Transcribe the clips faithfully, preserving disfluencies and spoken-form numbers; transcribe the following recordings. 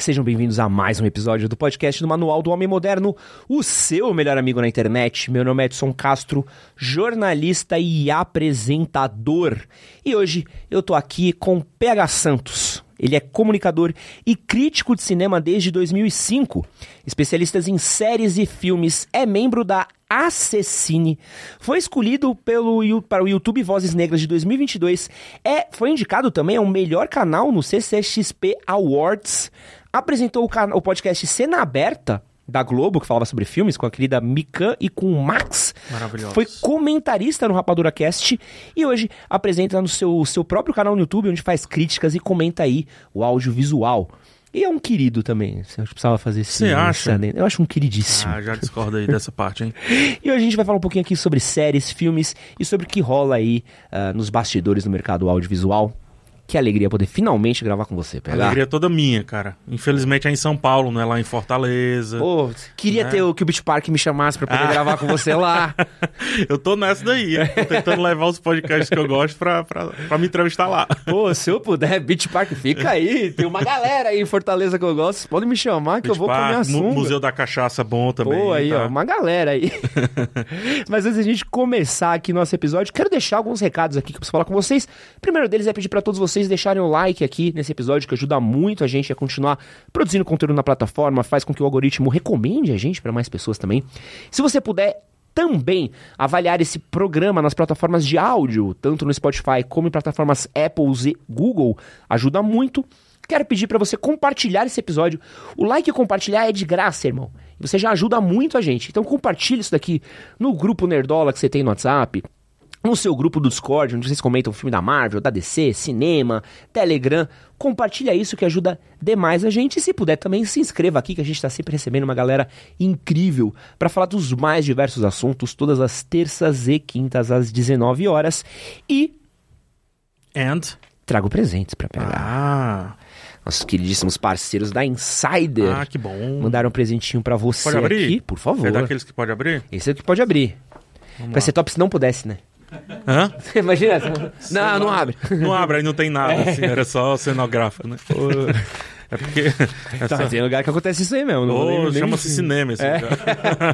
Sejam bem-vindos a mais um episódio do podcast do Manual do Homem Moderno, o seu melhor amigo na internet. Meu nome é Edson Castro, jornalista e apresentador. E hoje eu tô aqui com P H Santos. Ele é comunicador e crítico de cinema desde dois mil e cinco, especialista em séries e filmes, é membro da Acessine, foi escolhido pelo, para o YouTube Vozes Negras de dois mil e vinte e dois, é, foi indicado também ao melhor canal no C C X P Awards, apresentou o, can- o podcast Cena Aberta da Globo, que falava sobre filmes, com a querida Mikan e com o Max. Maravilhoso. Foi comentarista no Rapadura Cast e hoje apresenta no seu, seu próprio canal no YouTube, onde faz críticas e comenta aí o audiovisual. E é um querido também. Você precisava fazer esse... Você acha? Esse, eu acho um queridíssimo. Ah, já discordo aí dessa parte, hein? E hoje a gente vai falar um pouquinho aqui sobre séries, filmes e sobre o que rola aí uh, nos bastidores do mercado audiovisual. Que alegria poder finalmente gravar com você, P H. A alegria toda minha, cara. Infelizmente é em São Paulo, não é lá em Fortaleza. Pô, queria né? ter o que o Beach Park me chamasse pra poder Ah. gravar com você lá. Eu tô nessa daí. Tô tentando levar os podcasts que eu gosto pra, pra, pra me entrevistar lá. Pô, se eu puder, Beach Park, fica aí. Tem uma galera aí em Fortaleza que eu gosto. Podem me chamar que Beach eu vou comer a Park, Mu- sunga. Museu da Cachaça bom também. Pô, aí, tá? ó, uma galera aí. Mas antes da gente começar aqui nosso episódio, quero deixar alguns recados aqui que eu preciso falar com vocês. O primeiro deles é pedir pra todos vocês deixarem o like aqui nesse episódio, que ajuda muito a gente a continuar produzindo conteúdo na plataforma, faz com que o algoritmo recomende a gente pra mais pessoas também. Se você puder também avaliar esse programa nas plataformas de áudio, tanto no Spotify como em plataformas Apple e Google, ajuda muito. Quero pedir pra você compartilhar esse episódio. O like e compartilhar é de graça, irmão. E você já ajuda muito a gente. Então compartilhe isso daqui no grupo Nerdola que você tem no WhatsApp, no seu grupo do Discord, onde vocês comentam o filme da Marvel, da D C, cinema, Telegram. Compartilha isso que ajuda demais a gente. E se puder também, se inscreva aqui, que a gente está sempre recebendo uma galera incrível para falar dos mais diversos assuntos, todas as terças e quintas às dezenove horas. E And? trago presentes para pegar. Ah, Nossos queridíssimos parceiros da Insider ah, que bom. mandaram um presentinho para você Pode abrir? aqui, por favor. É daqueles que pode abrir? Esse é o que pode abrir. Vamos Vai lá. ser top se não pudesse, né? Hã? Imagina. Não, não abre. Não abre, aí não tem nada, assim, era só cenógrafa, né? É porque... Tá, essa- tem lugar que acontece isso aí mesmo. Não vou nem- Oh, nem- chama-se cinema esse É. lugar.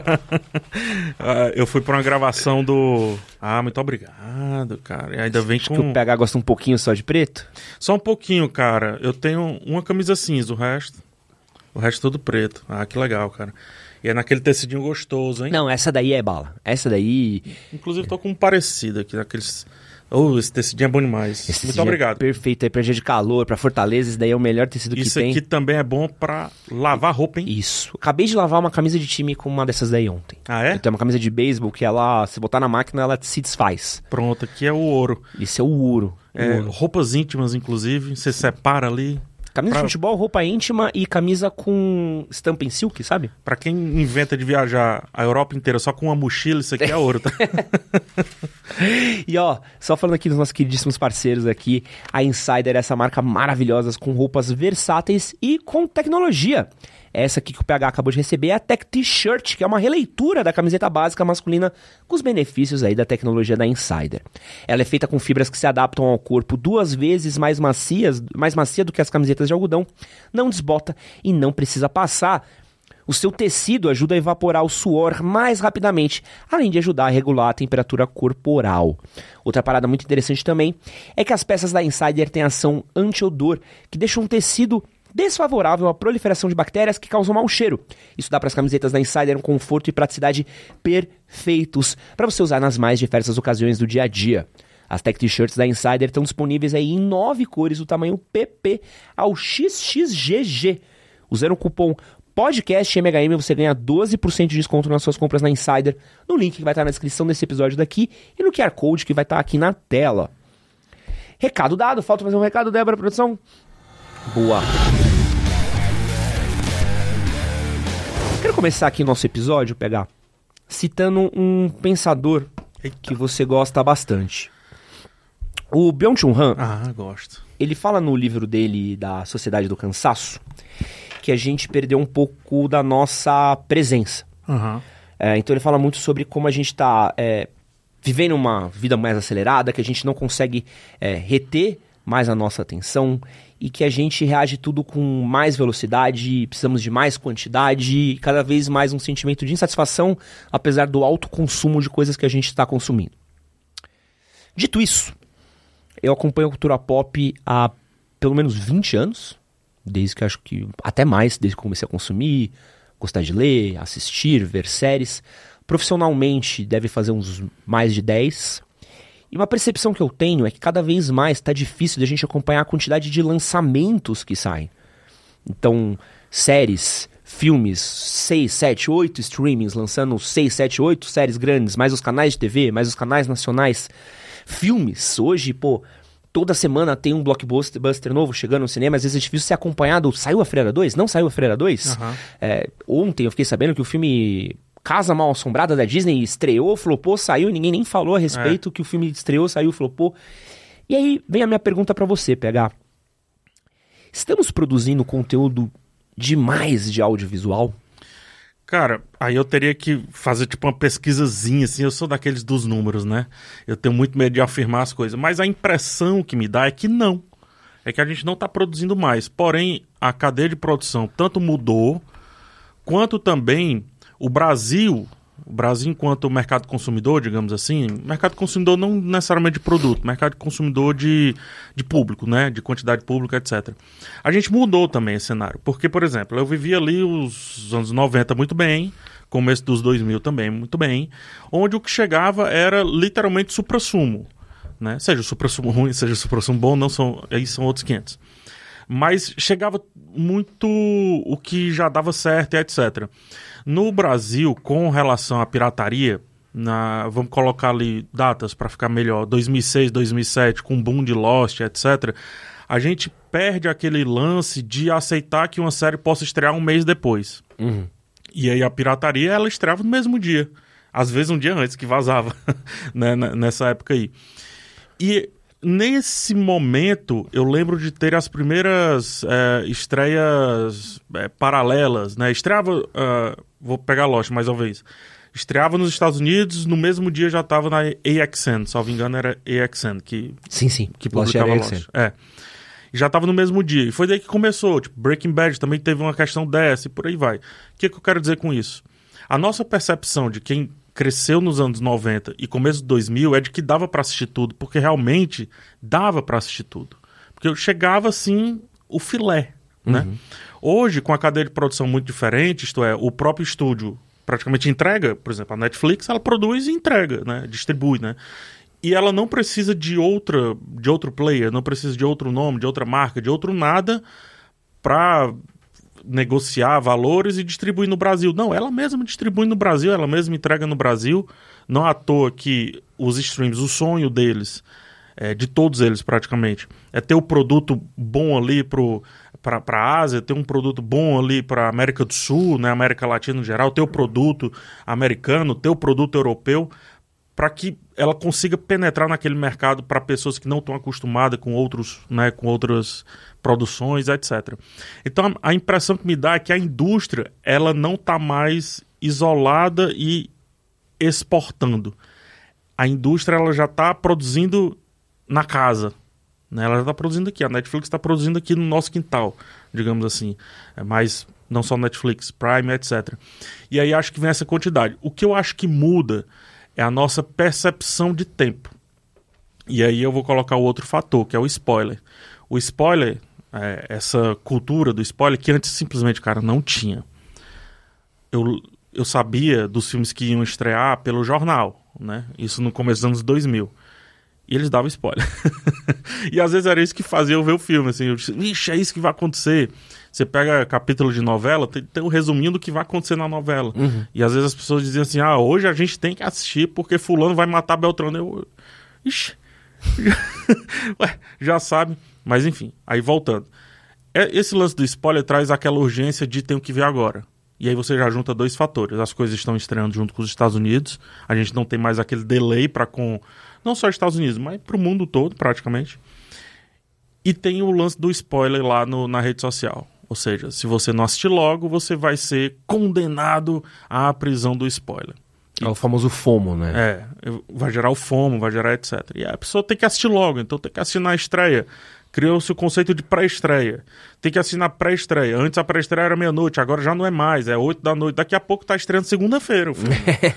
Ah, eu fui pra uma gravação do... Ah, muito obrigado, cara. E ainda vem Acho que o com... P H gosta um pouquinho só de preto. Só um pouquinho, cara. Eu tenho uma camisa cinza, o resto... O resto todo preto. Ah, que legal, cara. E é naquele tecidinho gostoso, hein? Não, essa daí é bala. Essa daí... Inclusive, tô com um parecido aqui, naqueles... Oh, esse tecidinho é bom demais. Esse Muito dia é obrigado. perfeito aí pra dia de calor, pra Fortaleza. Esse daí é o melhor tecido Isso que tem. aqui também é bom pra lavar roupa, hein? Isso. Acabei de lavar uma camisa de time com uma dessas daí ontem. Ah, é? Eu tenho uma camisa de beisebol que ela, se botar na máquina, ela se desfaz. Pronto, aqui é o ouro. Isso é o ouro. O É, ouro. roupas íntimas, inclusive. Você separa ali. Camisa pra- de futebol, roupa íntima e camisa com estampa em silk, sabe? Pra quem inventa de viajar a Europa inteira só com uma mochila, isso aqui é ouro, tá? E ó, só falando aqui dos nossos queridíssimos parceiros aqui, a Insider é essa marca maravilhosa com roupas versáteis e com tecnologia. Essa aqui que o P H acabou de receber é a Tech T-Shirt, que é uma releitura da camiseta básica masculina com os benefícios aí da tecnologia da Insider. Ela é feita com fibras que se adaptam ao corpo duas vezes mais macias, mais macia do que as camisetas de algodão, não desbota e não precisa passar. O seu tecido ajuda a evaporar o suor mais rapidamente, além de ajudar a regular a temperatura corporal. Outra parada muito interessante também é que as peças da Insider têm ação anti-odor, que deixa um tecido desfavorável à proliferação de bactérias que causam mau cheiro. Isso dá para as camisetas da Insider um conforto e praticidade perfeitos para você usar nas mais diversas ocasiões do dia a dia. As Tech T-Shirts da Insider estão disponíveis aí em nove cores do tamanho P P ao X X G G. Usando o cupom podcast M H M você ganha doze por cento de desconto nas suas compras na Insider, no link que vai estar na descrição desse episódio daqui e no Q R Code que vai estar aqui na tela. Recado dado, falta fazer um recado, Débora, produção? Boa. Quero começar aqui o nosso episódio, pegar, citando um pensador que você gosta bastante. O Byung-Chul Han, Ah, gosto. ele fala no livro dele da Sociedade do Cansaço que a gente perdeu um pouco da nossa presença. Aham. É, então ele fala muito sobre como a gente está é, vivendo uma vida mais acelerada, que a gente não consegue é, reter mais a nossa atenção e que a gente reage tudo com mais velocidade, precisamos de mais quantidade e cada vez mais um sentimento de insatisfação, apesar do alto consumo de coisas que a gente está consumindo. Dito isso, eu acompanho a cultura pop há pelo menos vinte anos, desde que acho que até mais, desde que comecei a consumir, gostar de ler, assistir, ver séries. Profissionalmente deve fazer uns mais de dez. E uma percepção que eu tenho é que cada vez mais está difícil de a gente acompanhar a quantidade de lançamentos que saem. Então, séries, filmes, seis, sete, oito streamings lançando seis, sete, oito séries grandes, mais os canais de T V, mais os canais nacionais. Filmes, hoje, pô, toda semana tem um blockbuster novo chegando no cinema, às vezes é difícil ser acompanhado. Saiu a Freira dois? Não saiu a Freira dois? Uhum. É, ontem eu fiquei sabendo que o filme Casa Mal Assombrada da Disney estreou, flopou, saiu, ninguém nem falou a respeito é. que o filme estreou, saiu, flopou. E aí vem a minha pergunta pra você, P H. Estamos produzindo conteúdo demais de audiovisual? Cara, aí eu teria que fazer tipo uma pesquisazinha, assim, eu sou daqueles dos números, né? Eu tenho muito medo de afirmar as coisas, mas a impressão que me dá é que não. É que a gente não está produzindo mais. Porém, a cadeia de produção tanto mudou, quanto também o Brasil, o Brasil enquanto mercado consumidor, digamos assim, mercado consumidor não necessariamente de produto, mercado consumidor de, de público, né? De quantidade pública, etcétera. A gente mudou também esse cenário, porque, por exemplo, eu vivi ali os anos noventa muito bem, começo dos dois mil também muito bem, onde o que chegava era literalmente suprassumo, né? Seja o suprassumo ruim, seja o suprassumo bom, não são, aí são outros quinhentos. Mas chegava muito o que já dava certo e etcétera. No Brasil, com relação à pirataria, na, vamos colocar ali datas para ficar melhor, dois mil e seis, dois mil e sete, com boom de Lost, etcétera, a gente perde aquele lance de aceitar que uma série possa estrear um mês depois. Uhum. E aí a pirataria, ela estreava no mesmo dia. Às vezes um dia antes que vazava, né, nessa época aí. E nesse momento, eu lembro de ter as primeiras é, estreias é, paralelas, né? Estreava, uh, vou pegar Lost mais uma vez. Estreava nos Estados Unidos, no mesmo dia já estava na A X N, salvo engano era A X N que, sim, sim. que publicava Lost. Lost. É. Já estava no mesmo dia. E foi daí que começou. Tipo, Breaking Bad também teve uma questão dessa e por aí vai. O que, que eu quero dizer com isso? A nossa percepção de quem cresceu nos anos noventa e começo de dois mil é de que dava para assistir tudo, porque realmente dava para assistir tudo. Porque eu chegava assim, o filé, uhum. né? Hoje, com a cadeia de produção muito diferente, isto é, o próprio estúdio praticamente entrega, por exemplo, a Netflix, ela produz e entrega, né? Distribui, né? E ela não precisa de outra, de outro player, não precisa de outro nome, de outra marca, de outro nada para negociar valores e distribuir no Brasil. Não, ela mesma distribui no Brasil, ela mesma entrega no Brasil. Não à toa que os streams, o sonho deles, é, de todos eles praticamente, é ter o produto bom ali para a Ásia, ter um produto bom ali para a América do Sul, né, América Latina em geral, ter o produto americano, ter o produto europeu, para que ela consiga penetrar naquele mercado para pessoas que não estão acostumadas com outros, né, com outras produções, etcétera. Então a impressão que me dá é que a indústria ela não está mais isolada e exportando. A indústria ela já está produzindo na casa, né? Ela já está produzindo aqui. A Netflix está produzindo aqui no nosso quintal, digamos assim. É mais, não só Netflix, Prime, etcétera. E aí acho que vem essa quantidade. O que eu acho que muda é a nossa percepção de tempo. E aí eu vou colocar o outro fator, que é o spoiler. O spoiler, é, essa cultura do spoiler, que antes simplesmente, cara, não tinha. Eu, eu sabia dos filmes que iam estrear pelo jornal, né? Isso no começo dos anos dois mil. E eles davam spoiler. E às vezes era isso que fazia eu ver o filme, assim. Eu disse, ixi, é isso que vai acontecer. Você pega capítulo de novela, tem, tem um resuminho do que vai acontecer na novela. Uhum. E às vezes as pessoas diziam assim, ah, hoje a gente tem que assistir porque fulano vai matar Beltrano. Eu, ixi, ué, já sabe. Mas enfim, aí voltando. Esse lance do spoiler traz aquela urgência de tenho que ver agora. E aí você já junta dois fatores. As coisas estão estreando junto com os Estados Unidos. A gente não tem mais aquele delay para com... Não só os Estados Unidos, mas para o mundo todo, praticamente. E tem o lance do spoiler lá no, na rede social. Ou seja, se você não assistir logo, você vai ser condenado à prisão do spoiler. É o famoso FOMO, né? É, vai gerar o FOMO, vai gerar etcétera. E a pessoa tem que assistir logo, então tem que assistir na estreia. Criou-se o conceito de pré-estreia. Tem que assistir na pré-estreia. Antes a pré-estreia era meia-noite, agora já não é mais, é oito da noite. Daqui a pouco tá estreando segunda-feira o filme.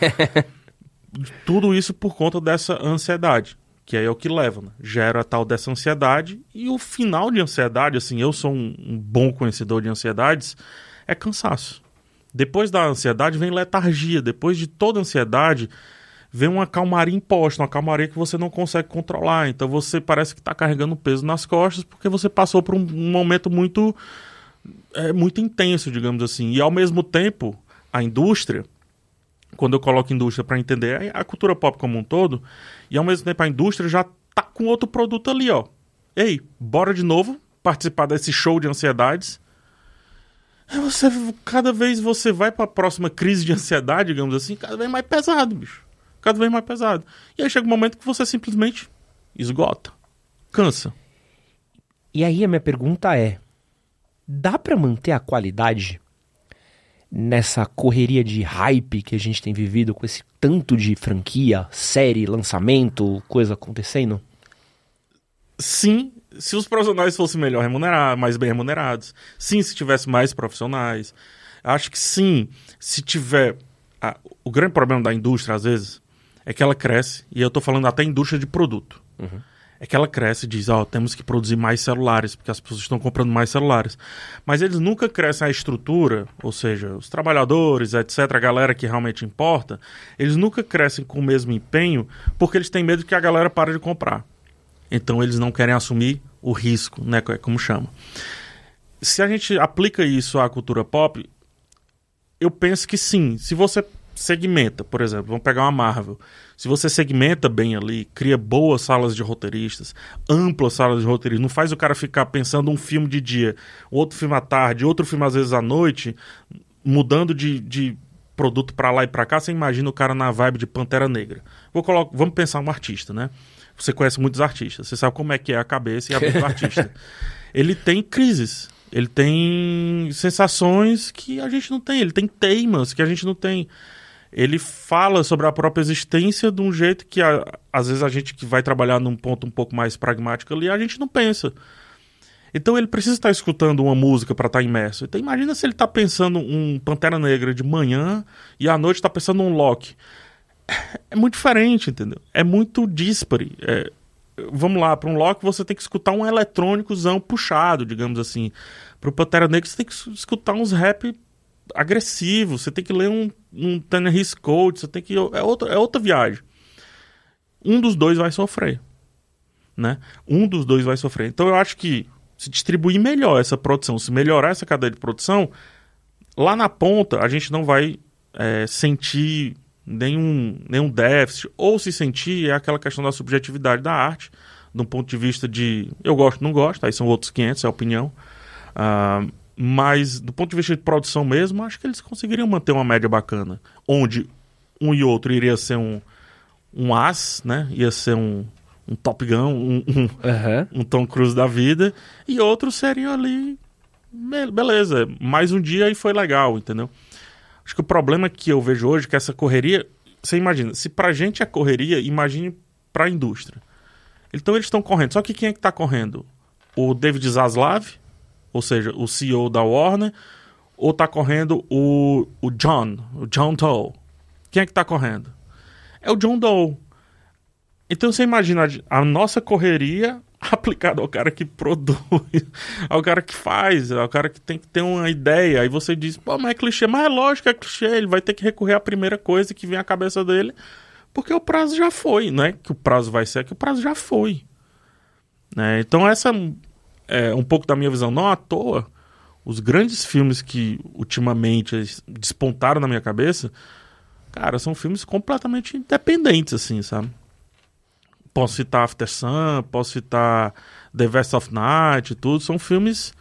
Tudo isso por conta dessa ansiedade, que aí é o que leva, né? Gera a tal dessa ansiedade. E o final de ansiedade, assim, eu sou um, um bom conhecedor de ansiedades, é cansaço. Depois da ansiedade vem letargia. Depois de toda ansiedade vem uma calmaria imposta, uma calmaria que você não consegue controlar. Então você parece que está carregando peso nas costas porque você passou por um, um momento muito, é, muito intenso, digamos assim. E ao mesmo tempo, a indústria, quando eu coloco indústria para entender a cultura pop como um todo, e ao mesmo tempo a indústria já tá com outro produto ali, ó. Ei, bora de novo participar desse show de ansiedades. Você, cada vez você vai para a próxima crise de ansiedade, digamos assim, cada vez mais pesado, bicho. Cada vez mais pesado. E aí chega um momento que você simplesmente esgota. Cansa. E aí a minha pergunta é, dá para manter a qualidade nessa correria de hype que a gente tem vivido com esse tanto de franquia, série, lançamento, coisa acontecendo? Sim, se os profissionais fossem melhor remunerados, mais bem remunerados. Sim, se tivesse mais profissionais. Acho que sim, se tiver... Ah, o grande problema da indústria, às vezes, é que ela cresce, e eu estou falando até indústria de produto. Uhum. É que ela cresce e diz, ó, oh, temos que produzir mais celulares, porque as pessoas estão comprando mais celulares. Mas eles nunca crescem a estrutura, ou seja, os trabalhadores, etcétera, a galera que realmente importa, eles nunca crescem com o mesmo empenho, porque eles têm medo que a galera pare de comprar. Então eles não querem assumir o risco, né, como chama. Se a gente aplica isso à cultura pop, eu penso que sim. Se você segmenta, por exemplo, vamos pegar uma Marvel. Se você segmenta bem ali, cria boas salas de roteiristas, amplas salas de roteiristas, não faz o cara ficar pensando um filme de dia, outro filme à tarde, outro filme às vezes à noite, mudando de, de produto pra lá e pra cá, você imagina o cara na vibe de Pantera Negra. Vou colocar, vamos pensar um artista, né? Você conhece muitos artistas, você sabe como é que é a cabeça e a mente do artista. Ele tem crises, ele tem sensações que a gente não tem, ele tem teimas que a gente não tem. Ele fala sobre a própria existência de um jeito que, a, às vezes, a gente que vai trabalhar num ponto um pouco mais pragmático ali, a gente não pensa. Então ele precisa estar escutando uma música para estar imerso. Então imagina se ele está pensando um Pantera Negra de manhã e à noite está pensando um Loki. É muito diferente, entendeu? É muito díspare. É, vamos lá, para um Loki você tem que escutar um eletrônicozão puxado, digamos assim. Para o Pantera Negra você tem que escutar uns rap agressivo, você tem que ler um, um Tennessee Code, você tem que... É outra, é outra viagem. Um dos dois vai sofrer, né? Um dos dois vai sofrer. Então eu acho que se distribuir melhor essa produção, se melhorar essa cadeia de produção, lá na ponta a gente não vai é, sentir nenhum, nenhum déficit, ou se sentir é aquela questão da subjetividade da arte, de um ponto de vista de eu gosto, não gosto, aí são outros quinhentos, é a opinião. Uh, mas do ponto de vista de produção mesmo, acho que eles conseguiriam manter uma média bacana, onde um e outro iria ser um, um as, né? Ia ser um, um Top Gun, um, um, uhum. um Tom Cruise da vida, e outros seriam ali, beleza, mais um dia e foi legal, entendeu? Acho que o problema que eu vejo hoje é que essa correria, você imagina, se pra gente é correria, imagine pra indústria. Então eles estão correndo, só que quem é que tá correndo? O David Zaslav, ou seja, o C E O da Warner, ou tá correndo o, o John, o John Doe? Quem é que tá correndo? É o John Doe. Então você imagina a nossa correria aplicada ao cara que produz, ao cara que faz, ao cara que tem que ter uma ideia. Aí você diz, pô, mas é clichê. Mas é lógico que é clichê, ele vai ter que recorrer à primeira coisa que vem à cabeça dele, porque o prazo já foi. Não é que o prazo vai ser, é que o prazo já foi. Né? Então essa... É, um pouco da minha visão, não à toa, os grandes filmes que ultimamente despontaram na minha cabeça, cara, são filmes completamente independentes, assim, sabe? Posso citar After Sun, posso citar The Vest of Night, tudo, são filmes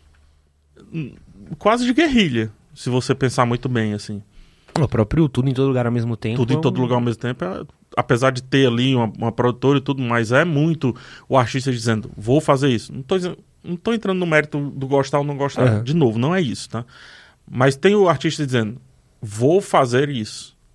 quase de guerrilha, se você pensar muito bem, assim. O próprio Tudo em Todo Lugar ao Mesmo Tempo. Tudo em Todo Lugar ao Mesmo Tempo, é, apesar de ter ali uma, uma produtora e tudo, mas é muito o artista dizendo, vou fazer isso. Não tô, não tô entrando no mérito do gostar ou não gostar. Uhum. De novo, não é isso, tá? Mas tem o artista dizendo, vou fazer isso.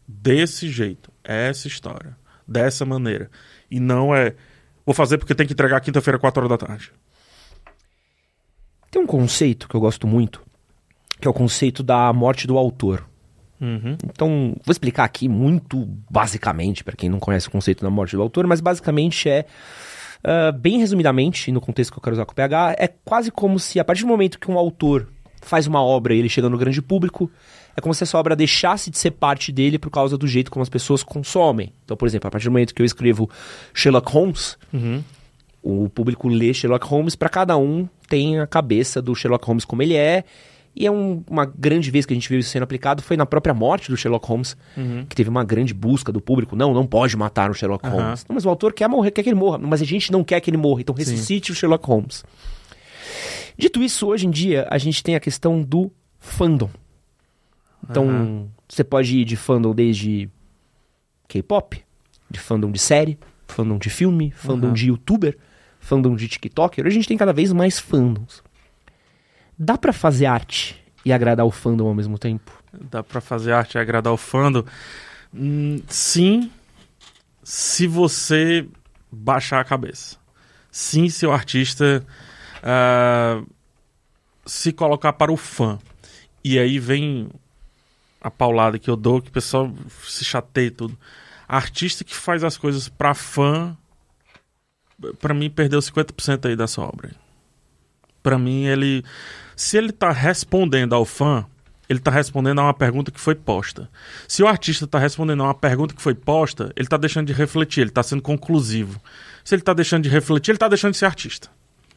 desse jeito, essa história, dessa maneira. E não é, vou fazer porque tem que entregar quinta-feira, quatro horas da tarde. Tem um conceito que eu gosto muito, que é o conceito da morte do autor. Uhum. Então, vou explicar aqui muito basicamente, para quem não conhece o conceito da morte do autor, mas basicamente é, uh, bem resumidamente, no contexto que eu quero usar com o P H, é quase como se a partir do momento que um autor faz uma obra e ele chega no grande público, é como se essa obra deixasse de ser parte dele por causa do jeito como as pessoas consomem. Então, por exemplo, a partir do momento que eu escrevo Sherlock Holmes, Uhum. o público lê Sherlock Holmes, para cada um tem a cabeça do Sherlock Holmes como ele é, e é um, uma grande vez que a gente viu isso sendo aplicado foi na própria morte do Sherlock Holmes, Uhum. que teve uma grande busca do público. Não, não pode matar o Sherlock Uhum. Holmes. Não, mas o autor quer morrer, quer que ele morra. Mas a gente não quer que ele morra, então ressuscite Sim. o Sherlock Holmes. Dito isso, hoje em dia, a gente tem a questão do fandom. Então, uhum. você pode ir de fandom desde K-pop, de fandom de série, fandom de filme, fandom uhum. de youtuber, fandom de tiktoker. Hoje a gente tem cada vez mais fandoms. Dá pra fazer arte e agradar o fandom ao mesmo tempo? Dá pra fazer arte e agradar o fandom? Hum, sim, se você baixar a cabeça. Sim, se o artista uh, se colocar para o fã. E aí vem a paulada que eu dou, que o pessoal se chateia e tudo. Artista que faz as coisas pra fã, pra mim, perdeu cinquenta por cento aí dessa obra. Pra mim, ele... Se ele tá respondendo ao fã, ele tá respondendo a uma pergunta que foi posta. Se o artista tá respondendo a uma pergunta que foi posta, ele tá deixando de refletir, ele tá sendo conclusivo. Se ele tá deixando de refletir, ele tá deixando de ser artista.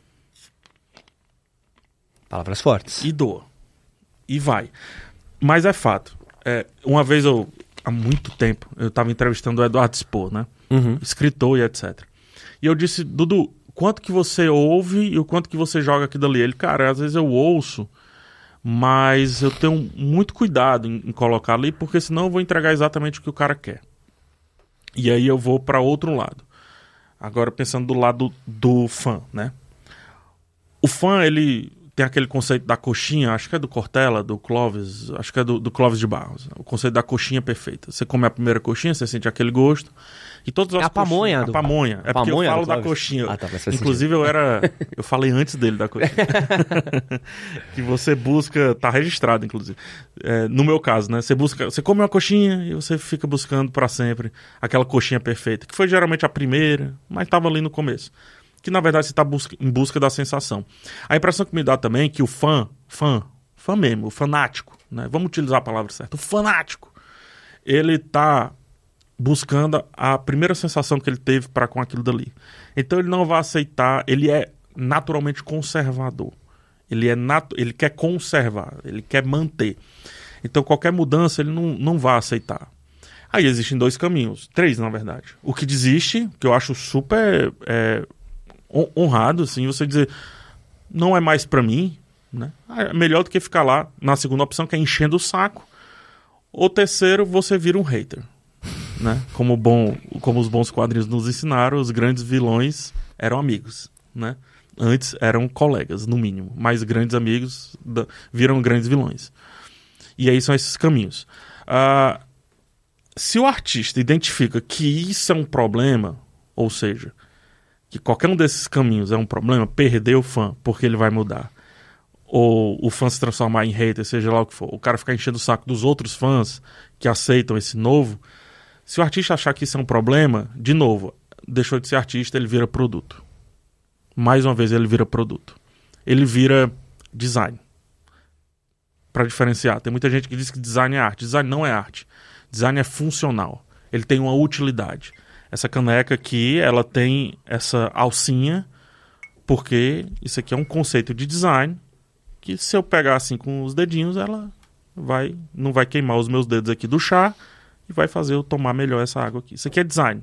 Palavras fortes. E doa. E vai. Mas é fato. É, uma vez eu, há muito tempo, eu estava entrevistando o Eduardo Spohr, né? Uhum. Escritor e etcétera. E eu disse, Dudu, quanto que você ouve e o quanto que você joga aqui dali? Ele, cara, às vezes eu ouço, mas eu tenho muito cuidado em, em colocar ali, porque senão eu vou entregar exatamente o que o cara quer. E aí eu vou para outro lado. Agora pensando do lado do fã, né? O fã, ele... tem aquele conceito da coxinha, acho que é do Cortella, do Clóvis, acho que é do, do Clóvis de Barros. O conceito da coxinha perfeita. Você come a primeira coxinha, você sente aquele gosto. E todas as é a pamonha. Do... A pamonha. É a porque pamonha eu falo da coxinha. Ah, tá, Inclusive eu era... Eu falei antes dele da coxinha. Que você busca... Tá registrado, inclusive. É, no meu caso, né? Você busca... Você come uma coxinha e você fica buscando pra sempre aquela coxinha perfeita. Que foi geralmente a primeira, mas tava ali no começo. Que na verdade você está busca, em busca da sensação. A impressão que me dá também é que o fã, fã, fã mesmo, o fanático, né? Vamos utilizar a palavra certa, o fanático, ele está buscando a primeira sensação que ele teve para com aquilo dali. Então ele não vai aceitar, ele é naturalmente conservador. Ele, é natu, ele quer conservar, ele quer manter. Então qualquer mudança ele não, não vai aceitar. Aí existem dois caminhos, três na verdade. O que desiste, que eu acho super... É, honrado, assim, você dizer não é mais pra mim, né? É melhor do que ficar lá na segunda opção, que é enchendo o saco. Ou terceiro, você vira um hater, né? Como, bom, como os bons quadrinhos nos ensinaram, os grandes vilões eram amigos, né? Antes eram colegas, no mínimo, mas grandes amigos da, viram grandes vilões. E aí são esses caminhos. Uh, se o artista identifica que isso é um problema, ou seja, que qualquer um desses caminhos é um problema, perder o fã, porque ele vai mudar. Ou o fã se transformar em hater, seja lá o que for. O cara ficar enchendo o saco dos outros fãs que aceitam esse novo. Se o artista achar que isso é um problema, de novo, deixou de ser artista, ele vira produto. Mais uma vez, ele vira produto. Ele vira design. Para diferenciar. Tem muita gente que diz que design é arte. Design não é arte. Design é funcional. Ele tem uma utilidade. Essa caneca aqui, ela tem essa alcinha, porque isso aqui é um conceito de design, que se eu pegar assim com os dedinhos, ela vai, não vai queimar os meus dedos aqui do chá e vai fazer eu tomar melhor essa água aqui. Isso aqui é design.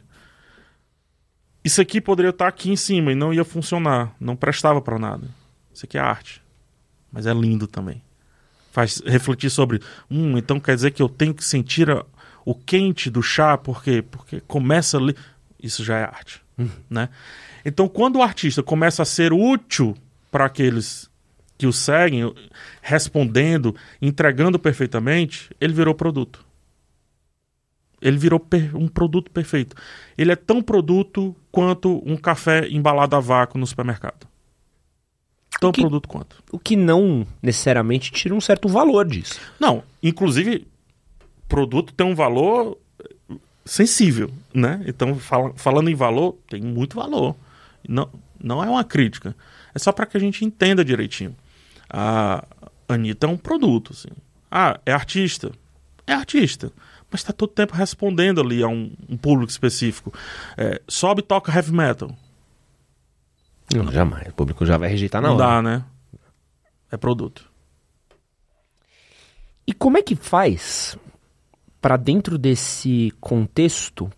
Isso aqui poderia estar aqui em cima e não ia funcionar, não prestava para nada. Isso aqui é arte, mas é lindo também. Faz refletir sobre, hum, então quer dizer que eu tenho que sentir a o quente do chá, por quê? Porque começa ali... Isso já é arte, uhum. né? Então, quando o artista começa a ser útil para aqueles que o seguem, respondendo, entregando perfeitamente, ele virou produto. Ele virou per- um produto perfeito. Ele é tão produto quanto um café embalado a vácuo no supermercado. Tão que, produto quanto. O que não necessariamente tira um certo valor disso. Não, inclusive, produto tem um valor sensível, né? Então, fala, falando em valor, tem muito valor. Não, não é uma crítica. É só para que a gente entenda direitinho. A Anitta é um produto, assim. Ah, é artista? É artista. Mas está todo tempo respondendo ali a um, um público específico. É, sobe e toca heavy metal. Não, jamais. O público já vai rejeitar na Não hora. dá, né? É produto. E como é que faz para dentro desse contexto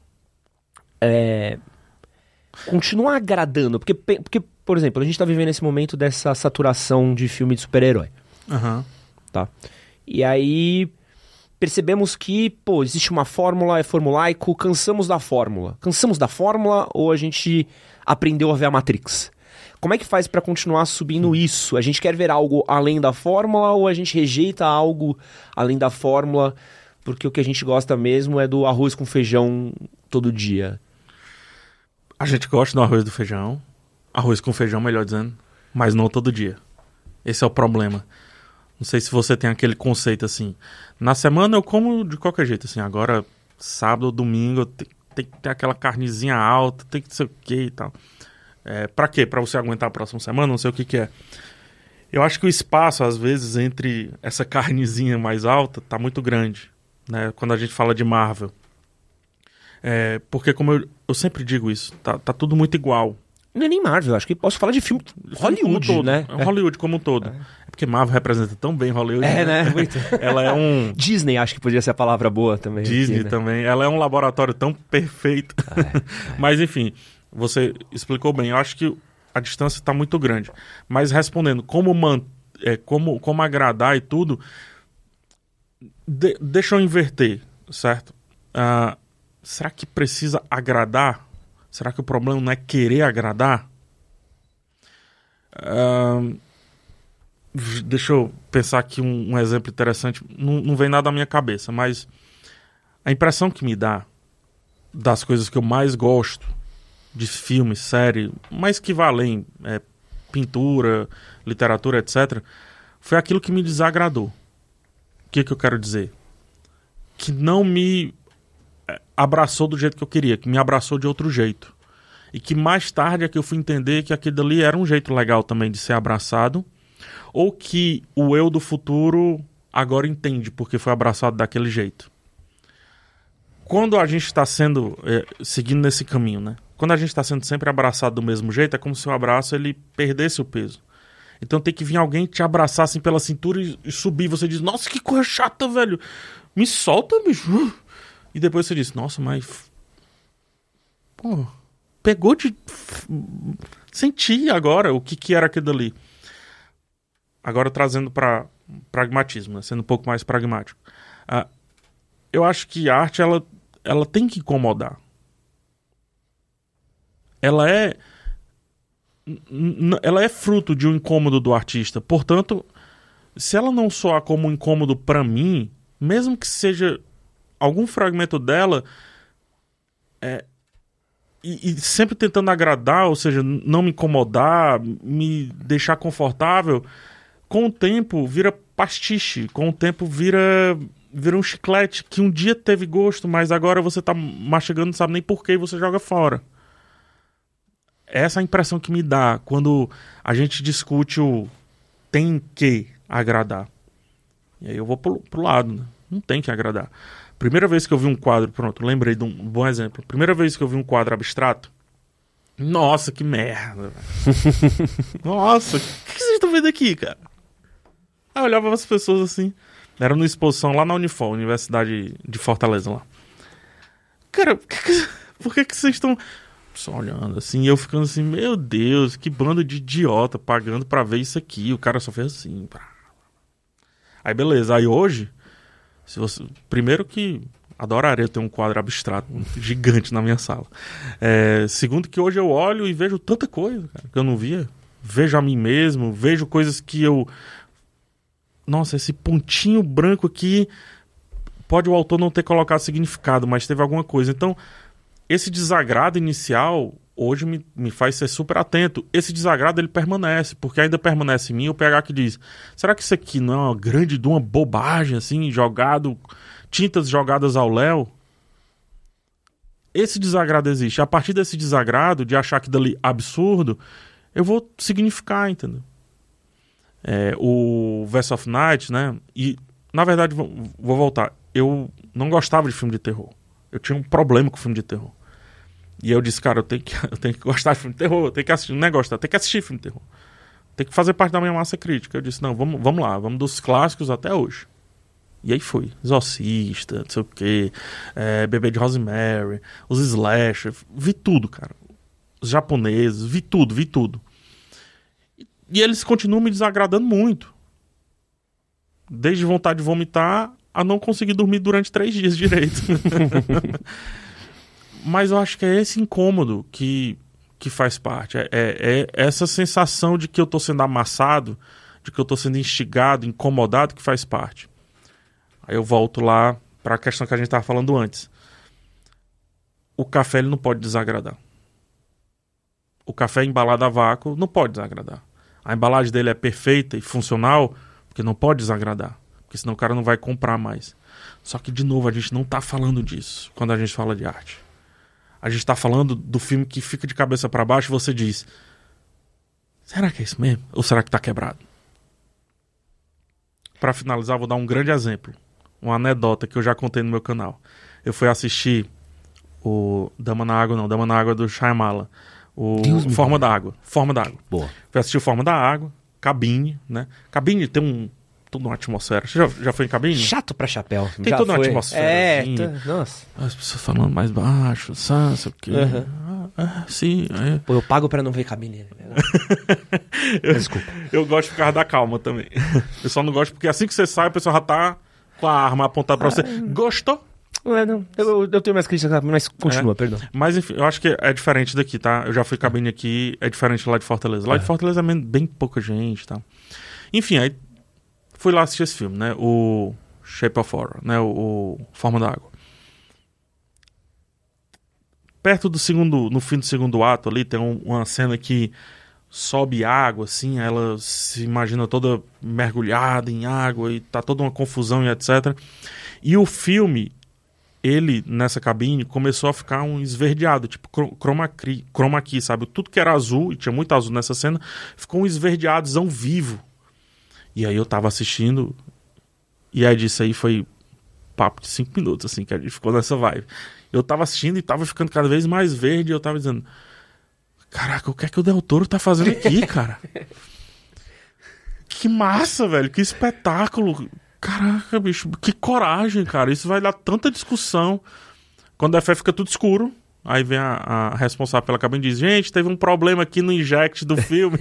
é, continuar agradando? Porque, porque, por exemplo, a gente tá vivendo esse momento dessa saturação de filme de super-herói. Uhum. Tá? E aí percebemos que, pô, existe uma fórmula, é formulaico, cansamos da fórmula. Cansamos da fórmula ou a gente aprendeu a ver a Matrix? Como é que faz pra continuar subindo isso? A gente quer ver algo além da fórmula ou a gente rejeita algo além da fórmula porque o que a gente gosta mesmo é do arroz com feijão todo dia? A gente gosta do arroz e do feijão. Arroz com feijão, melhor dizendo. Mas não todo dia. Esse é o problema. Não sei se você tem aquele conceito assim. Na semana eu como de qualquer jeito, assim. Agora, sábado ou domingo, tem, tem que ter aquela carnezinha alta, tem que não sei o que e tal. É, pra quê? Pra você aguentar a próxima semana? Não sei o que que é. Eu acho que o espaço, às vezes, entre essa carnezinha mais alta tá muito grande, né? Quando a gente fala de Marvel. É, porque, como eu, eu sempre digo isso, tá, tá tudo muito igual. Não é nem Marvel, acho que posso falar de filme Hollywood, como um todo, né? É Hollywood como um todo. É. é porque Marvel representa tão bem Hollywood. É, né? Muito. Ela é um... Disney, acho que podia ser a palavra boa também. Disney aqui, né? também. Ela é um laboratório tão perfeito. Ah, é. Mas, enfim, você explicou bem. Eu acho que a distância está muito grande. Mas respondendo, como, man... é, como, como agradar e tudo, de... deixa eu inverter, certo? Uh, será que precisa agradar? Será que o problema não é querer agradar? Uh, deixa eu pensar aqui um, um exemplo interessante. Não, não vem nada à minha cabeça, mas a impressão que me dá das coisas que eu mais gosto, de filme, série, mas que vai além, é, pintura, literatura, etcétera, foi aquilo que me desagradou. O que, que eu quero dizer? Que não me abraçou do jeito que eu queria, que me abraçou de outro jeito. E que mais tarde é que eu fui entender que aquilo ali era um jeito legal também de ser abraçado, ou que o eu do futuro agora entende porque foi abraçado daquele jeito. Quando a gente está sendo, é, seguindo nesse caminho, né? Quando a gente está sendo sempre abraçado do mesmo jeito, é como se o abraço ele perdesse o peso. Então tem que vir alguém te abraçar assim pela cintura e, e subir. Você diz, nossa, que coisa chata, velho. Me solta, bicho. E depois você diz, nossa, mas... Pô, pegou de... Senti agora o que, que era aquilo ali. Agora trazendo para pragmatismo, né? Sendo um pouco mais pragmático. Uh, eu acho que a arte, ela, ela tem que incomodar. Ela é... Ela é fruto de um incômodo do artista. Portanto, se ela não soar como um incômodo para mim, mesmo que seja... algum fragmento dela é, e, e sempre tentando agradar, ou seja, não me incomodar, me deixar confortável, com o tempo vira pastiche, com o tempo vira, vira um chiclete que um dia teve gosto, mas agora você tá mastigando, não sabe nem por que, e você joga fora. Essa é a impressão que me dá quando a gente discute o tem que agradar. E aí eu vou pro, pro lado, né? Não tem que agradar. Primeira vez que eu vi um quadro, pronto, lembrei de um bom exemplo. Primeira vez que eu vi um quadro abstrato, nossa, que merda. Nossa, o que, que vocês estão vendo aqui, cara? Aí eu olhava as pessoas assim, era numa exposição lá na Unifol, Universidade de Fortaleza lá. Cara, que que, por que que vocês estão só olhando assim, e eu ficando assim, meu Deus, que bando de idiota pagando pra ver isso aqui, o cara só fez assim. Aí beleza, aí hoje... Se você, primeiro que adoraria ter um quadro abstrato gigante na minha sala. É, segundo que hoje eu olho e vejo tanta coisa, cara, que eu não via. Vejo a mim mesmo, vejo coisas que eu... Nossa, esse pontinho branco aqui pode o autor não ter colocado significado, mas teve alguma coisa. Então, esse desagrado inicial, hoje me, me faz ser super atento. Esse desagrado, ele permanece, porque ainda permanece em mim o P H que diz, será que isso aqui não é uma grande, de uma bobagem, assim, jogado, tintas jogadas ao léu? Esse desagrado existe. A partir desse desagrado, de achar que dali absurdo, eu vou significar, entendeu? É, o Verse of Night, né? E, na verdade, vou, vou voltar. Eu não gostava de filme de terror. Eu tinha um problema com filme de terror. E eu disse, cara, eu tenho que, eu tenho que gostar de filme de terror, eu tenho que assistir, não é gostar, eu tenho que assistir filme de terror. Tem que fazer parte da minha massa crítica. Eu disse, não, vamos, vamos lá, vamos dos clássicos até hoje. E aí foi. Exorcista, não sei o quê, é, Bebê de Rosemary, os slasher, vi tudo, cara. Os japoneses, vi tudo, vi tudo. E, e eles continuam me desagradando muito. Desde vontade de vomitar a não conseguir dormir durante três dias direito. Mas eu acho que é esse incômodo que, que faz parte. É, é, é essa sensação de que eu tô sendo amassado, de que eu tô sendo instigado, incomodado, que faz parte. Aí eu volto lá para a questão que a gente estava falando antes. O café ele não pode desagradar. O café embalado a vácuo não pode desagradar. A embalagem dele é perfeita e funcional, porque não pode desagradar. Porque senão o cara não vai comprar mais. Só que, de novo, a gente não tá falando disso quando a gente fala de arte. A gente tá falando do filme que fica de cabeça para baixo e você diz, será que é isso mesmo? Ou será que tá quebrado? Para finalizar, vou dar um grande exemplo. Uma anedota que eu já contei no meu canal. Eu fui assistir o Dama na Água, não, Dama na Água do Shyamalan. O Deus Forma da Água. Forma da Água. Boa. Fui assistir o Forma da Água, cabine, né? Cabine tem um... toda uma atmosfera. Você já, já foi em cabine? Chato pra chapéu. Tem já toda foi. uma atmosfera. É, assim, tá, nossa. as pessoas falando mais baixo, sabe, sei o quê. Uhum. Ah, sim, é. Pô, eu pago pra não ver cabine. eu, Desculpa. Eu gosto por causa da calma também. Eu só não gosto porque assim que você sai, o pessoal já tá com a arma apontada pra você. Gostou? Não é, não. Eu, eu tenho mais críticas, mas continua, É. perdão. Mas enfim, eu acho que é diferente daqui, tá? Eu já fui cabine aqui, é diferente lá de Fortaleza. Lá de Fortaleza é bem, bem pouca gente, tá? Enfim, aí fui lá assistir esse filme, né? O Shape of Horror, né? O, o Forma da Água. Perto do segundo, no fim do segundo ato ali, tem um, uma cena que sobe água, assim, ela se imagina toda mergulhada em água e tá toda uma confusão e etcétera. E o filme, ele, nessa cabine, começou a ficar um esverdeado, tipo chroma key, chroma key, sabe? Tudo que era azul, e tinha muito azul nessa cena, ficou um esverdeadozão vivo. E aí eu tava assistindo, e aí disso aí foi papo de cinco minutos, assim, que a gente ficou nessa vibe. Eu tava assistindo e tava ficando cada vez mais verde, e eu tava dizendo, caraca, o que é que o Del Toro tá fazendo aqui, cara? Que massa, velho, que espetáculo. Caraca, bicho, que coragem, cara. Isso vai dar tanta discussão. Quando a fé fica tudo escuro, aí vem a, a responsável pela cabine e diz, gente, teve um problema aqui no inject do filme.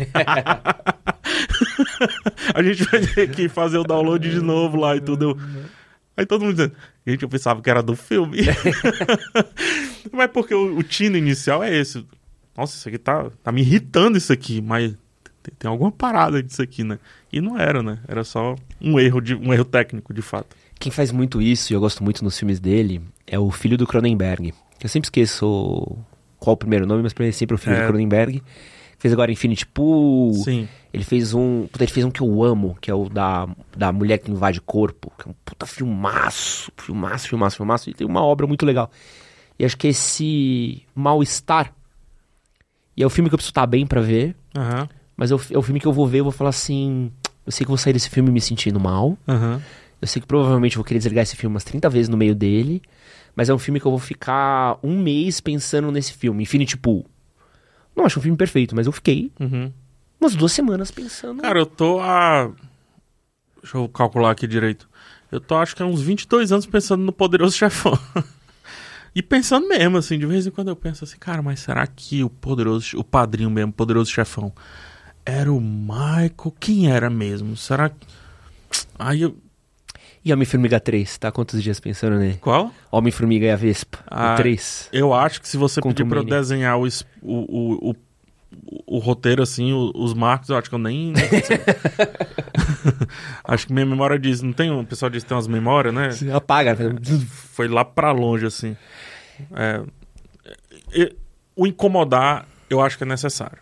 A gente vai ter que fazer o download de novo lá e tudo. Aí todo mundo dizendo, gente, eu pensava que era do filme. Mas porque o, o tino inicial é esse. Nossa, isso aqui tá, tá me irritando isso aqui, mas tem, tem alguma parada disso aqui, né? E não era, né? Era só um erro, de, um erro técnico, de fato. Quem faz muito isso, e eu gosto muito nos filmes dele, é o filho do Cronenberg. Eu sempre esqueço qual o primeiro nome, mas pra ele é sempre o filho É. do Cronenberg. Fez agora Infinity Pool. Sim. Ele fez um. Puta, ele fez um que eu amo, que é o da, da mulher que invade corpo. Que é um puta filmaço. Filmaço, filmaço, filmaço. E tem uma obra muito legal. E acho que esse mal-estar. E é o filme que eu preciso estar bem pra ver. Aham. Mas é o, é o filme que eu vou ver e vou falar assim. Eu sei que eu vou sair desse filme me sentindo mal. Aham. Eu sei que provavelmente eu vou querer desligar esse filme umas trinta vezes no meio dele. Mas é um filme que eu vou ficar um mês pensando nesse filme. Infinity Pool. Não acho um filme perfeito, mas eu fiquei Uhum. umas duas semanas pensando. Cara, eu tô a... Deixa eu calcular aqui direito. Eu tô, acho que há uns vinte e dois anos pensando no Poderoso Chefão. E pensando mesmo, assim, de vez em quando eu penso assim, cara, mas será que o Poderoso, o padrinho mesmo, o Poderoso Chefão, era o Michael? Quem era mesmo? Será que... Aí eu... E Homem-Formiga três, tá? Quantos dias pensando nele? Qual? Homem-Formiga e a Vespa, Ah, o três. Eu acho que se você Contra pedir o pra eu Maniac. desenhar o, es- o, o, o o, o roteiro, assim, o, os marcos, eu acho que eu nem... Acho que minha memória diz... Não tem um... O pessoal diz que tem umas memórias, né? Você apaga. Foi lá pra longe, assim. É, e, o incomodar, eu acho que é necessário.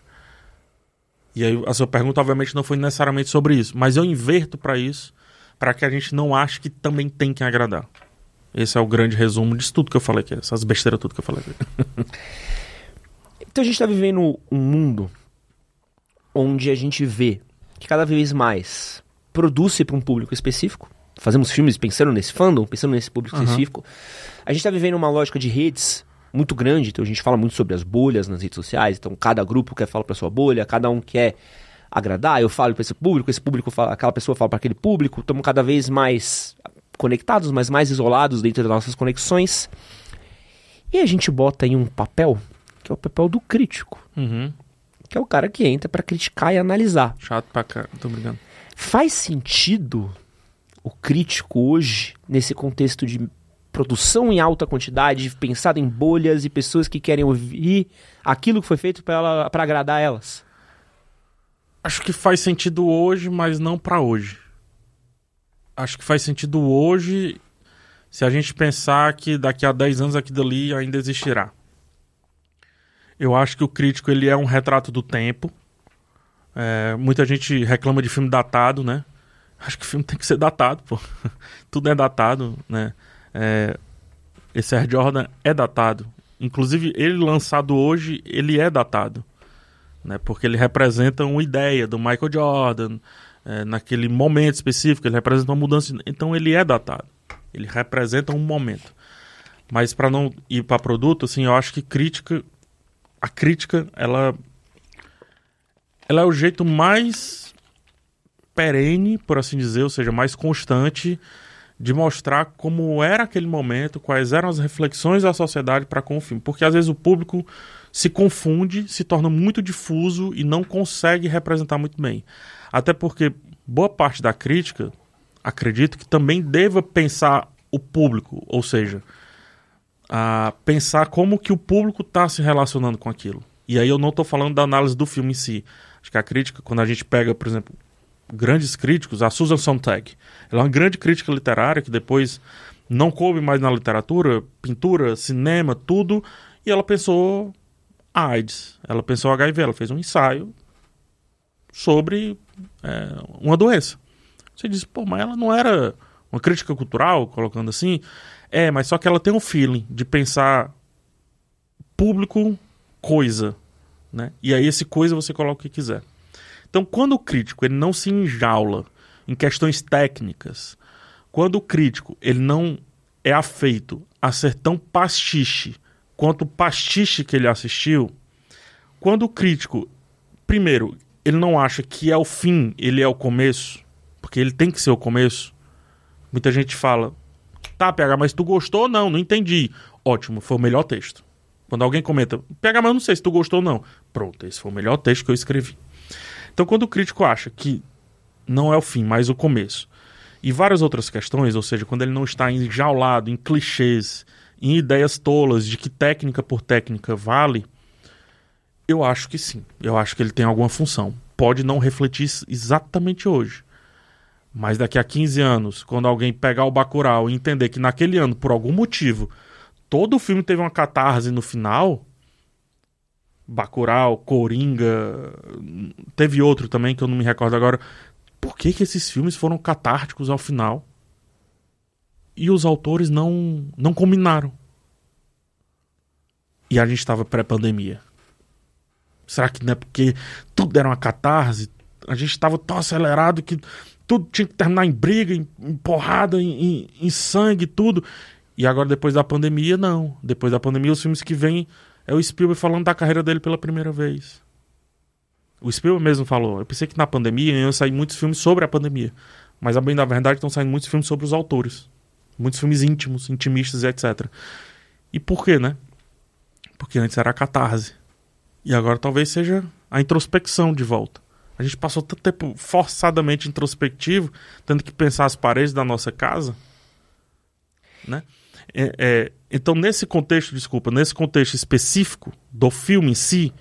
E aí, a sua pergunta, obviamente, não foi necessariamente sobre isso. Mas eu inverto pra isso, pra que a gente não ache que também tem que agradar. Esse é o grande resumo disso tudo que eu falei aqui. Essas besteiras tudo que eu falei aqui. Então a gente tá vivendo um mundo onde a gente vê que cada vez mais produz-se para um público específico. Fazemos filmes pensando nesse fandom, pensando nesse público uhum. específico. A gente tá vivendo uma lógica de redes muito grande, então a gente fala muito sobre as bolhas nas redes sociais, então cada grupo quer falar para sua bolha, cada um quer agradar, eu falo para esse público, esse público fala, aquela pessoa fala para aquele público, estamos cada vez mais conectados, mas mais isolados dentro das nossas conexões. E a gente bota aí um papel, que é o papel do crítico, uhum. que é o cara que entra para criticar e analisar. Chato pra caramba, tô brincando. Faz sentido o crítico hoje, nesse contexto de produção em alta quantidade, pensado em bolhas e pessoas que querem ouvir aquilo que foi feito para agradar elas? Acho que faz sentido hoje, mas não para hoje. Acho que faz sentido hoje se a gente pensar que daqui a dez anos aquilo ali ainda existirá. Eu acho que o crítico ele é um retrato do tempo. É, muita gente reclama de filme datado, né? Acho que o filme tem que ser datado, pô. Tudo é datado, né? É, esse Air Jordan é datado. Inclusive, ele lançado hoje, ele é datado, né? Porque ele representa uma ideia do Michael Jordan, é, naquele momento específico, ele representa uma mudança. Então, ele é datado. Ele representa um momento. Mas, para não ir para produto, assim, eu acho que crítica... A crítica, ela... Ela é o jeito mais perene, por assim dizer, ou seja, mais constante de mostrar como era aquele momento, quais eram as reflexões da sociedade para com o filme. Porque às vezes o público se confunde, se torna muito difuso e não consegue representar muito bem. Até porque boa parte da crítica, acredito que também deva pensar o público, ou seja, a pensar como que o público está se relacionando com aquilo. E aí eu não estou falando da análise do filme em si. Acho que a crítica, quando a gente pega, por exemplo, grandes críticos, a Susan Sontag, ela é uma grande crítica literária que depois não coube mais na literatura, pintura, cinema, tudo, e ela pensou AIDS, ela pensou H I V, ela fez um ensaio sobre é, uma doença. Você diz, pô, mas ela não era uma crítica cultural, colocando assim? É, mas só que ela tem um feeling de pensar público, coisa, né? E aí esse coisa você coloca o que quiser. Então, quando o crítico ele não se enjaula em questões técnicas, quando o crítico ele não é afeito a ser tão pastiche quanto o pastiche que ele assistiu, quando o crítico, primeiro, ele não acha que é o fim, ele é o começo, porque ele tem que ser o começo. Muita gente fala, tá, P H, mas tu gostou ou não? Não entendi. Ótimo, foi o melhor texto. Quando alguém comenta, P H, mas eu não sei se tu gostou ou não. Pronto, esse foi o melhor texto que eu escrevi. Então, quando o crítico acha que não é o fim, mas o começo, e várias outras questões, ou seja, quando ele não está enjaulado em clichês, em ideias tolas de que técnica por técnica vale, eu acho que sim. Eu acho que ele tem alguma função. Pode não refletir exatamente hoje. Mas daqui a quinze anos, quando alguém pegar o Bacurau e entender que naquele ano, por algum motivo, todo o filme teve uma catarse no final... Bacurau, Coringa, teve outro também que eu não me recordo agora. Por que que esses filmes foram catárticos ao final? E os autores não, não combinaram. E a gente estava pré-pandemia. Será que não é porque tudo era uma catarse? A gente estava tão acelerado que tudo tinha que terminar em briga, em, em porrada, em, em, em sangue, tudo. E agora, depois da pandemia, não. Depois da pandemia, os filmes que vêm é o Spielberg falando da carreira dele pela primeira vez. O Spielberg mesmo falou. Eu pensei que na pandemia iam sair muitos filmes sobre a pandemia. Mas, a bem da verdade, estão saindo muitos filmes sobre os autores. Muitos filmes íntimos, intimistas, etcétera. E por quê, né? Porque antes era a catarse. E agora talvez seja a introspecção de volta. A gente passou tanto tempo forçadamente introspectivo, tendo que pensar as paredes da nossa casa, né? É, é, então, nesse contexto, desculpa, nesse contexto específico do filme em si,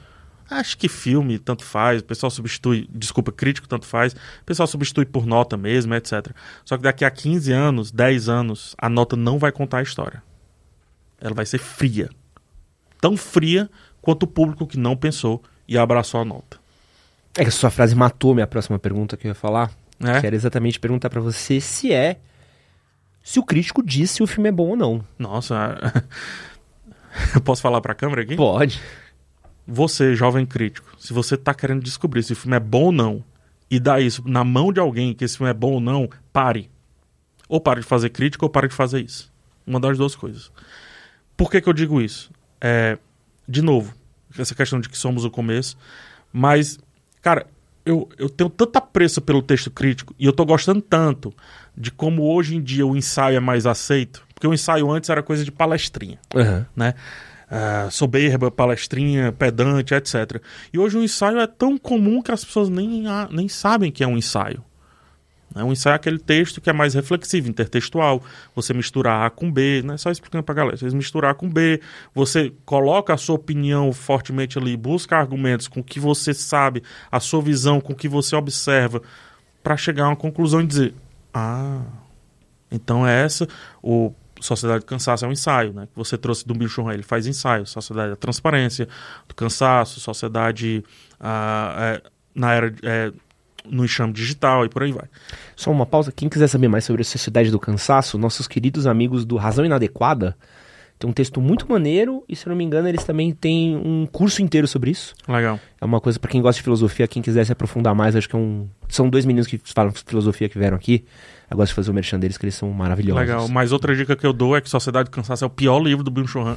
Acho que filme tanto faz, o pessoal substitui, desculpa, crítico tanto faz, o pessoal substitui por nota mesmo, etcétera. Só que daqui a quinze anos, dez anos, a nota não vai contar a história. Ela vai ser fria. Tão fria quanto o público que não pensou e abraçou a nota. É que a sua frase matou minha próxima pergunta que eu ia falar. É? Que era exatamente perguntar pra você se é... Se o crítico diz se o filme é bom ou não. Nossa, eu posso falar pra câmera aqui? Pode. Você, jovem crítico, se você tá querendo descobrir se o filme é bom ou não e dar isso na mão de alguém que esse filme é bom ou não, pare. Ou pare de fazer crítica ou pare de fazer isso. Uma das duas coisas. Por que que eu digo isso? É, de novo, essa questão de que somos o começo, mas, cara, eu, eu tenho tanta pressa pelo texto crítico e eu tô gostando tanto de como hoje em dia o ensaio é mais aceito, porque o ensaio antes era coisa de palestrinha, Uhum. né? Uh, soberba, palestrinha, pedante, etcétera. E hoje o ensaio é tão comum que as pessoas nem, nem sabem que é um ensaio. Um ensaio é aquele texto que é mais reflexivo, intertextual. Você mistura A com B, não é só explicando pra galera. Você mistura A com B, você coloca a sua opinião fortemente ali, busca argumentos com o que você sabe, a sua visão, com o que você observa, para chegar a uma conclusão e dizer: ah, então é essa. O Sociedade do Cansaço é um ensaio, né? Que você trouxe do Bill Churran, ele faz ensaio. Sociedade da Transparência, do Cansaço, Sociedade ah, é, na era é, no enxame digital e por aí vai. Só uma pausa. Quem quiser saber mais sobre a Sociedade do Cansaço, nossos queridos amigos do Razão Inadequada tem um texto muito maneiro e, se eu não me engano, eles também têm um curso inteiro sobre isso. Legal. É uma coisa pra quem gosta de filosofia, quem quiser se aprofundar mais, acho que é um... São dois meninos que falam filosofia que vieram aqui. Eu gosto de fazer o merchan deles, que eles são maravilhosos. Legal. Mas outra dica que eu dou é que Sociedade do Cansaço é o pior livro do Bill Churran.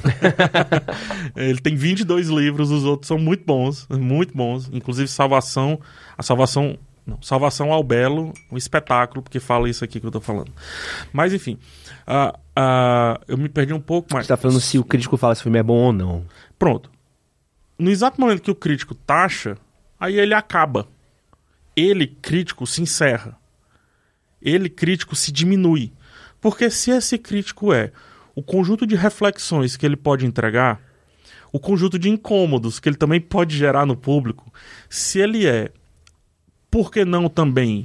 Ele tem vinte e dois livros, os outros são muito bons, muito bons. Inclusive Salvação, a Salvação... Não, Salvação ao Belo, um espetáculo, porque fala isso aqui que eu tô falando. Mas, enfim, uh, uh, eu me perdi um pouco, mas... Você tá falando se o crítico fala se o filme é bom ou não. Pronto. No exato momento que o crítico taxa, aí ele acaba. Ele, crítico, se encerra. Ele, crítico, se diminui. Porque se esse crítico é o conjunto de reflexões que ele pode entregar, o conjunto de incômodos que ele também pode gerar no público, se ele é, por que não também,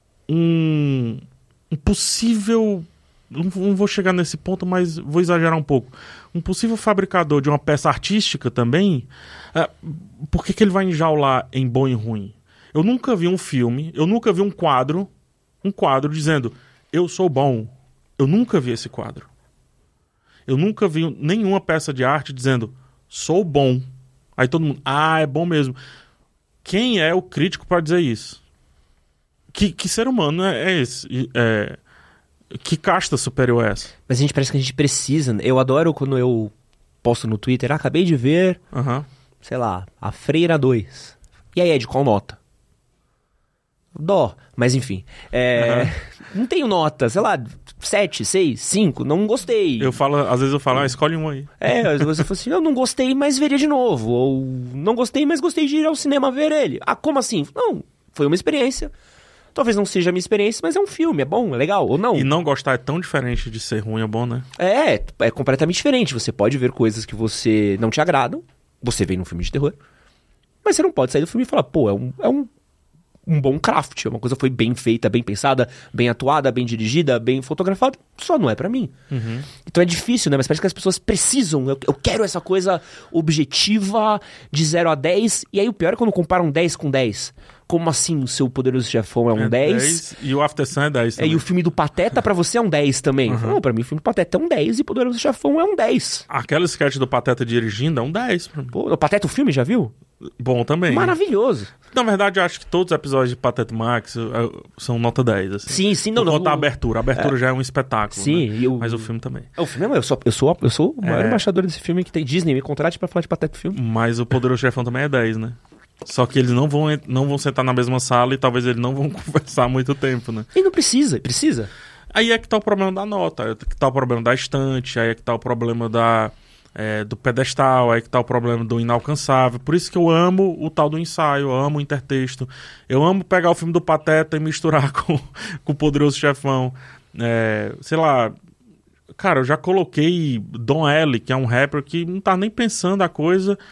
um, um possível... Não vou chegar nesse ponto, mas vou exagerar um pouco. Um possível fabricador de uma peça artística também, é, por que que ele vai enjaular em bom e ruim? Eu nunca vi um filme, eu nunca vi um quadro, um quadro dizendo, eu sou bom. Eu nunca vi esse quadro. Eu nunca vi nenhuma peça de arte dizendo, sou bom. Aí todo mundo, ah, é bom mesmo. Quem é o crítico para dizer isso? Que, que ser humano é, é esse? É, que casta superior é essa? Mas a gente parece que a gente precisa. Eu adoro quando eu posto no Twitter, ah, acabei de ver, Uhum. sei lá, A Freira dois. E aí, é de qual nota? Dó. Mas enfim. É... Uhum. Não tenho nota, sei lá, sete, seis, cinco, não gostei. Eu falo, às vezes eu falo, ah, escolhe um aí. É, às vezes você fala assim, eu não gostei, mas veria de novo. Ou não gostei, mas gostei de ir ao cinema ver ele. Ah, como assim? Não, foi uma experiência. Talvez não seja a minha experiência, mas é um filme, é bom, é legal, ou não. E não gostar é tão diferente de ser ruim, é bom, né? É, é completamente diferente. Você pode ver coisas que você não te agradam, você vê num filme de terror, mas você não pode sair do filme e falar, pô, é um, é um, um bom craft, uma coisa foi bem feita, bem pensada, bem atuada, bem dirigida, bem fotografada, só não é pra mim. Uhum. Então é difícil, né? Mas parece que as pessoas precisam, eu, eu quero essa coisa objetiva de zero a dez, e aí o pior é quando comparam dez com dez. Como assim o seu Poderoso Chefão é um É dez? dez e o After Sun é dez É, também. e o filme do Pateta pra você é um dez também. Uhum. Não, pra mim o filme do Pateta é um dez e Poderoso Chefão é um dez. Aquela sketch do Pateta dirigindo é um dez. Pra mim. Pô, o Pateta o filme, já viu? Bom também. Maravilhoso. Na verdade, eu acho que todos os episódios de Pateta Max uh, são nota dez. Assim. Sim, sim. Não, Por não, conta da o- abertura. A abertura já é um espetáculo, Sim, né? e o- Mas o filme também. É, o filme, não, eu sou, eu sou, eu sou o maior É. embaixador desse filme que tem Disney. Me contrate pra falar de Pateta o filme. Mas o Poderoso Chefão também é dez, né? Só que eles não vão, en- não vão sentar na mesma sala e talvez eles não vão conversar muito tempo, né? E não precisa, precisa. Aí é que tá o problema da nota, aí é que tá o problema da estante, aí é que tá o problema da, é, do pedestal, aí é que tá o problema do inalcançável. Por isso que eu amo o tal do ensaio, eu amo o intertexto. Eu amo pegar o filme do Pateta e misturar com, com o Poderoso Chefão. É, sei lá, cara, eu já coloquei Don L, que é um rapper que não tá nem pensando a coisa,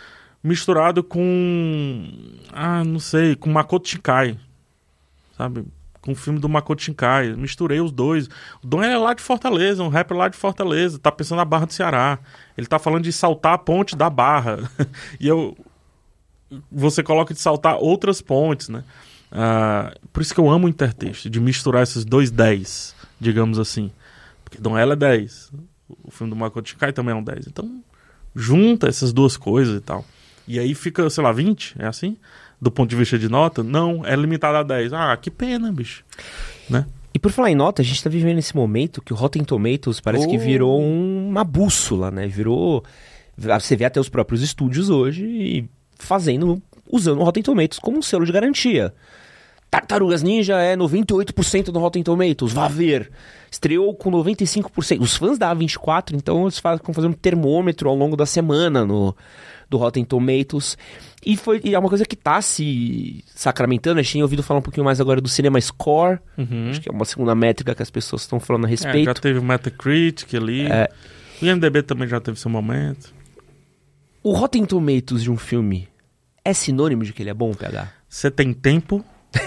misturado com... Ah, não sei, com Makoto Shinkai, sabe? Com o filme do Makoto Shinkai. Misturei os dois. O Dom é lá de Fortaleza, um rapper lá de Fortaleza. Tá pensando na Barra do Ceará. Ele tá falando de saltar a ponte da Barra. E eu... Você coloca de saltar outras pontes, né? Uh, por isso que eu amo o intertexto, de misturar esses dois dez, digamos assim. Porque Dom Ela é dez. O filme do Makoto Shinkai também é um dez. Então, junta essas duas coisas e tal. E aí fica, sei lá, vinte? É assim? Do ponto de vista de nota? Não, é limitado a dez. Ah, que pena, bicho. Né? E por falar em nota, a gente tá vivendo esse momento que o Rotten Tomatoes parece oh. que virou um, uma bússola, né? Virou... Você vê até os próprios estúdios hoje e fazendo, usando o Rotten Tomatoes como um selo de garantia. Tartarugas Ninja é noventa e oito por cento do Rotten Tomatoes, vá ver. Estreou com noventa e cinco por cento. Os fãs da A vinte e quatro, então, eles fazem, fazendo um termômetro ao longo da semana no, do Rotten Tomatoes. E, foi, e é uma coisa que tá se sacramentando. A gente tinha ouvido falar um pouquinho mais agora do Cinema Score. Uhum. Acho que é uma segunda métrica que as pessoas estão falando a respeito. É, já teve o Metacritic ali. É. O I M D B também já teve seu momento. O Rotten Tomatoes de um filme é sinônimo de que ele é bom, P H? Você tem tempo...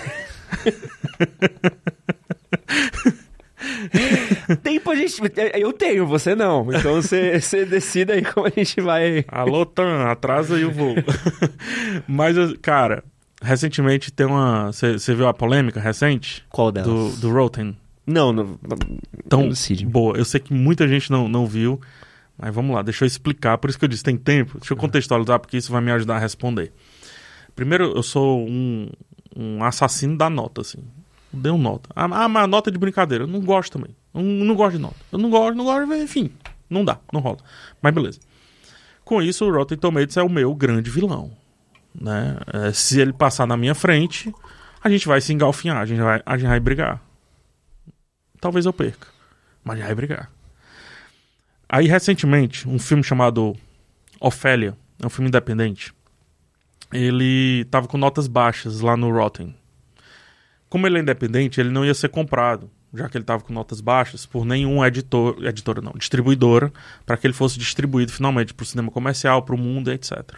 Tempo a gente... Eu tenho, você não. Então você, você decida aí como a gente vai... Alô, Tan, atrasa aí o voo. Mas, cara, recentemente tem uma... Você viu a polêmica recente? Qual delas? Do, do Rotten. Não, não... Então, boa. Eu sei que muita gente não, não viu, mas vamos lá, deixa eu explicar. Por isso que eu disse, tem tempo? Deixa eu contextualizar, porque isso vai me ajudar a responder. Primeiro, eu sou um... um assassino da nota, assim. Deu nota. Ah, mas nota de brincadeira. Eu não gosto também. Eu não, não gosto de nota. Eu não gosto, não gosto, enfim. Não dá, não rola. Mas beleza. Com isso, o Rotten Tomatoes é o meu grande vilão. Né? É, se ele passar na minha frente, a gente vai se engalfinhar, a gente vai, a gente vai brigar. Talvez eu perca, mas a gente vai brigar. Aí, recentemente, um filme chamado Ofélia, é um filme independente, ele tava com notas baixas lá no Rotten. Como ele é independente, ele não ia ser comprado, já que ele tava com notas baixas, por nenhum editor, editora não, distribuidora, para que ele fosse distribuído finalmente para o cinema comercial, para o mundo, etcétera.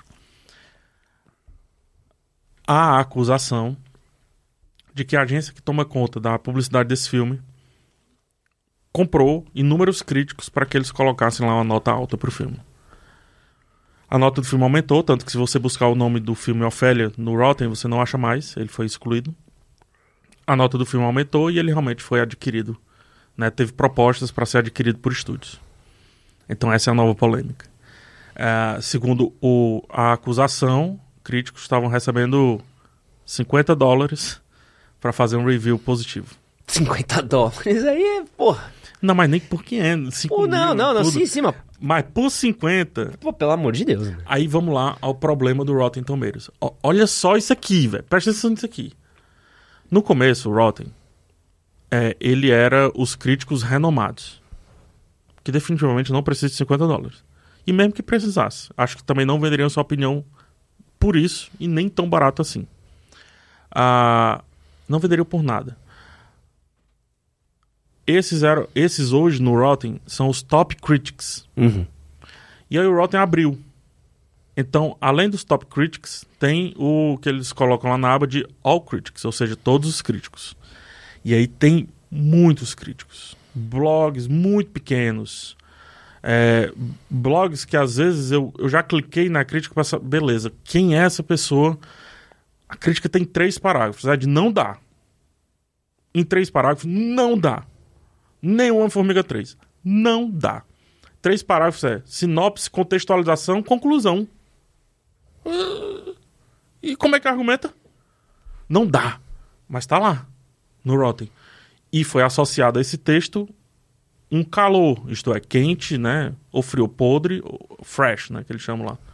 Há a acusação de que a agência que toma conta da publicidade desse filme comprou inúmeros críticos para que eles colocassem lá uma nota alta para o filme. A nota do filme aumentou, tanto que se você buscar o nome do filme Ofélia no Rotten, você não acha mais, ele foi excluído. A nota do filme aumentou e ele realmente foi adquirido. Né? Teve propostas para ser adquirido por estúdios. Então essa é a nova polêmica. É, segundo o, a acusação, críticos estavam recebendo cinquenta dólares para fazer um review positivo. cinquenta dólares aí é, porra. Não, mas nem por quinhentos. Pô, não, não, não, sim, sim, mas... Mas por cinquenta... Pô, pelo amor de Deus. Né? Aí vamos lá ao problema do Rotten Tomatoes. O, olha só isso aqui, velho. Presta atenção nisso aqui. No começo, o Rotten, é, ele era os críticos renomados. Que definitivamente não precisa de cinquenta dólares. E mesmo que precisasse, acho que também não venderiam sua opinião por isso e nem tão barato assim. Ah, não venderiam por nada. Esses, eram, esses hoje no Rotten são os top critics. Uhum. E aí o Rotten abriu. Então, além dos top critics, tem o que eles colocam lá na aba de all critics, ou seja, todos os críticos. E aí tem muitos críticos. Blogs muito pequenos. É, blogs que às vezes eu, eu já cliquei na crítica para saber, beleza, quem é essa pessoa? A crítica tem três parágrafos. É de não dá. Em três parágrafos, não dá. Nem uma Formiga três. Não dá. Três parágrafos é sinopse, contextualização, conclusão. E como é que argumenta? Não dá. Mas tá lá, no Rotten. E foi associado a esse texto um calor, isto é, quente, né? Ou frio, podre, ou fresh, né? Que eles chamam lá.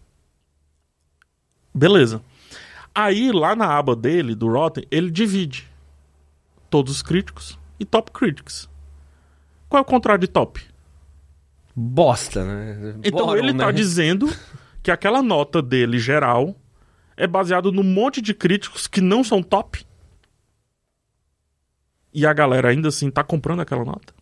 Beleza. Aí, lá na aba dele, do Rotten, ele divide todos os críticos e top critics. Qual é o contrário de top? Bosta, né? Então Bottom, ele tá né? dizendo que aquela nota dele geral é baseado num monte de críticos que não são top. E a galera ainda assim tá comprando aquela nota.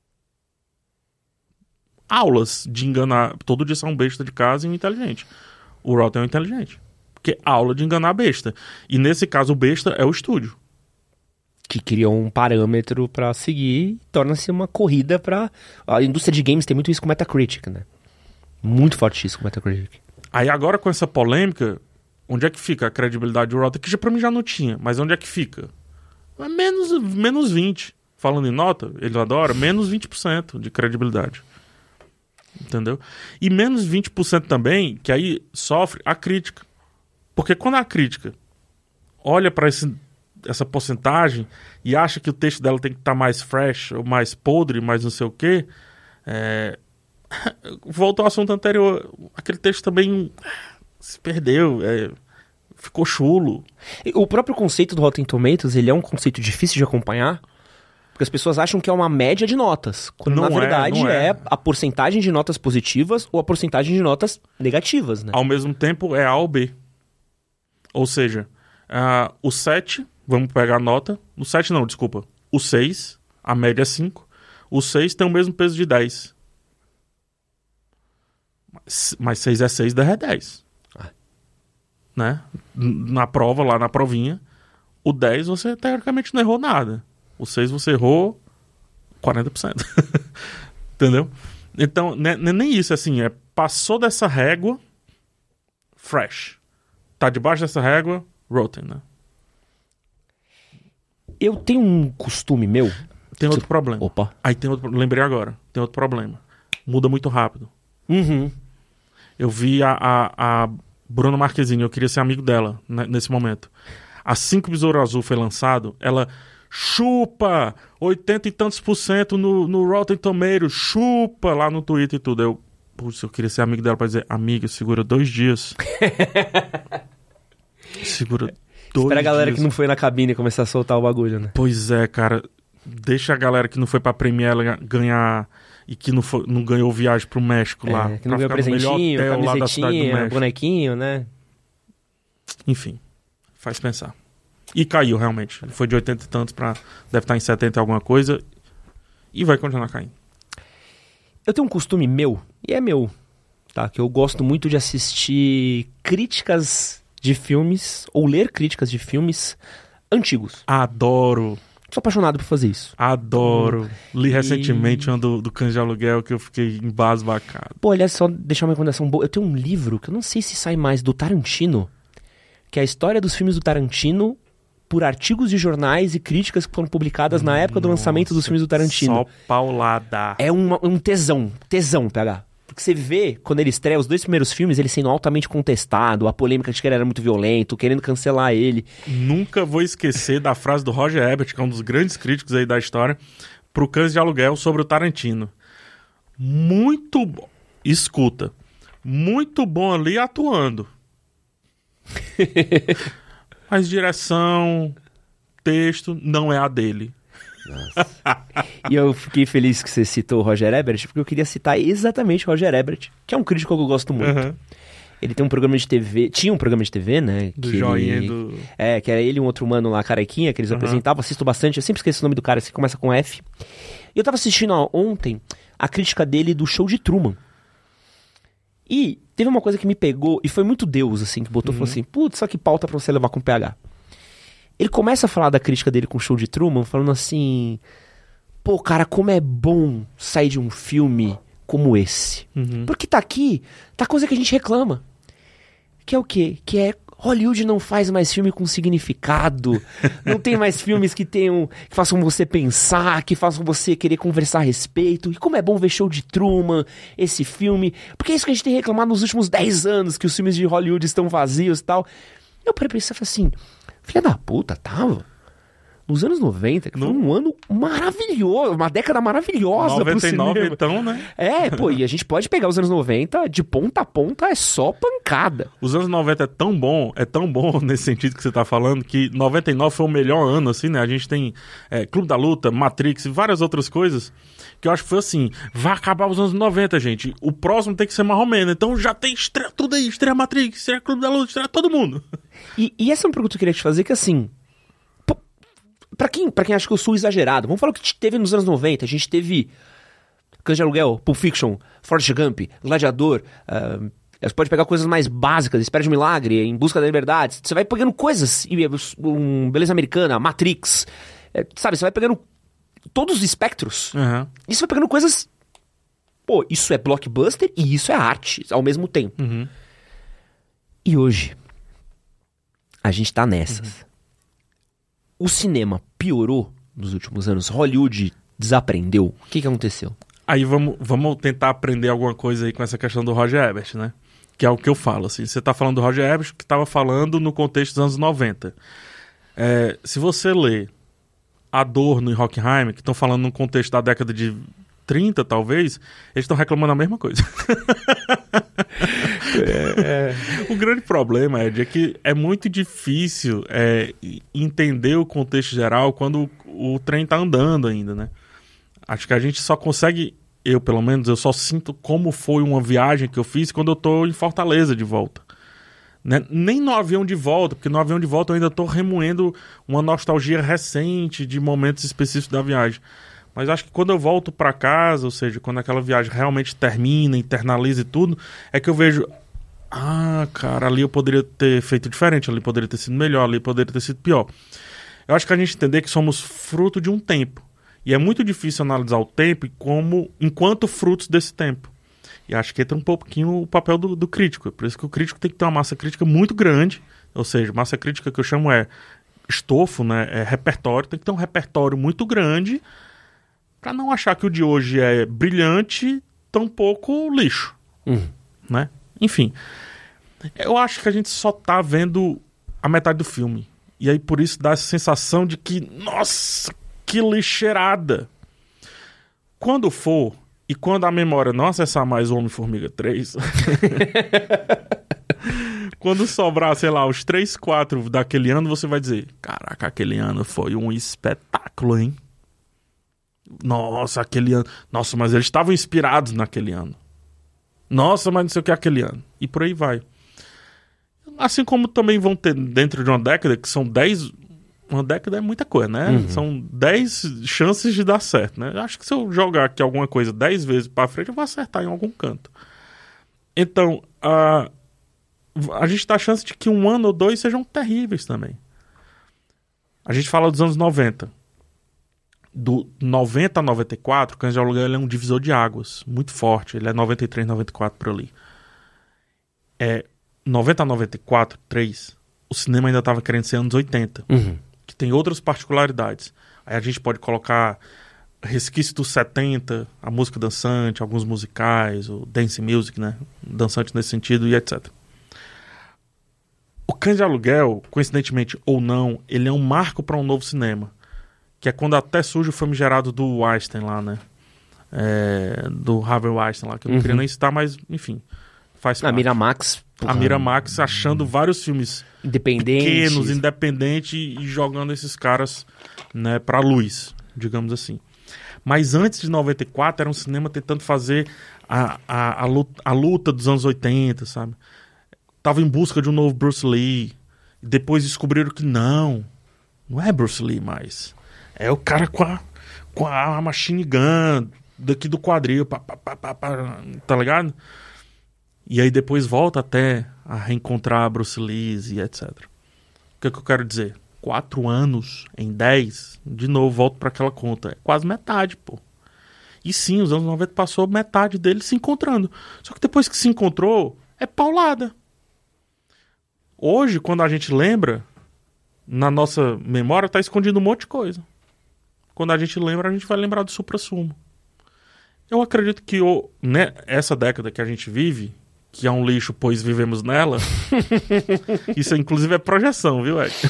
Aulas de enganar. Todo dia são um besta de casa e um inteligente. O Rotten é o inteligente. Porque aula de enganar a besta. E nesse caso, o besta é o estúdio. Que criou um parâmetro pra seguir e torna-se uma corrida pra... A indústria de games tem muito isso com Metacritic, né? Muito forte isso com Metacritic. Aí agora com essa polêmica, onde é que fica a credibilidade do Rotten? Que já, pra mim já não tinha, mas onde é que fica? É menos, menos vinte. Falando em nota, ele adora, menos vinte por cento de credibilidade. Entendeu? E menos vinte por cento também, que aí sofre a crítica. Porque quando a crítica olha pra esse... essa porcentagem e acha que o texto dela tem que estar mais fresh ou mais podre, mais não sei o quê, é... volta ao assunto anterior, aquele texto também se perdeu, é... ficou chulo. O próprio conceito do Rotten Tomatoes, ele é um conceito difícil de acompanhar, porque as pessoas acham que é uma média de notas, quando não na é, verdade não é. é a porcentagem de notas positivas ou a porcentagem de notas negativas, né? Ao mesmo tempo é A ou B. Ou seja, uh, o sete, vamos pegar a nota, o sete não, desculpa, o seis, a média é cinco, o seis tem o mesmo peso de dez. Mas, mas seis é seis, dez é dez. Ah. Né? Na prova, lá na provinha, o dez você teoricamente não errou nada. O seis você errou quarenta por cento. Entendeu? Então, não é nem isso, assim, é passou dessa régua, fresh. Tá debaixo dessa régua, Rotten, né? Eu tenho um costume meu... Tem outro problema. Opa. Aí tem outro... Lembrei agora. Tem outro problema. Muda muito rápido. Uhum. Eu vi a, a, a Bruna Marquezine, eu queria ser amigo dela, né, nesse momento. Assim que o Besouro Azul foi lançado, ela... chupa! oitenta e tantos por cento no, no Rotten Tomatoes, chupa! Lá no Twitter e tudo. Eu, putz, eu queria ser amigo dela pra dizer, amiga, segura dois dias. Segura dois dias. Espera a galera que não foi na cabine começar a soltar o bagulho, né? Pois é, cara. Deixa a galera que não foi pra Premiere ganhar... E que não, foi, não ganhou viagem pro México É, lá. que não ganhou presentinho, camisetinha, bonequinho, né? Enfim, faz pensar. E caiu, realmente. Foi de oitenta e tantos pra... Deve estar em setenta e alguma coisa. E vai continuar caindo. Eu tenho um costume meu, e é meu, tá? Que eu gosto muito de assistir críticas de filmes, ou ler críticas de filmes antigos. Adoro. Sou apaixonado por fazer isso. Adoro. Hum. Li E... recentemente uma do, do Cães de Aluguel que eu fiquei embasbacado. Pô, aliás, só deixar uma recomendação boa. Eu tenho um livro, que eu não sei se sai mais, do Tarantino, que é a história dos filmes do Tarantino por artigos de jornais e críticas que foram publicadas na época do Nossa, lançamento dos filmes do Tarantino. Só paulada. É uma, um tesão, tesão, P H. Porque você vê, quando ele estreia os dois primeiros filmes, ele sendo altamente contestado, a polêmica de que ele era muito violento, querendo cancelar ele. Nunca vou esquecer da frase do Roger Ebert, que é um dos grandes críticos aí da história, pro Cães de Aluguel sobre o Tarantino. Muito bom. Escuta. Muito bom ali atuando. Mas direção, texto, não é a dele. Nossa. E eu fiquei feliz que você citou o Roger Ebert, porque eu queria citar exatamente o Roger Ebert, que é um crítico que eu gosto muito. Uhum. Ele tem um programa de T V, tinha um programa de T V, né? Do que joinha ele, do... É, que era ele e um outro mano lá, carequinha, que eles Uhum. apresentavam, assisto bastante, eu sempre esqueço o nome do cara, que começa com F. E eu tava assistindo ó, ontem a crítica dele do Show de Truman. E teve uma coisa que me pegou, e foi muito Deus, assim, que botou e Uhum. falou assim, putz, só que pauta pra você levar com P H. Ele começa a falar da crítica dele com o Show de Truman, falando assim... Pô, cara, como é bom sair de um filme como esse. Uhum. Porque tá aqui, tá coisa que a gente reclama. Que é o quê? Que é Hollywood não faz mais filme com significado. Não tem mais filmes que tenham, que façam você pensar, que façam você querer conversar a respeito. E como é bom ver Show de Truman, esse filme. Porque é isso que a gente tem reclamado nos últimos dez anos, que os filmes de Hollywood estão vazios e tal. Eu parei pra pensar e falei assim, filha da puta, tava... Nos anos noventa, que foi um ano maravilhoso, uma década maravilhosa noventa e nove pro cinema. então, né? É, pô, e a gente pode pegar os anos noventa, de ponta a ponta, é só pancada. Os anos noventa é tão bom, é tão bom nesse sentido que você tá falando, que noventa e nove foi o melhor ano, assim, né? A gente tem é, Clube da Luta, Matrix e várias outras coisas, que eu acho que foi assim, vai acabar os anos noventa, gente. O próximo tem que ser mais ou menos. Então já tem estreia tudo aí, estreia Matrix, estreia Clube da Luta, estreia todo mundo. E, e essa é uma pergunta que eu queria te fazer, que assim... Pra quem, pra quem acha que eu sou exagerado, vamos falar o que teve nos anos noventa. A gente teve Cães de Aluguel, Pulp Fiction, Forrest Gump, Gladiador, uh, Você pode pegar coisas mais básicas, Espera de um Milagre, Em Busca da Liberdade. Você vai pegando coisas, um Beleza Americana, Matrix, é, sabe? Você vai pegando todos os espectros. Uhum. E você vai pegando coisas... Pô, isso é blockbuster e isso é arte ao mesmo tempo. Uhum. E hoje, a gente tá nessas. Uhum. O cinema piorou nos últimos anos. Hollywood desaprendeu. O que que aconteceu? Aí vamos, vamos tentar aprender alguma coisa aí com essa questão do Roger Ebert, né? Que é o que eu falo, assim. Você tá falando do Roger Ebert, que estava falando no contexto dos anos noventa. É, se você lê Adorno e Horkheimer, que estão falando no contexto da década de trinta, talvez, eles estão reclamando a mesma coisa. é, é. O grande problema, Ed, é que é muito difícil é, entender o contexto geral quando o, o trem tá andando ainda, né? Acho que a gente só consegue, eu pelo menos, eu só sinto como foi uma viagem que eu fiz quando eu tô em Fortaleza de volta. Né? Nem no avião de volta, porque no avião de volta eu ainda tô remoendo uma nostalgia recente de momentos específicos da viagem. Mas acho que quando eu volto para casa, ou seja, quando aquela viagem realmente termina, internaliza e tudo, é que eu vejo, ah, cara, ali eu poderia ter feito diferente, ali poderia ter sido melhor, ali poderia ter sido pior. Eu acho que a gente entender que somos fruto de um tempo. E é muito difícil analisar o tempo como, enquanto frutos desse tempo. E acho que entra um pouquinho o papel do, do crítico. É por isso que o crítico tem que ter uma massa crítica muito grande. Ou seja, massa crítica que eu chamo é estofo, né? É repertório. Tem que ter um repertório muito grande para não achar que o de hoje é brilhante, tampouco lixo. Uhum. Né? Enfim, eu acho que a gente só tá vendo a metade do filme. E aí por isso dá essa sensação de que, nossa, que lixeirada. Quando for, e quando a memória não acessar mais o Homem-Formiga três, quando sobrar, sei lá, os três, quatro daquele ano, você vai dizer, caraca, aquele ano foi um espetáculo, hein? Nossa, aquele ano. Nossa, mas eles estavam inspirados naquele ano. Nossa, mas não sei o que é aquele ano. E por aí vai. Assim como também vão ter dentro de uma década, que são dez... Uma década é muita coisa, né? Uhum. São dez chances de dar certo, né? Eu acho que se eu jogar aqui alguma coisa dez vezes pra frente, eu vou acertar em algum canto. Então, a, a gente tá a chance de que um ano ou dois sejam terríveis também. A gente fala dos anos noventa. Do noventa a noventa e quatro, o Cães de Aluguel ele é um divisor de águas muito forte. Ele é noventa e três, noventa e quatro por ali. É, noventa a noventa e quatro, três, o cinema ainda estava querendo ser anos oitenta. Uhum. Que tem outras particularidades. Aí a gente pode colocar resquício dos setenta, a música dançante, alguns musicais, o dance music, né? Dançante nesse sentido e etcétera. O Cães de Aluguel, coincidentemente ou não, ele é um marco para um novo cinema. Que é quando até surge o famigerado do Weinstein lá, né? É, do Harvey Weinstein lá, que eu não uhum. queria nem citar, mas, enfim, faz parte. A Miramax. A Miramax achando vários filmes independentes, pequenos, independentes, e jogando esses caras, né, pra luz, digamos assim. Mas antes de noventa e quatro, era um cinema tentando fazer a, a, a, luta, a luta dos anos oitenta, sabe? Tava em busca de um novo Bruce Lee. Depois descobriram que não, não é Bruce Lee mais. É o cara com a, com a machine gun daqui do quadril, pá, pá, pá, pá, pá, tá ligado? E aí depois volta até a reencontrar Bruce Lee e etcétera. O que é que eu quero dizer? Quatro anos em dez, de novo volto para aquela conta. É quase metade, pô. E sim, os anos noventa passou metade deles se encontrando. Só que depois que se encontrou, é paulada. Hoje, quando a gente lembra, na nossa memória tá escondido um monte de coisa. Quando a gente lembra, a gente vai lembrar do supra-sumo. Eu acredito que o, né, essa década que a gente vive, que é um lixo, pois vivemos nela, isso inclusive é projeção, viu, Ed?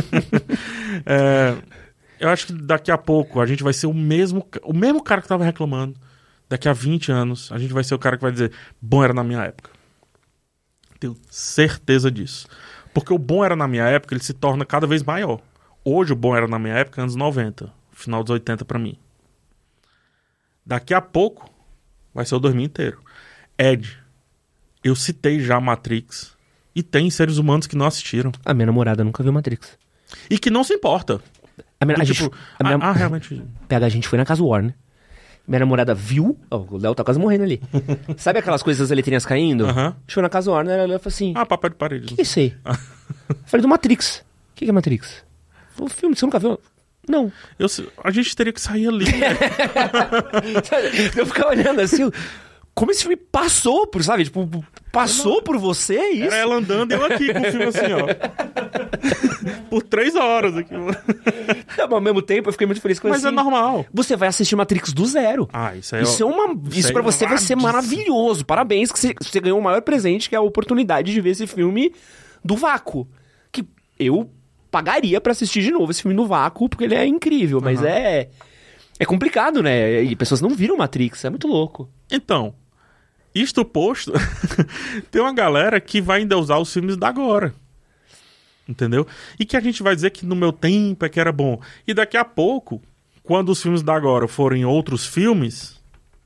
é, eu acho que daqui a pouco a gente vai ser o mesmo, o mesmo cara que estava reclamando. Daqui a vinte anos, a gente vai ser o cara que vai dizer, bom era na minha época. Tenho certeza disso. Porque o bom era na minha época, ele se torna cada vez maior. Hoje o bom era na minha época, anos noventa. Final dos oitenta pra mim. Daqui a pouco vai ser o dois mil inteiro. Ed, eu citei já Matrix e tem seres humanos que não assistiram. A minha namorada nunca viu Matrix. E que não se importa. A minha, e, a tipo, gente, a minha, ah, ah, realmente... Pega, a gente foi na casa Warner. Minha namorada viu, oh, o Léo tá quase morrendo ali. Sabe aquelas coisas das letrinhas caindo? Aham. Chegou na casa do Warner, ela falou assim, Ah, papel de parede. o que é isso aí? Eu falei, do Matrix. O que que é Matrix? O filme, você nunca viu? Não. Eu, a gente teria que sair ali. Eu ficava olhando assim, como esse filme passou por, sabe? Tipo, passou por você, é isso? Era ela andando e eu aqui com o filme assim, ó. Por três horas aqui. Mas ao mesmo tempo eu fiquei muito feliz com isso. Mas é normal. Você vai assistir Matrix do zero. Ah, isso aí Isso é uma. Isso, isso pra aí você é vai ser maravilhoso. Parabéns, que você, você ganhou o maior presente, que é a oportunidade de ver esse filme do vácuo. Que eu pagaria pra assistir de novo esse filme no vácuo, porque ele é incrível, mas Uhum. é. É complicado, né? E pessoas não viram Matrix, é muito louco. Então, isto posto, tem uma galera que vai ainda usar os filmes da agora. Entendeu? E que a gente vai dizer que no meu tempo é que era bom. E daqui a pouco, quando os filmes da agora forem outros filmes,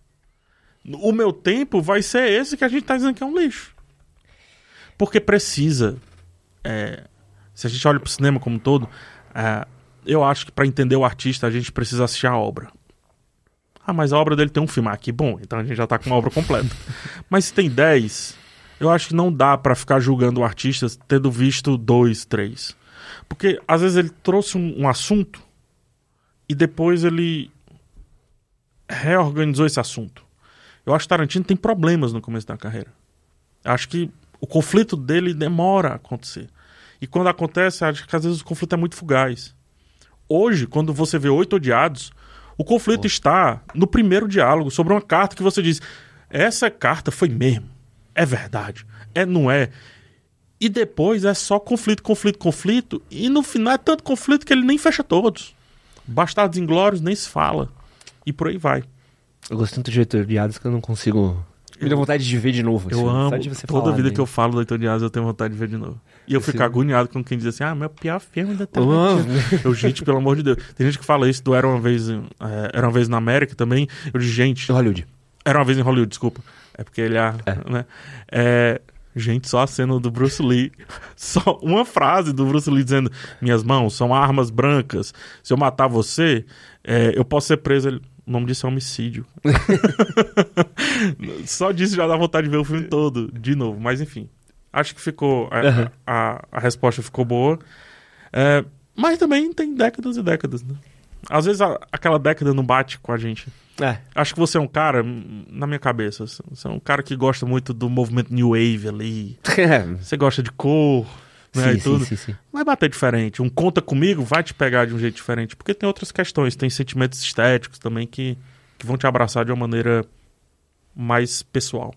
o meu tempo vai ser esse que a gente tá dizendo que é um lixo. Porque precisa. É, se a gente olha pro cinema como um todo, é, eu acho que pra entender o artista a gente precisa assistir a obra. Ah, mas a obra dele tem um filme aqui. Bom, então a gente já tá com uma obra completa. Mas se tem dez, eu acho que não dá pra ficar julgando o artista tendo visto dois, três. Porque às vezes ele trouxe um, um assunto e depois ele reorganizou esse assunto. Eu acho que Tarantino tem problemas no começo da carreira. Eu acho que o conflito dele demora a acontecer. E quando acontece, acho que às vezes o conflito é muito fugaz. Hoje, quando você vê Oito Odiados, o conflito oh. está no primeiro diálogo sobre uma carta que você diz: essa carta foi mesmo, é verdade, é, não é. E depois é só conflito, conflito, conflito, e no final é tanto conflito que ele nem fecha todos. Bastardos Inglórios nem se fala. E por aí vai. Eu gosto tanto de Oito Odiados que eu não consigo... Me dá vontade de ver de novo. Eu assim, amo. de você Toda falar, vida né? que eu falo do Oito Odiados eu tenho vontade de ver de novo. E eu Esse... fico agoniado com quem diz assim: ah, meu pior filme da Oh. Eu, gente, pelo amor de Deus. Tem gente que fala isso do Era Uma Vez, é, Era Uma Vez na América também. Eu digo, gente... Hollywood. Era Uma Vez em Hollywood, desculpa. É porque ele é... É. Né? É, gente, só a cena do Bruce Lee. Só uma frase do Bruce Lee dizendo: minhas mãos são armas brancas. Se eu matar você, é, eu posso ser preso. Ele... O nome disso é homicídio. Só disso já dá vontade de ver o filme todo, de novo. Mas enfim, acho que ficou... A, uhum. a, a resposta ficou boa. É, mas também tem décadas e décadas, né? Às vezes a, aquela década não bate com a gente. É. Acho que você é um cara, na minha cabeça, você é um cara que gosta muito do movimento New Wave ali. Você gosta de cor... Né, sim, e tudo. sim, sim, sim. Vai bater diferente. Um Conta Comigo vai te pegar de um jeito diferente. Porque tem outras questões. Tem sentimentos estéticos também que, que vão te abraçar de uma maneira mais pessoal.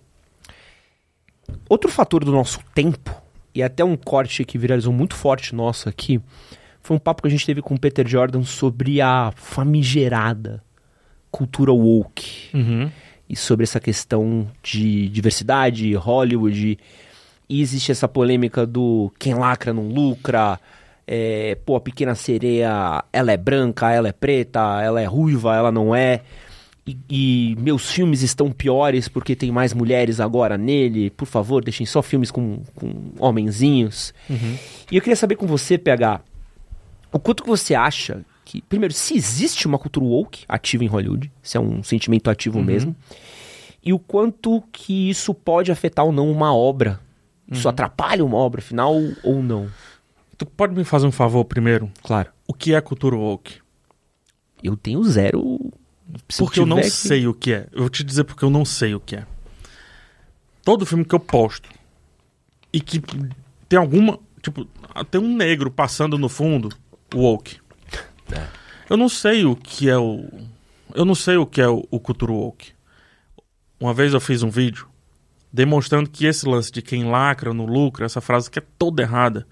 Outro fator do nosso tempo, e até um corte que viralizou muito forte nosso aqui, foi um papo que a gente teve com o Peter Jordan sobre a famigerada cultura woke. Uhum. E sobre essa questão de diversidade, Hollywood... E existe essa polêmica do quem lacra não lucra, é, pô, a Pequena Sereia, ela é branca, ela é preta, ela é ruiva, ela não é. E, e meus filmes estão piores porque tem mais mulheres agora nele. Por favor, deixem só filmes com, com homenzinhos. Uhum. E eu queria saber com você, P H, o quanto que você acha que, primeiro, se existe uma cultura woke ativa em Hollywood, se é um sentimento ativo uhum. mesmo, e o quanto que isso pode afetar ou não uma obra. Isso uhum. atrapalha uma obra final ou não? Tu pode me fazer um favor primeiro? Claro. O que é cultura woke? Eu tenho zero... Porque eu não que... sei o que é. Eu vou te dizer porque eu não sei o que é. Todo filme que eu posto e que tem alguma... Tipo, tem um negro passando no fundo, woke. É. Eu não sei o que é o... Eu não sei o que é o, o cultura woke. Uma vez eu fiz um vídeo demonstrando que esse lance de quem lacra no lucro, essa frase que é toda errada.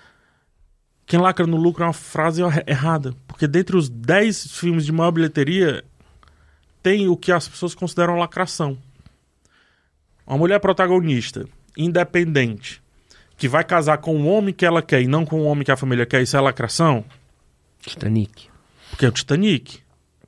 Quem lacra no lucro é uma frase errada. Porque dentre os dez filmes de maior bilheteria, tem o que as pessoas consideram lacração. Uma mulher protagonista, independente, que vai casar com o homem que ela quer e não com o homem que a família quer, isso é lacração? Titanic. Porque é o Titanic.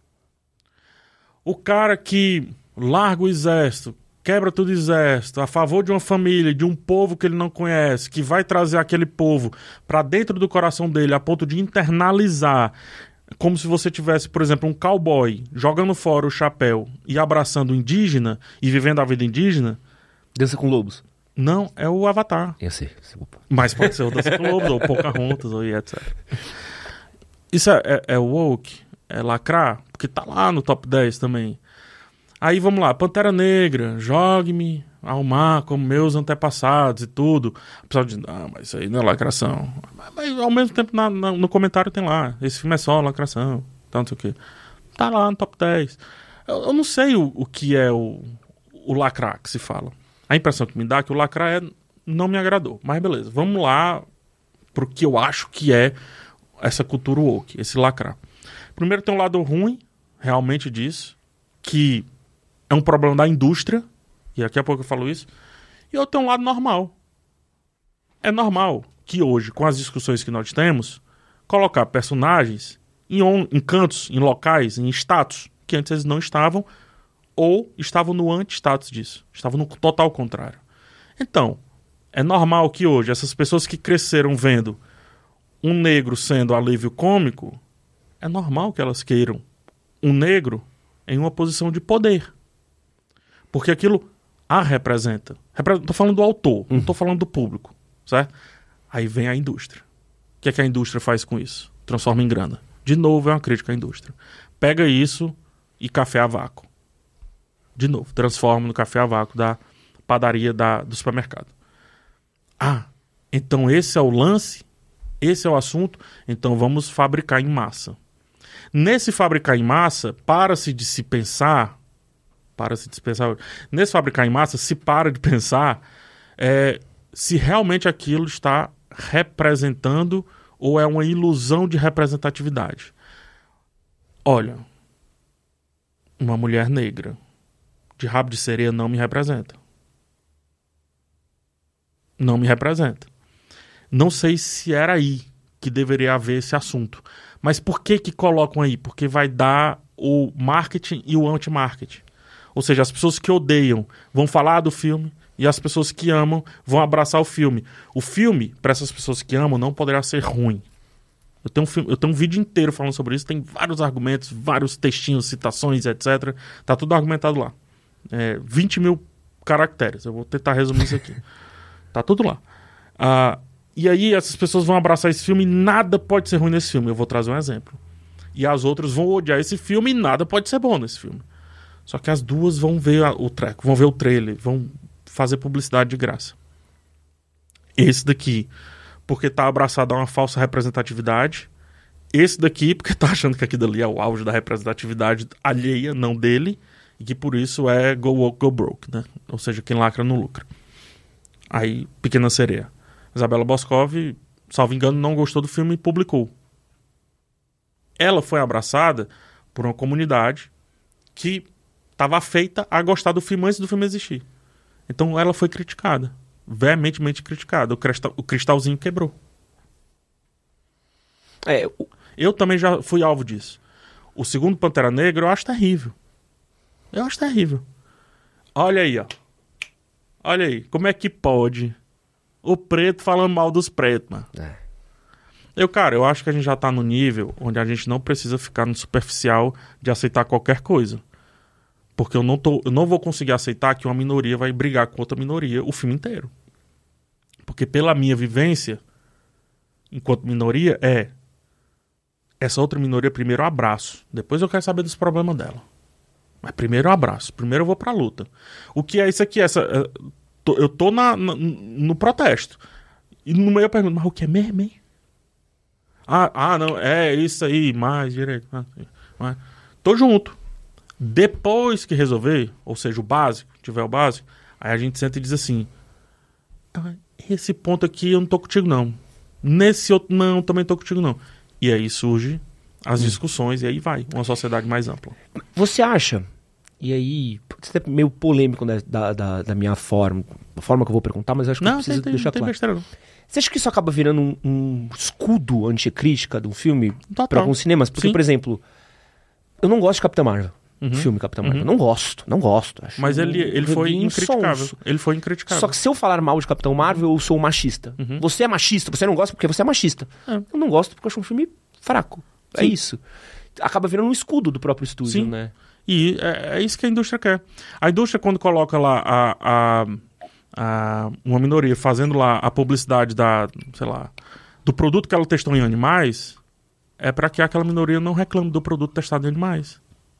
O cara que larga o exército, quebra todo o exército, a favor de uma família, de um povo que ele não conhece, que vai trazer aquele povo para dentro do coração dele, a ponto de internalizar como se você tivesse, por exemplo, um cowboy jogando fora o chapéu e abraçando o indígena e vivendo a vida indígena. Dança com lobos. Não, é o Avatar. Eu sei. Desculpa. Mas pode ser o Dança com Lobos, ou Pocahontas, ou etcétera. Isso é, é, é woke, é lacrar, porque tá lá no top dez também. Aí vamos lá, Pantera Negra, jogue-me ao mar como meus antepassados e tudo. O pessoal diz, ah, mas isso aí não é lacração. Mas, mas ao mesmo tempo na, na, no comentário tem lá, esse filme é só lacração, tá, não sei o quê. Tá lá no top dez. Eu, eu não sei o, o que é o, o lacrar que se fala. A impressão que me dá é que o lacrar é, não me agradou. Mas beleza, vamos lá pro que eu acho que é essa cultura woke, esse lacrar. Primeiro tem um lado ruim, realmente disso, que é um problema da indústria, e daqui a pouco eu falo isso, e outro tem um lado normal. É normal que hoje, com as discussões que nós temos, colocar personagens em, on, em cantos, em locais, em status, que antes eles não estavam, ou estavam no anti-status disso. Estavam no total contrário. Então, é normal que hoje essas pessoas que cresceram vendo um negro sendo alívio cômico, é normal que elas queiram um negro em uma posição de poder. Porque aquilo a representa. Estou falando do autor, uhum. Não estou falando do público. Certo? Aí vem a indústria. O que é que a indústria faz com isso? Transforma em grana. De novo, é uma crítica à indústria. Pega isso e café a vácuo. De novo, transforma no café a vácuo da padaria da, do supermercado. Ah, então esse é o lance? Esse é o assunto? Então vamos fabricar em massa. Nesse fabricar em massa, para-se de se pensar, para-se de se pensar, nesse fabricar em massa, se para de pensar é, se realmente aquilo está representando ou é uma ilusão de representatividade. Olha, uma mulher negra de rabo de sereia não me representa. Não me representa. Não sei se era aí que deveria haver esse assunto. Mas por que que colocam aí? Porque vai dar o marketing e o anti-marketing. Ou seja, as pessoas que odeiam vão falar do filme e as pessoas que amam vão abraçar o filme. O filme, para essas pessoas que amam, não poderá ser ruim. Eu tenho, um filme, eu tenho um vídeo inteiro falando sobre isso, tem vários argumentos, vários textinhos, citações, etcétera. Tá tudo argumentado lá. É, vinte mil caracteres. Eu vou tentar resumir isso aqui. Tá tudo lá. Ah, e aí essas pessoas vão abraçar esse filme e nada pode ser ruim nesse filme. Eu vou trazer um exemplo. E as outras vão odiar esse filme e nada pode ser bom nesse filme. Só que as duas vão ver a, o treco, vão ver o trailer, vão fazer publicidade de graça. Esse daqui, porque tá abraçado a uma falsa representatividade. Esse daqui, porque tá achando que aquilo ali é o auge da representatividade alheia, não dele. E que por isso é go woke, go broke, né? Ou seja, quem lacra não lucra. Aí, Pequena Sereia. Isabela Boscov, salvo engano, não gostou do filme e publicou. Ela foi abraçada por uma comunidade que estava feita a gostar do filme antes do filme existir. Então ela foi criticada. Veementemente criticada. O, cristal, o cristalzinho quebrou. É, o... Eu também já fui alvo disso. O segundo Pantera Negra eu acho terrível. Eu acho terrível. Olha aí, ó. Olha aí. Como é que pode o preto falando mal dos pretos, mano? É. Eu, cara, eu acho que a gente já tá no nível onde a gente não precisa ficar no superficial de aceitar qualquer coisa. Porque eu não, tô, eu não vou conseguir aceitar que uma minoria vai brigar com outra minoria o filme inteiro. Porque pela minha vivência, enquanto minoria, é... Essa outra minoria, primeiro eu abraço. Depois eu quero saber dos problemas dela. Mas primeiro eu abraço. Primeiro eu vou pra luta. O que é isso aqui? Essa, eu tô na, na, no protesto. E no meio eu pergunto, mas o que é mesmo, hein? Ah, ah, não, é isso aí, mais direito. Mais. Tô junto. Depois que resolver, ou seja, o básico, tiver o básico, aí a gente senta e diz assim, ah, esse ponto aqui eu não tô contigo não. Nesse outro não, também tô contigo não. E aí surge as hum. discussões e aí vai, uma sociedade mais ampla. Você acha, e aí, pode ser meio polêmico, né, da, da, da minha forma, da forma que eu vou perguntar, mas eu acho que não, eu preciso tem, deixar tem claro. Besteira, não. Você acha que isso acaba virando um, um escudo anticrítica de um filme para alguns cinemas? Porque, Sim. por exemplo, eu não gosto de Capitã Marvel. Uhum. O filme Capitã Marvel. Uhum. Não gosto, não gosto. Acho Mas ele, ele um foi incriticável. insonso. Ele foi incriticável. Só que se eu falar mal de Capitão Marvel, eu sou um machista. Uhum. Você é machista, você não gosta porque você é machista. É. Eu não gosto porque eu acho um filme fraco. É Sim. isso. Acaba virando um escudo do próprio estúdio, Sim. né? E é, é isso que a indústria quer. A indústria, quando coloca lá a, a, a, uma minoria fazendo lá a publicidade da, sei lá, do produto que ela testou em animais, é para que aquela minoria não reclame do produto testado em animais.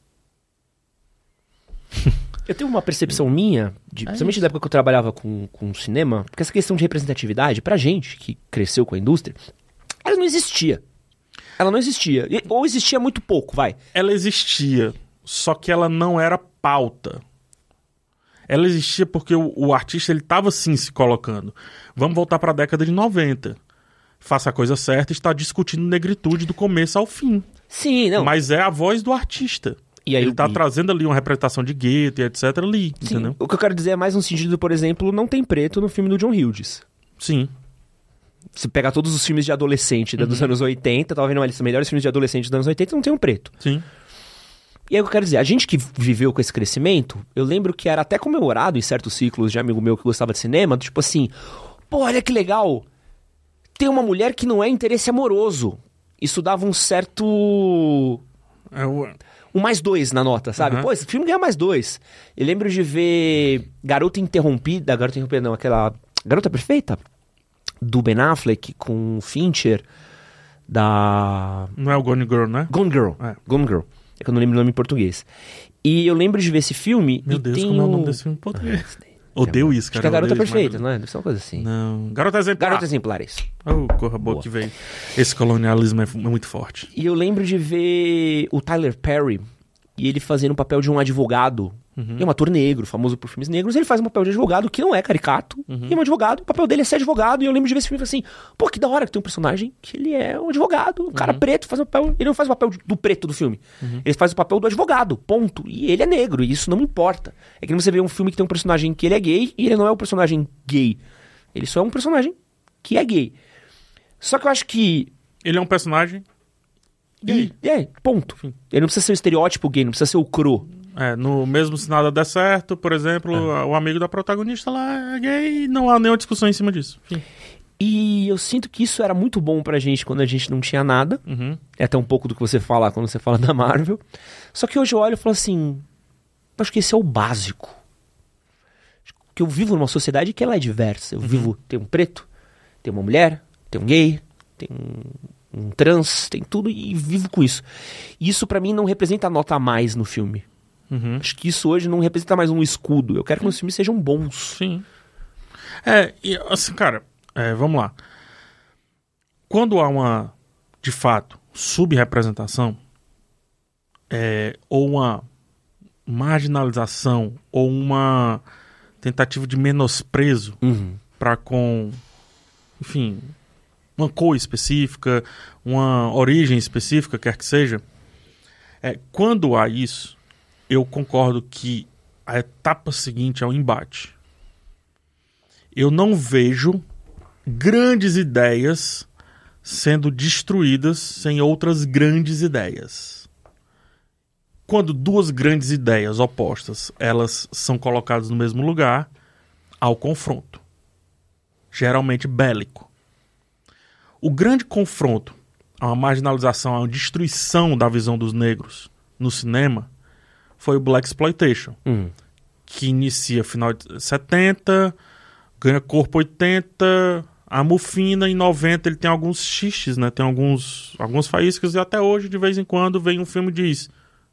Eu tenho uma percepção minha, de, É principalmente isso. da época que eu trabalhava com, com cinema, porque essa questão de representatividade, pra gente que cresceu com a indústria, ela não existia. Ela não existia. E- Ou existia muito pouco, vai. Ela existia, só que ela não era pauta. Ela existia porque o, o artista ele estava sim se colocando. Vamos voltar para a década de noventa. Faça a coisa certa e está discutindo negritude do começo ao fim. Sim, não. Mas é a voz do artista. E aí ele o- tá e- trazendo ali uma representação de gueto e etc ali, Sim, entendeu? o que eu quero dizer é mais no sentido, por exemplo, não tem preto no filme do John Hughes. Sim. Se pegar todos os filmes de adolescente da- dos Uhum. anos oitenta, tava vendo uma lista, melhores filmes de adolescente dos anos oitenta, não tem um preto. Sim. E aí o que eu quero dizer, a gente que viveu com esse crescimento, eu lembro que era até comemorado em certos ciclos de amigo meu que gostava de cinema, tipo assim, pô, olha que legal, tem uma mulher que não é interesse amoroso. Isso dava um certo... É o... um mais dois na nota, sabe? Uhum. Pô, esse filme ganha mais dois. Eu lembro de ver Garota Interrompida, Garota Interrompida não, aquela Garota Perfeita, do Ben Affleck com Fincher, da Não é o Gone Girl, né? Gone Girl. É. Gone Girl. É que eu não lembro o nome em português. E eu lembro de ver esse filme Meu e Deus, tem como é o o- nome desse filme em português? Ah, esse daí. Odeio isso, Acho que cara. é Garota odeio isso, Perfeita, mas- não é? Deve ser uma coisa assim. Não. Garota Exemplar. Garota Exemplar, é isso. Oh, corra boa Boa. que veio. Esse colonialismo é, é muito forte. E eu lembro de ver o Tyler Perry e ele fazendo o papel de um advogado. Uhum. É um ator negro, famoso por filmes negros. Ele faz um papel de advogado que não é caricato. Uhum. E é um advogado. O papel dele é ser advogado. E eu lembro de ver esse filme e falei assim: pô, que da hora que tem um personagem que ele é um advogado. Um cara preto faz o papel. Ele não faz o papel do preto do filme. Ele faz o papel do advogado. Ponto. E ele é negro. E isso não me importa. É que nem você vê um filme que tem um personagem que ele é gay. E ele não é um personagem gay. Ele só é um personagem que é gay. Só que eu acho que Ele é um personagem gay. E, é, ponto. Ele não precisa ser o estereótipo gay, não precisa ser o cro. É, no mesmo se nada der certo, por exemplo, o amigo da protagonista lá é gay e não há nenhuma discussão em cima disso. Enfim. E eu sinto que isso era muito bom pra gente quando a gente não tinha nada. Uhum. É até um pouco do que você fala quando você fala da Marvel. Só que hoje eu olho e falo assim, acho que esse é o básico. Que eu vivo numa sociedade que ela é diversa. Eu vivo, tem um preto, tem uma mulher, tem um gay, tem um, um trans, tem tudo e vivo com isso. E isso pra mim não representa nota a mais no filme. Uhum. Acho que isso hoje não representa mais um escudo. Eu quero que meus filmes sejam bons. Sim. É, e assim, cara, é, vamos lá. Quando há uma, de fato, subrepresentação, é, ou uma marginalização, ou uma tentativa de menosprezo Uhum. para com, enfim, uma cor específica, uma origem específica, quer que seja, é, quando há isso, eu concordo que a etapa seguinte é o embate. Eu não vejo grandes ideias sendo destruídas sem outras grandes ideias. Quando duas grandes ideias opostas, elas são colocadas no mesmo lugar, há o confronto. Geralmente bélico. O grande confronto a uma marginalização, a uma destruição da visão dos negros no cinema foi o Blaxploitation, Uhum. que inicia final de setenta, ganha corpo oitenta, amofina em noventa, ele tem alguns xixes, né? Tem alguns, algumas faíscas e até hoje, de vez em quando, vem um filme e diz: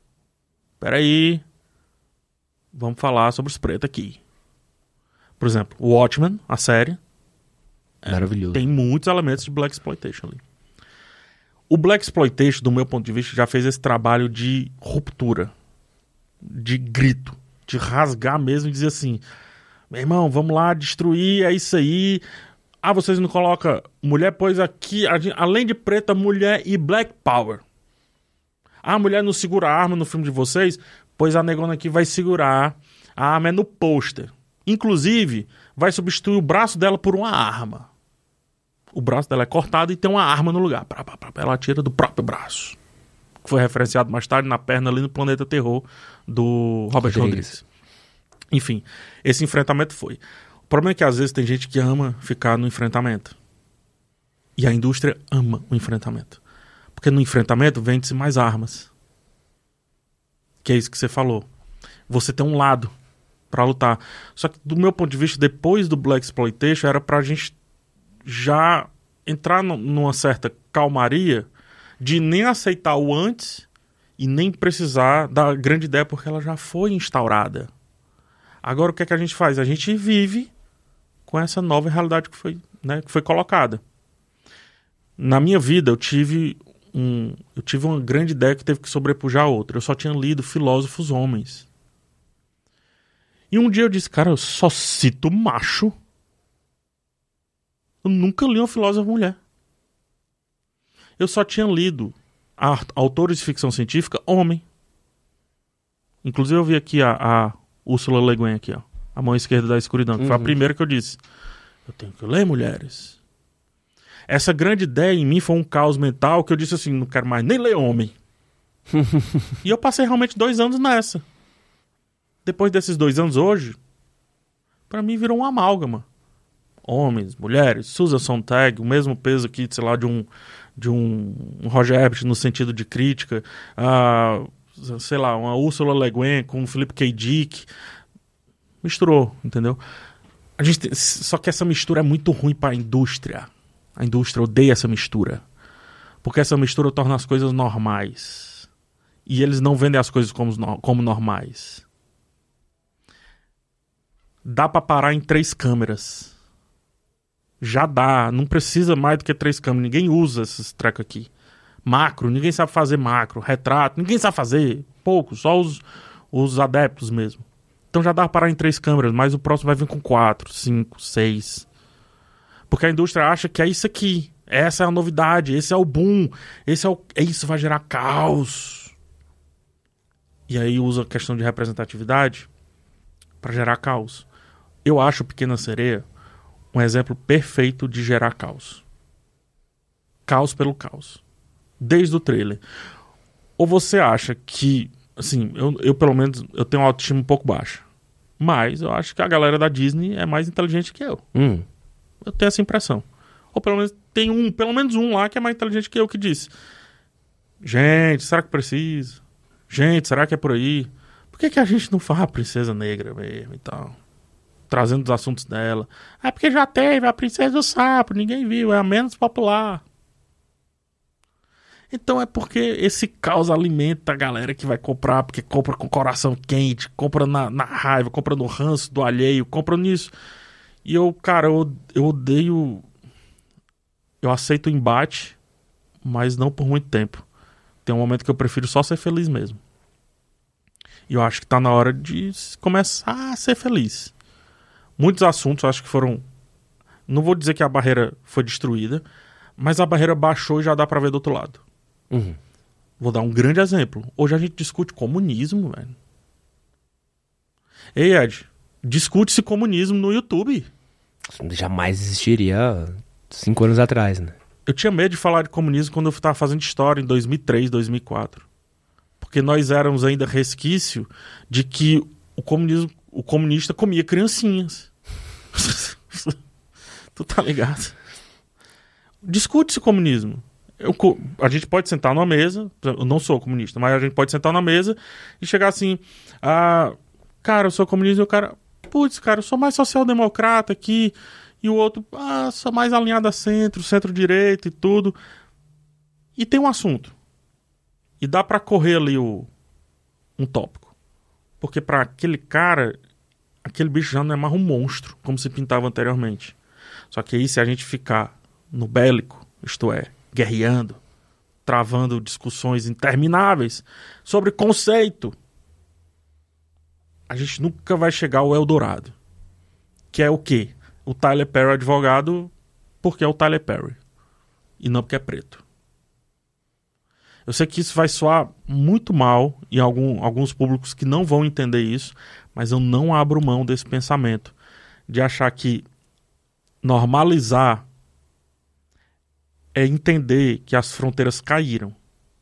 peraí, vamos falar sobre os pretos aqui. Por exemplo, Watchmen, a série, Maravilhoso. tem muitos elementos de Blaxploitation ali. O Blaxploitation, do meu ponto de vista, já fez esse trabalho de ruptura, de grito, de rasgar mesmo e dizer assim: meu irmão, vamos lá destruir, é isso aí. Ah, vocês não colocam mulher, pois aqui, a gente- além de preta, mulher e black power. Ah, a mulher não segura a arma no filme de vocês, pois a negona aqui vai segurar a arma é no pôster. Inclusive, vai substituir o braço dela por uma arma. O braço dela é cortado e tem uma arma no lugar. Pra, pra, pra, ela tira do próprio braço. Que foi referenciado mais tarde na perna ali no Planeta Terror do Robert Rodrigues. Rodrigues. Enfim, esse enfrentamento foi. O problema é que às vezes tem gente que ama ficar no enfrentamento. E a indústria ama o enfrentamento. Porque no enfrentamento vende-se mais armas. Que é isso que você falou. Você tem um lado pra lutar. Só que do meu ponto de vista, depois do Blaxploitation, era pra gente já entrar no, numa certa calmaria de nem aceitar o antes e nem precisar da grande ideia, porque ela já foi instaurada. Agora o que é que a gente faz? A gente vive com essa nova realidade que foi, né, que foi colocada. Na minha vida eu tive um, eu tive uma grande ideia que teve que sobrepujar a outra. Eu só tinha lido filósofos homens. E um dia eu disse, cara, eu só cito macho. Eu nunca li uma filósofa mulher. Eu só tinha lido a, autores de ficção científica homem. Inclusive eu vi aqui a, a Ursula Le Guin aqui, ó, a mão esquerda da escuridão, que uhum. foi a primeira que eu disse. Eu tenho que ler mulheres. Essa grande ideia em mim foi um caos mental que eu disse assim, não quero mais nem ler homem. E eu passei realmente dois anos nessa. Depois desses dois anos hoje, pra mim virou um amálgama. Homens, mulheres, Susan Sontag, o mesmo peso aqui, sei lá, de um, de um, um Roger Ebert no sentido de crítica, uh, sei lá, uma Ursula Le Guin com um Philip K. Dick. Misturou, entendeu? A gente tem, só que essa mistura é muito ruim para a indústria. A indústria odeia essa mistura. Porque essa mistura torna as coisas normais. E eles não vendem as coisas como, como normais. Dá para parar em três câmeras. Já dá. Não precisa mais do que três câmeras. Ninguém usa esses trecos aqui. Macro, ninguém sabe fazer macro. Retrato, ninguém sabe fazer. Poucos, só os, os adeptos mesmo. Então já dá para parar em três câmeras, mas o próximo vai vir com quatro, cinco, seis. Porque a indústria acha que é isso aqui. Essa é a novidade, esse é o boom. Esse é o... Isso vai gerar caos. E aí usa a questão de representatividade para gerar caos. Eu acho Pequena Sereia um exemplo perfeito de gerar caos. Caos pelo caos. Desde o trailer. Ou você acha que... Assim, eu, eu pelo menos eu tenho uma autoestima um pouco baixa. Mas eu acho que a galera da Disney é mais inteligente que eu. Hum. Eu tenho essa impressão. Ou pelo menos tem um, pelo menos um lá que é mais inteligente que eu que disse: gente, será que precisa? Gente, será que é por aí? Por que, que a gente não faz a Princesa Negra mesmo e tal? Trazendo os assuntos dela. É porque já teve a Princesa do Sapo, ninguém viu, é a menos popular. Então é porque esse caos alimenta a galera que vai comprar, porque compra com coração quente, compra na, na raiva, compra no ranço do alheio, compra nisso. E eu, cara, eu, eu odeio... Eu aceito o embate, mas não por muito tempo. Tem um momento que eu prefiro só ser feliz mesmo. E eu acho que tá na hora de começar a ser feliz. Muitos assuntos eu acho que foram... Não vou dizer que a barreira foi destruída, mas a barreira baixou e já dá pra ver do outro lado. Uhum. Vou dar um grande exemplo. Hoje a gente discute comunismo, velho. Ei, Ed, discute-se comunismo no YouTube. Jamais existiria cinco anos atrás, né? Eu tinha medo de falar de comunismo quando eu estava fazendo história em dois mil e três, dois mil e quatro. Porque nós éramos ainda resquício de que o comunismo, o comunista comia criancinhas. Tu tá ligado? Discute-se comunismo. Eu, a gente pode sentar numa mesa, eu não sou comunista, mas a gente pode sentar na mesa e chegar assim, ah, cara, eu sou comunista, e o cara, putz, cara, eu sou mais social-democrata aqui, e o outro, ah, sou mais alinhado a centro, centro-direita e tudo. E tem um assunto. E dá pra correr ali o, um tópico. Porque pra aquele cara, aquele bicho já não é mais um monstro, como se pintava anteriormente. Só que aí, se a gente ficar no bélico, isto é, guerreando, travando discussões intermináveis sobre conceito, a gente nunca vai chegar ao Eldorado. Que é o quê? O Tyler Perry advogado porque é o Tyler Perry. E não porque é preto. Eu sei que isso vai soar muito mal em algum, alguns públicos que não vão entender isso, mas eu não abro mão desse pensamento de achar que normalizar é entender que as fronteiras caíram.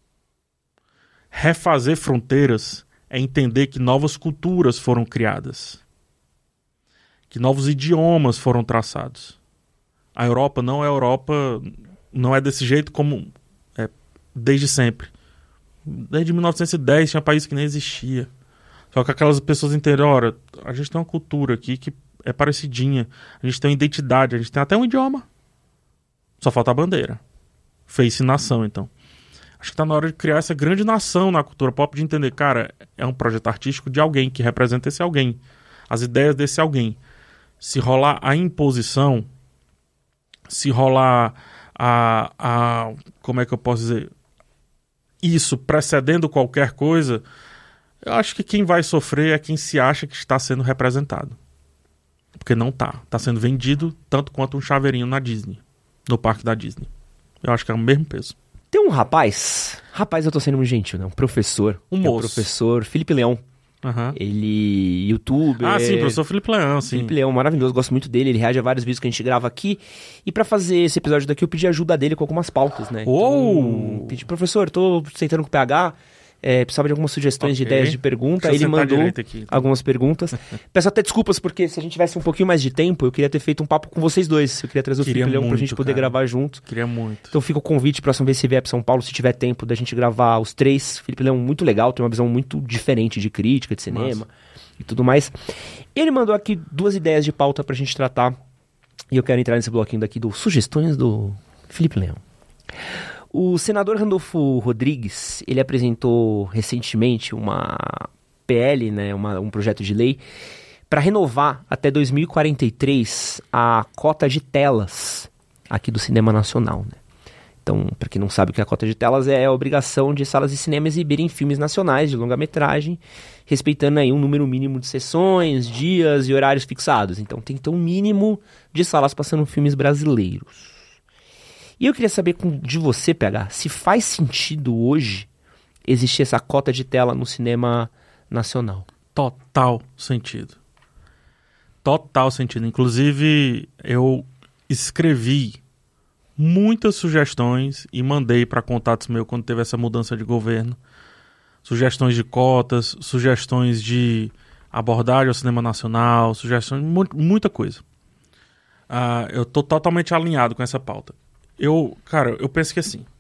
Refazer fronteiras é entender que novas culturas foram criadas. Que novos idiomas foram traçados. A Europa não é Europa, não é desse jeito como é, desde sempre. Desde mil novecentos e dez tinha país que nem existia. Só que aquelas pessoas entenderam, olha, a gente tem uma cultura aqui que é parecidinha. A gente tem uma identidade, a gente tem até um idioma. Só falta a bandeira. Fez-se nação, então. Acho que tá na hora de criar essa grande nação na cultura pop, de entender, cara, é um projeto artístico de alguém, que representa esse alguém. As ideias desse alguém. Se rolar a imposição, se rolar a, a... como é que eu posso dizer? Isso precedendo qualquer coisa, eu acho que quem vai sofrer é quem se acha que está sendo representado. Porque não tá. Tá sendo vendido tanto quanto um chaveirinho na Disney. No parque da Disney. Eu acho que é o mesmo peso. Tem um rapaz, rapaz eu tô sendo muito gentil, né? Um professor. Um é moço. O professor Felipe Leão. Uhum. Ele, youtuber. Ah, sim, professor Felipe Leão, sim. Felipe Leão, maravilhoso, gosto muito dele. Ele reage a vários vídeos que a gente grava aqui. E pra fazer esse episódio daqui, eu pedi ajuda dele com algumas pautas, né? Uou! Então, pedi, professor, tô sentando com o P H, é, precisava de algumas sugestões Okay. de ideias de pergunta. Deixa eu Ele sentar mandou direito aqui, então. algumas perguntas. Peço até desculpas, porque se a gente tivesse um pouquinho mais de tempo, eu queria ter feito um papo com vocês dois. Eu queria trazer o Queria Felipe Leão pra muito, gente poder cara. gravar junto. Queria muito. Então fica o convite, próxima vez que você vier pra São Paulo, se tiver tempo, da gente gravar os três. Felipe Leão muito legal, tem uma visão muito diferente de crítica, de cinema. Nossa. E tudo mais. Ele mandou aqui duas ideias de pauta pra gente tratar. E eu quero entrar nesse bloquinho daqui do Sugestões do Felipe Leão. O senador Randolfo Rodrigues, ele apresentou recentemente uma P L, né, uma, um projeto de lei, para renovar até dois mil e quarenta e três a cota de telas aqui do cinema nacional, né? Então, para quem não sabe o que é a cota de telas, é a obrigação de salas de cinema exibirem filmes nacionais de longa-metragem, respeitando aí um número mínimo de sessões, dias e horários fixados. Então, tem que ter um mínimo de salas passando filmes brasileiros. E eu queria saber com, de você, P H, se faz sentido hoje existir essa cota de tela no cinema nacional. Total sentido. Total sentido. Inclusive, eu escrevi muitas sugestões e mandei para contatos meus quando teve essa mudança de governo. Sugestões de cotas, sugestões de abordagem ao cinema nacional, sugestões de mu- muita coisa. Uh, eu tô totalmente alinhado com essa pauta. Eu, cara, eu penso que assim,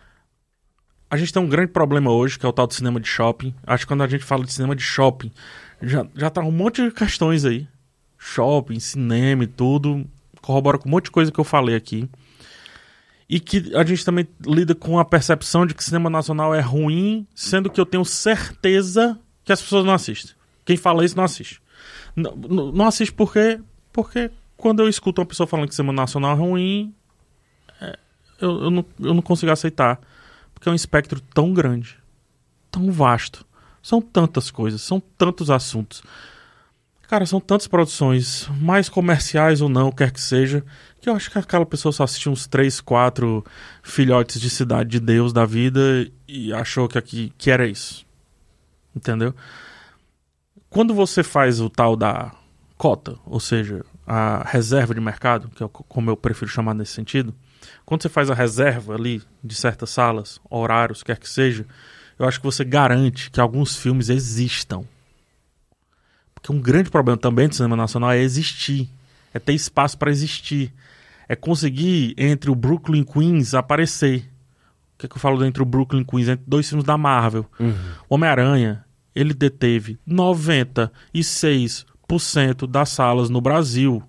a gente tem um grande problema hoje, que é o tal do cinema de shopping. Acho que quando a gente fala de cinema de shopping, já, já tá um monte de questões aí. Shopping, cinema e tudo, corrobora com um monte de coisa que eu falei aqui. E que a gente também lida com a percepção de que cinema nacional é ruim, sendo que eu tenho certeza que as pessoas não assistem. Quem fala isso não assiste. Não, não, não assiste por quê? Porque quando eu escuto uma pessoa falando que cinema nacional é ruim, é, eu, eu, não, eu não consigo aceitar. Porque é um espectro tão grande, tão vasto. São tantas coisas, são tantos assuntos. Cara, são tantas produções, mais comerciais ou não, quer que seja, que eu acho que aquela pessoa só assistiu uns três, quatro filhotes de Cidade de Deus da vida e achou que, aqui, que era isso. Entendeu? Quando você faz o tal da cota, ou seja, a reserva de mercado, que é como eu prefiro chamar nesse sentido, quando você faz a reserva ali de certas salas, horários, quer que seja, eu acho que você garante que alguns filmes existam. Porque um grande problema também do cinema nacional é existir. É ter espaço para existir. É conseguir, entre o Brooklyn Queens, aparecer. O que é que eu falo entre o Brooklyn Queens? Entre dois filmes da Marvel. Uhum. Homem-Aranha, ele deteve noventa e seis por cento das salas no Brasil.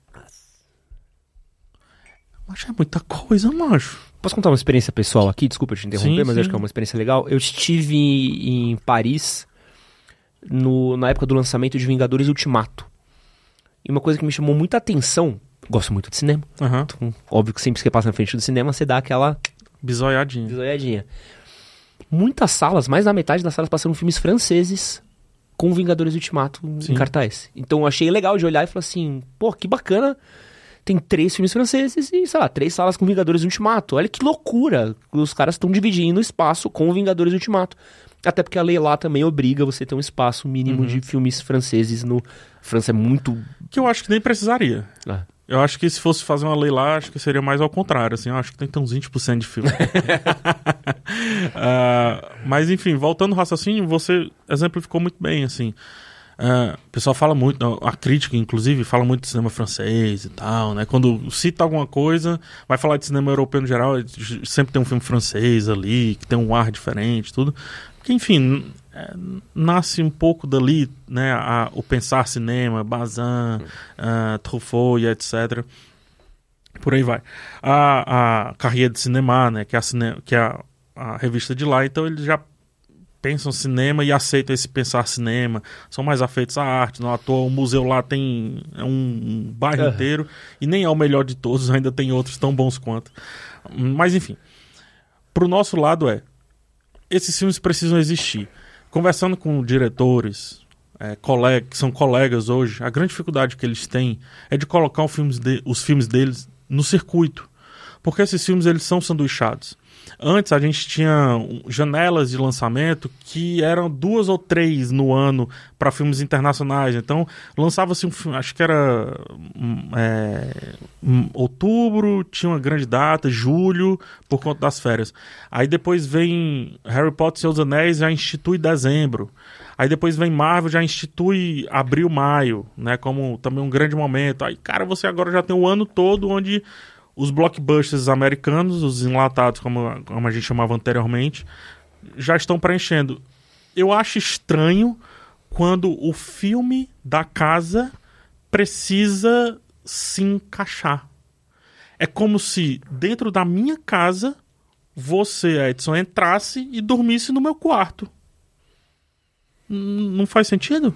Mas é muita coisa, macho. Posso contar uma experiência pessoal aqui? Desculpa te interromper, Sim, mas sim. eu acho que é uma experiência legal. Eu estive em Paris no, na época do lançamento de Vingadores Ultimato. E uma coisa que me chamou muita atenção, gosto muito de cinema, Uhum. então, óbvio que sempre que você passa na frente do cinema, você dá aquela Bisoiadinha. desolhadinha. Muitas salas, mais da metade das salas passaram filmes franceses com Vingadores Ultimato Sim. em cartaz. Então eu achei legal de olhar e falar assim, pô, que bacana, tem três filmes franceses e, sei lá, três salas com Vingadores Ultimato. Olha que loucura, os caras estão dividindo o espaço com Vingadores Ultimato. Até porque a lei lá também obriga você a ter um espaço mínimo Uhum. de filmes franceses no... A França é muito... Que eu acho que nem precisaria. Ah. Eu acho que se fosse fazer uma lei lá, acho que seria mais ao contrário. Assim, eu acho que tem que ter uns vinte por cento de filme. uh, mas, enfim, voltando ao raciocínio, você exemplificou muito bem. Assim, Uh, o pessoal fala muito, a crítica inclusive fala muito de cinema francês e tal, né? Quando cita alguma coisa, vai falar de cinema europeu no geral, sempre tem um filme francês ali, que tem um ar diferente, tudo. Que, enfim, é, nasce um pouco dali, né? A, o pensar cinema, Bazin, uh, Truffaut e etcétera. Por aí vai. A, a Carrière de Cinéma, né? Que é, a, cine, que é a, a revista de lá, então eles já pensam cinema e aceitam esse pensar cinema, são mais afeitos à arte, não à toa o museu lá tem um, um bairro uhum. inteiro, e nem é o melhor de todos, ainda tem outros tão bons quanto. Mas enfim, pro nosso lado é, esses filmes precisam existir. Conversando com diretores, é, colega, que são colegas hoje, a grande dificuldade que eles têm é de colocar os filmes, de, os filmes deles no circuito, porque esses filmes eles são sanduichados. Antes a gente tinha janelas de lançamento que eram duas ou três no ano para filmes internacionais. Então lançava-se um filme, acho que era é, outubro, tinha uma grande data, julho, por conta das férias. Aí depois vem Harry Potter e Seus Anéis, já institui dezembro. Aí depois vem Marvel, já institui abril, maio, né, como também um grande momento. Aí, cara, você agora já tem o ano todo onde os blockbusters americanos, os enlatados, como, como a gente chamava anteriormente, já estão preenchendo. Eu acho estranho quando o filme da casa precisa se encaixar. É como se dentro da minha casa você, Edson, entrasse e dormisse no meu quarto. Não faz sentido?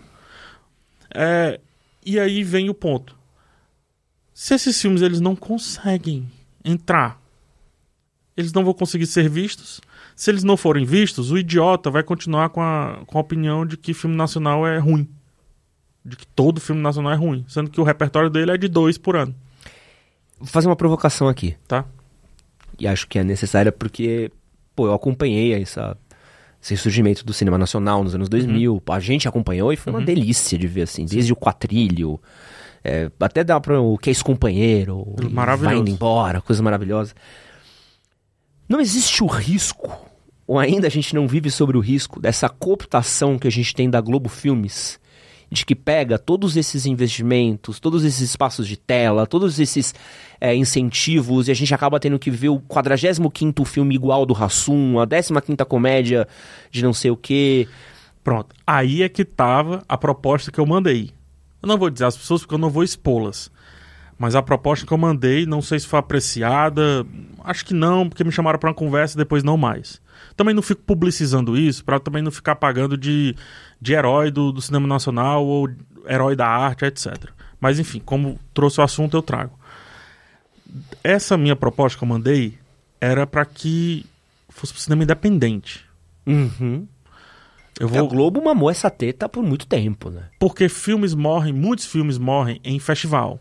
É, e aí vem o ponto. Se esses filmes eles não conseguem entrar, eles não vão conseguir ser vistos. Se eles não forem vistos, o idiota vai continuar com a, com a opinião de que filme nacional é ruim. De que todo filme nacional é ruim. Sendo que o repertório dele é de dois por ano. Vou fazer uma provocação aqui. Tá. E acho que é necessária porque, pô, eu acompanhei essa, esse surgimento do cinema nacional nos anos dois mil. Uhum. A gente acompanhou e foi uma uhum. delícia de ver, assim. Desde o Quatrilho... É, até dá para o Que é esse companheiro, vai indo embora, coisa maravilhosa. Não existe o risco, ou ainda a gente não vive sobre o risco dessa cooptação que a gente tem da Globo Filmes, de que pega todos esses investimentos, todos esses espaços de tela, todos esses é, incentivos, e a gente acaba tendo que ver o quadragésimo quinto filme igual do Hassum, a décima quinta comédia de não sei o quê. Pronto, aí é que tava a proposta que eu mandei. Eu não vou dizer às pessoas porque eu não vou expô-las. Mas a proposta que eu mandei, não sei se foi apreciada. Acho que não, porque me chamaram para uma conversa e depois não mais. Também não fico publicizando isso, para também não ficar pagando de, de herói do, do cinema nacional ou herói da arte, etcétera. Mas enfim, como trouxe o assunto, eu trago. Essa minha proposta que eu mandei era para que fosse para o cinema independente. Uhum. Eu vou... A Globo mamou essa teta por muito tempo, né? Porque filmes morrem, muitos filmes morrem em festival.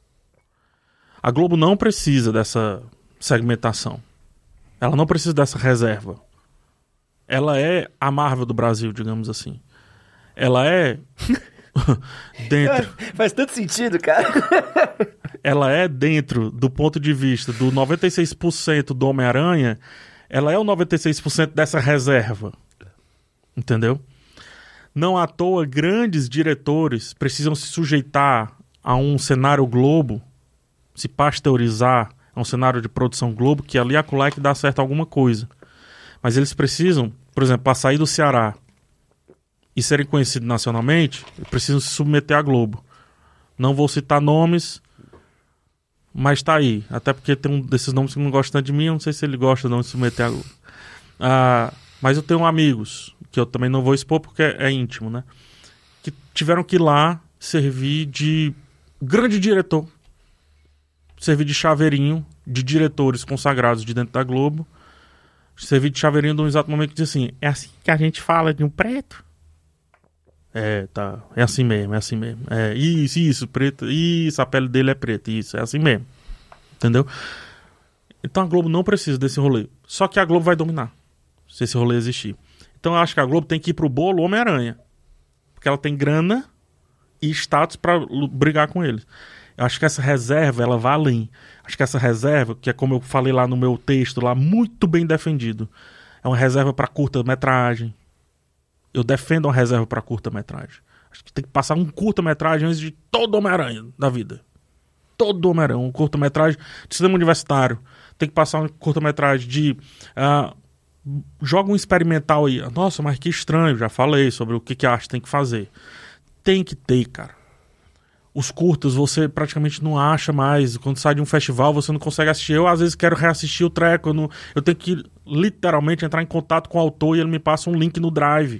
A Globo não precisa dessa segmentação. Ela não precisa dessa reserva. Ela é a Marvel do Brasil, digamos assim. Ela é dentro... Faz tanto sentido, cara. Ela é dentro do ponto de vista do noventa e seis por cento do Homem-Aranha, ela é o noventa e seis por cento dessa reserva. Entendeu? Não à toa, grandes diretores precisam se sujeitar a um cenário Globo, se pasteurizar a um cenário de produção Globo, que ali e acolá é que dá certo alguma coisa. Mas eles precisam, por exemplo, para sair do Ceará e serem conhecidos nacionalmente, precisam se submeter à Globo. Não vou citar nomes, mas tá aí. Até porque tem um desses nomes que não gosta tanto de mim, eu não sei se ele gosta não de se submeter à Globo. Ah, mas eu tenho amigos, que eu também não vou expor porque é, é íntimo, né? Que tiveram que ir lá servir de grande diretor. Servir de chaveirinho de diretores consagrados de dentro da Globo. Servir de chaveirinho num exato momento que diz assim, é assim que a gente fala de um preto? É, tá. É assim mesmo, é assim mesmo. É, isso, isso, preto. Isso, a pele dele é preta. Isso, é assim mesmo. Entendeu? Então a Globo não precisa desse rolê. Só que a Globo vai dominar, se esse rolê existir. Então eu acho que a Globo tem que ir pro bolo Homem-Aranha. Porque ela tem grana e status pra brigar com eles. Eu acho que essa reserva, ela vai além. Acho que essa reserva, que é como eu falei lá no meu texto, lá muito bem defendido, é uma reserva para curta-metragem. Eu defendo uma reserva para curta-metragem. Acho que tem que passar um curta-metragem antes de todo Homem-Aranha da vida. Todo Homem-Aranha. Um curta-metragem de cinema universitário. Tem que passar um curta-metragem de... Uh, joga um experimental aí. Nossa, mas que estranho. Já falei sobre o que, que a arte tem que fazer. Tem que ter, cara. Os curtas você praticamente não acha mais. Quando sai de um festival você não consegue assistir. Eu às vezes quero reassistir o treco. Eu, não, eu tenho que literalmente entrar em contato com o autor e ele me passa um link no Drive.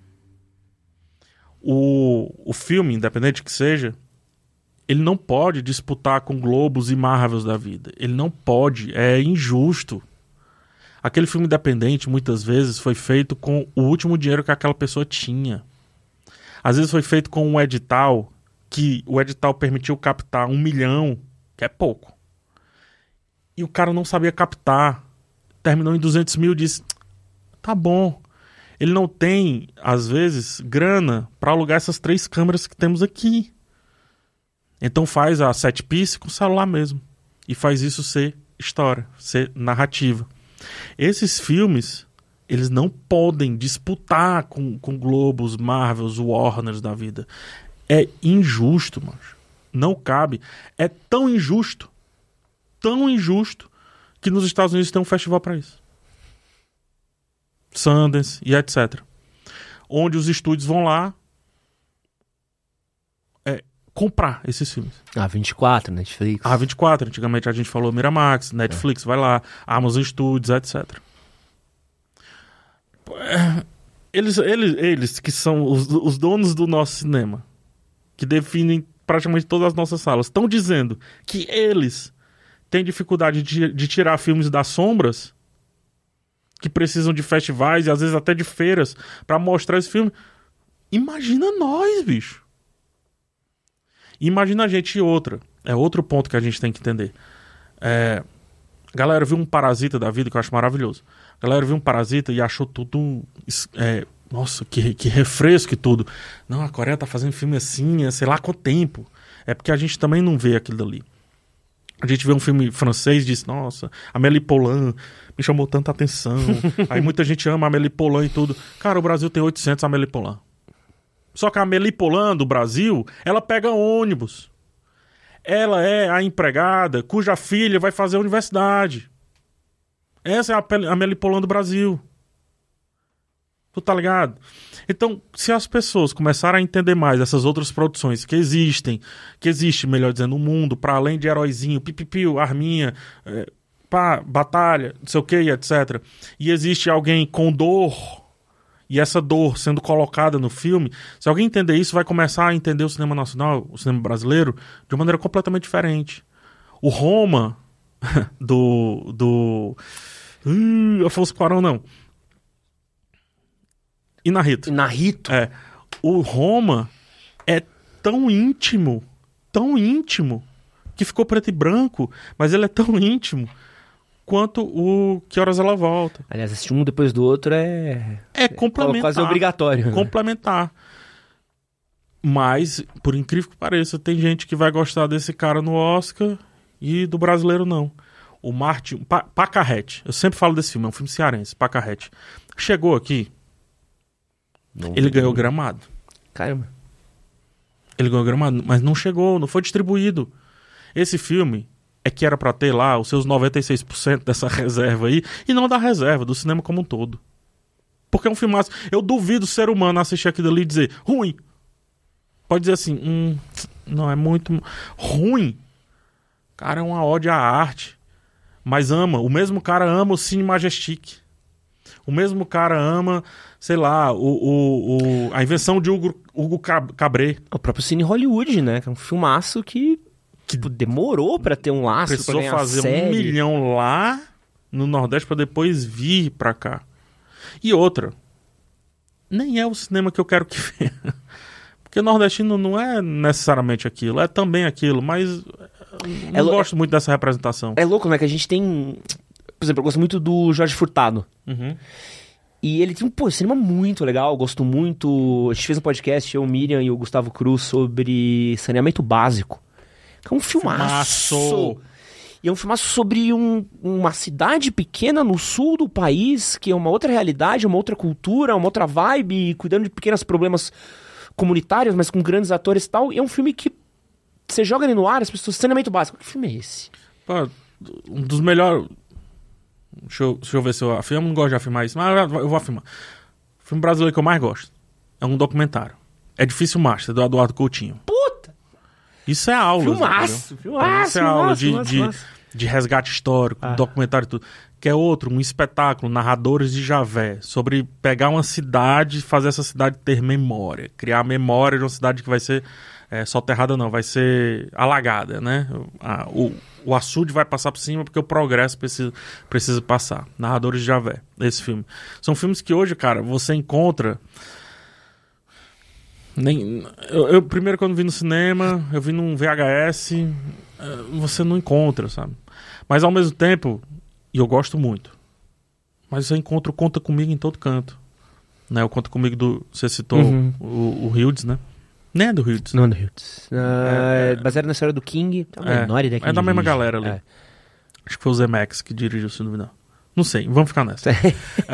O, o filme, independente que seja, ele não pode disputar com Globos e Marvels da vida. Ele não pode. É injusto. Aquele filme independente muitas vezes foi feito com o último dinheiro que aquela pessoa tinha. Às vezes foi feito com um edital que o edital permitiu captar um milhão, que é pouco. E o cara não sabia captar. Terminou em duzentos mil e disse, tá bom. Ele não tem, às vezes, grana para alugar essas três câmeras que temos aqui. Então faz a set piece com o celular mesmo. E faz isso ser história, ser narrativa. Esses filmes, eles não podem disputar com, com Globos, Marvels, Warners da vida. É injusto, mano. Não cabe. É tão injusto, tão injusto, que nos Estados Unidos tem um festival para isso. Sundance e etcétera. Onde os estúdios vão lá é, comprar esses filmes. A vinte e quatro, Netflix. A vinte e quatro, antigamente a gente falou Miramax, Netflix, é. Vai lá, Amazon Studios, etcétera. Eles, eles, eles que são os, os donos do nosso cinema, que definem praticamente todas as nossas salas, estão dizendo que eles têm dificuldade de, de tirar filmes das sombras, que precisam de festivais e às vezes até de feiras para mostrar esse filme. Imagina nós, bicho. Imagina a gente e outra. É outro ponto que a gente tem que entender. É... Galera viu um Parasita da vida que eu acho maravilhoso. Galera viu um Parasita e achou tudo... É... Nossa, que, que refresco e tudo. Não, a Coreia tá fazendo filme assim, é sei lá quanto tempo. É porque a gente também não vê aquilo dali. A gente vê um filme francês e diz, nossa, Amélie Poulain me chamou tanta atenção. Aí muita gente ama Amélie Poulain e tudo. Cara, o Brasil tem oitocentos Amélie Poulain. Só que a Amélie Poulain do Brasil, ela pega ônibus. Ela é a empregada cuja filha vai fazer a universidade. Essa é a Amélie Poulain do Brasil. Tu tá ligado? Então, se as pessoas começarem a entender mais essas outras produções que existem, que existe, melhor dizendo, no mundo, para além de heróizinho, pipipiu, arminha, é, pá, batalha, não sei o que, etcétera. E existe alguém com dor, e essa dor sendo colocada no filme, se alguém entender isso, vai começar a entender o cinema nacional, o cinema brasileiro, de uma maneira completamente diferente. O Roma, do... do uh, Afonso Cuarón, não. Inarrito. Inarrito? É. O Roma é tão íntimo, tão íntimo, que ficou preto e branco, mas ele é tão íntimo quanto o Que Horas Ela Volta. Aliás, assistir um depois do outro é... É complementar. Quase obrigatório. Né? Complementar. Mas, por incrível que pareça, tem gente que vai gostar desse cara no Oscar e do brasileiro não. O Martin... Pa- Pacarrete. Eu sempre falo desse filme, é um filme cearense, Pacarrete. Chegou aqui... Não, ele ganhou Gramado. Caramba. Ele ganhou Gramado, mas não chegou, não foi distribuído. Esse filme é que era pra ter lá os seus noventa e seis por cento dessa reserva aí, e não da reserva, do cinema como um todo. Porque é um filmaço. Eu duvido o ser humano assistir aquilo ali e dizer, ruim. Pode dizer assim, hum, não, é muito ruim. Cara, é uma ode à arte. Mas ama, o mesmo cara ama o Cine Majestic. O mesmo cara ama, sei lá, o, o, o, a invenção de Hugo, Hugo Cabret. O próprio Cine Hollywood, né? Que é um filmaço que, que tipo, demorou pra ter um laço, precisou pra ganhar fazer série. um milhão lá no Nordeste pra depois vir pra cá. E outra, nem é o cinema que eu quero que venha. Porque nordestino não é necessariamente aquilo, é também aquilo, mas não é, gosto é, muito dessa representação. É louco, né? Que a gente tem... Por exemplo, eu gosto muito do Jorge Furtado. Uhum. E ele tem um pô, cinema muito legal, gosto muito. A gente fez um podcast, eu, Miriam e o Gustavo Cruz, sobre saneamento básico. Que é um filmaço. filmaço. E é um filmaço sobre um, uma cidade pequena no sul do país, que é uma outra realidade, uma outra cultura, uma outra vibe, cuidando de pequenos problemas comunitários, mas com grandes atores e tal. E é um filme que você joga ele no ar, as pessoas... Saneamento básico. Que filme é esse? Pô, um dos melhores... Deixa eu, deixa eu ver se eu afirmo. Eu não gosto de afirmar isso, mas eu vou afirmar. O filme brasileiro que eu mais gosto é um documentário. É Difícil Master, do Eduardo Coutinho. Puta! Isso é aula. Filmaço! Filmaço! Isso é aula de, filmaço, de, filmaço. de resgate histórico, Ah. documentário e tudo. Que é outro, um espetáculo, Narradores de Javé, sobre pegar uma cidade e fazer essa cidade ter memória. Criar a memória de uma cidade que vai ser é, soterrada, não, vai ser alagada, né? A, o, o açude vai passar por cima porque o progresso precisa, precisa passar. Narradores de Javé, esse filme. São filmes que hoje, cara, você encontra... Nem, eu, eu primeiro quando vi no cinema, eu vi num V H S, você não encontra, sabe? Mas ao mesmo tempo, e eu gosto muito, mas você encontra o Conta Comigo em todo canto, né? O Conta Comigo do, você citou Uhum. o, o Hughes, né? Nem é do Hughes. Não, do Hughes. Uh, É, é- baseado na história do King. A É, menor ideia quem é da mesma dirige. galera ali. É. Acho que foi o Zemeckis que dirigiu, se não me engano. Não sei, vamos ficar nessa. É,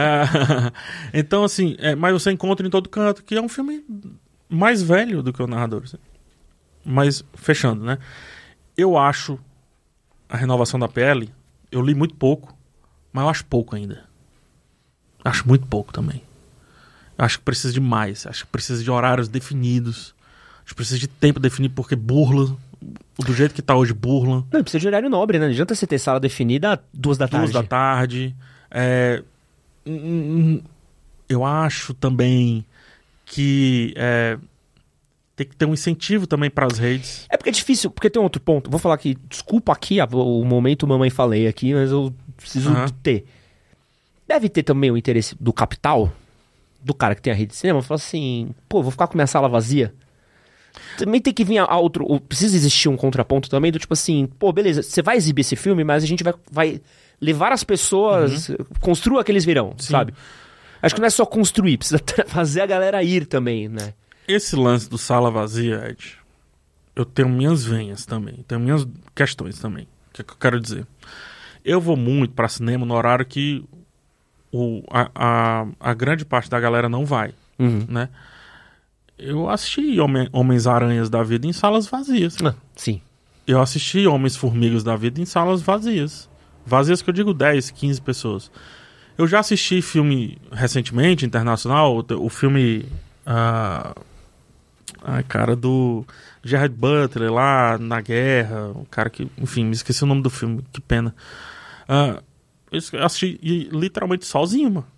então, assim, é, mas você encontra em todo canto, que é um filme mais velho do que o Narrador. Assim. Mas, fechando, né? Eu acho a renovação da P L, eu li muito pouco, mas eu acho pouco ainda. Acho muito pouco também. Eu acho que precisa de mais, acho que precisa de horários definidos, acho que precisa de tempo definido, porque burla, do jeito que tá hoje, burla. Não, precisa de horário nobre, né? Não adianta você ter sala definida às duas da tarde. Duas da tarde. É, hum, eu acho também que é, tem que ter um incentivo também para as redes. É porque é difícil, porque tem outro ponto. Vou falar aqui, desculpa aqui a- o momento mamãe falei aqui, mas eu preciso Aham. ter. Deve ter também o interesse do capital, do cara que tem a rede de cinema, falar assim, pô, vou ficar com minha sala vazia. Também tem que vir a, a outro, ou precisa existir um contraponto também do tipo assim, pô, beleza, você vai exibir esse filme, mas a gente vai, vai levar as pessoas, construa que eles virão, Sim. sabe? Acho que não é só construir, precisa fazer a galera ir também, né? Esse lance do sala vazia, Ed, eu tenho minhas venhas também, tenho minhas questões também. O que, é que eu quero dizer? Eu vou muito para cinema no horário que o, a, a, a grande parte da galera não vai, Uhum. né? Eu assisti Homem- Homens-Aranhas da vida em salas vazias. Ah, sim. Eu assisti Homens-Formigas da vida em salas vazias. Vazias que eu digo dez, quinze pessoas. Eu já assisti filme recentemente, internacional, o, o filme... ah, ai, cara, do Gerard Butler lá na guerra. O cara que... Enfim, me esqueci o nome do filme, que pena. Ah, eu assisti e, literalmente sozinho, mano.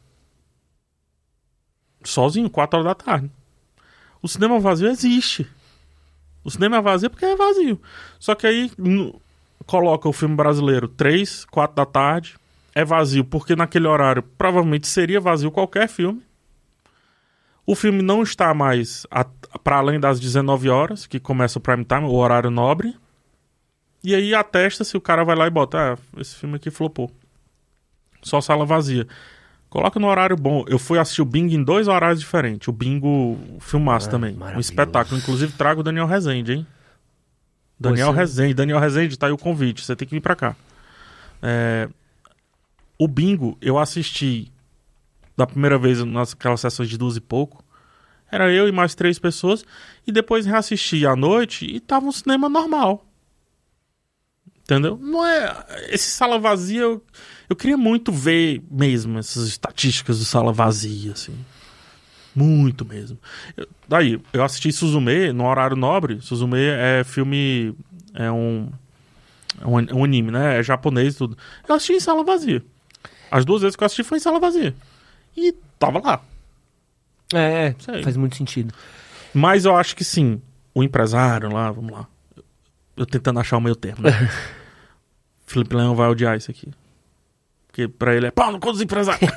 Sozinho, quatro horas da tarde. O cinema vazio existe. O cinema é vazio porque é vazio. Só que aí no, coloca o filme brasileiro três, quatro da tarde. É vazio porque naquele horário provavelmente seria vazio qualquer filme. O filme não está mais para além das dezenove horas, que começa o prime time, o horário nobre. E aí atesta se o cara vai lá e bota, ah, esse filme aqui flopou. Só sala vazia. Coloca no horário bom. Eu fui assistir o Bingo em dois horários diferentes. O Bingo filmaço Ah, também. Um maravilhoso. espetáculo. Inclusive trago o Daniel Rezende, hein? Daniel Você- Rezende. Daniel Rezende, tá aí o convite. Você tem que vir pra cá. É, O Bingo, eu assisti da primeira vez naquelas sessões de duas e pouco. Era eu e mais três pessoas. E depois reassisti à noite e tava um cinema normal. Entendeu? Não é... Esse sala vazia... Eu, eu queria muito ver mesmo essas estatísticas do sala vazia, assim. Muito mesmo. Eu- daí, eu assisti Suzume no horário nobre. Suzume é filme... É um... É um, é um anime, né? É japonês e tudo. Eu assisti em sala vazia. As duas vezes que eu assisti foi em sala vazia. E tava lá. É, Sei. faz muito sentido. Mas eu acho que sim. O empresário lá, vamos lá. Eu tentando achar o meio termo, né? Felipe Leão vai odiar isso aqui. Porque pra ele é pau no cu dos empresários.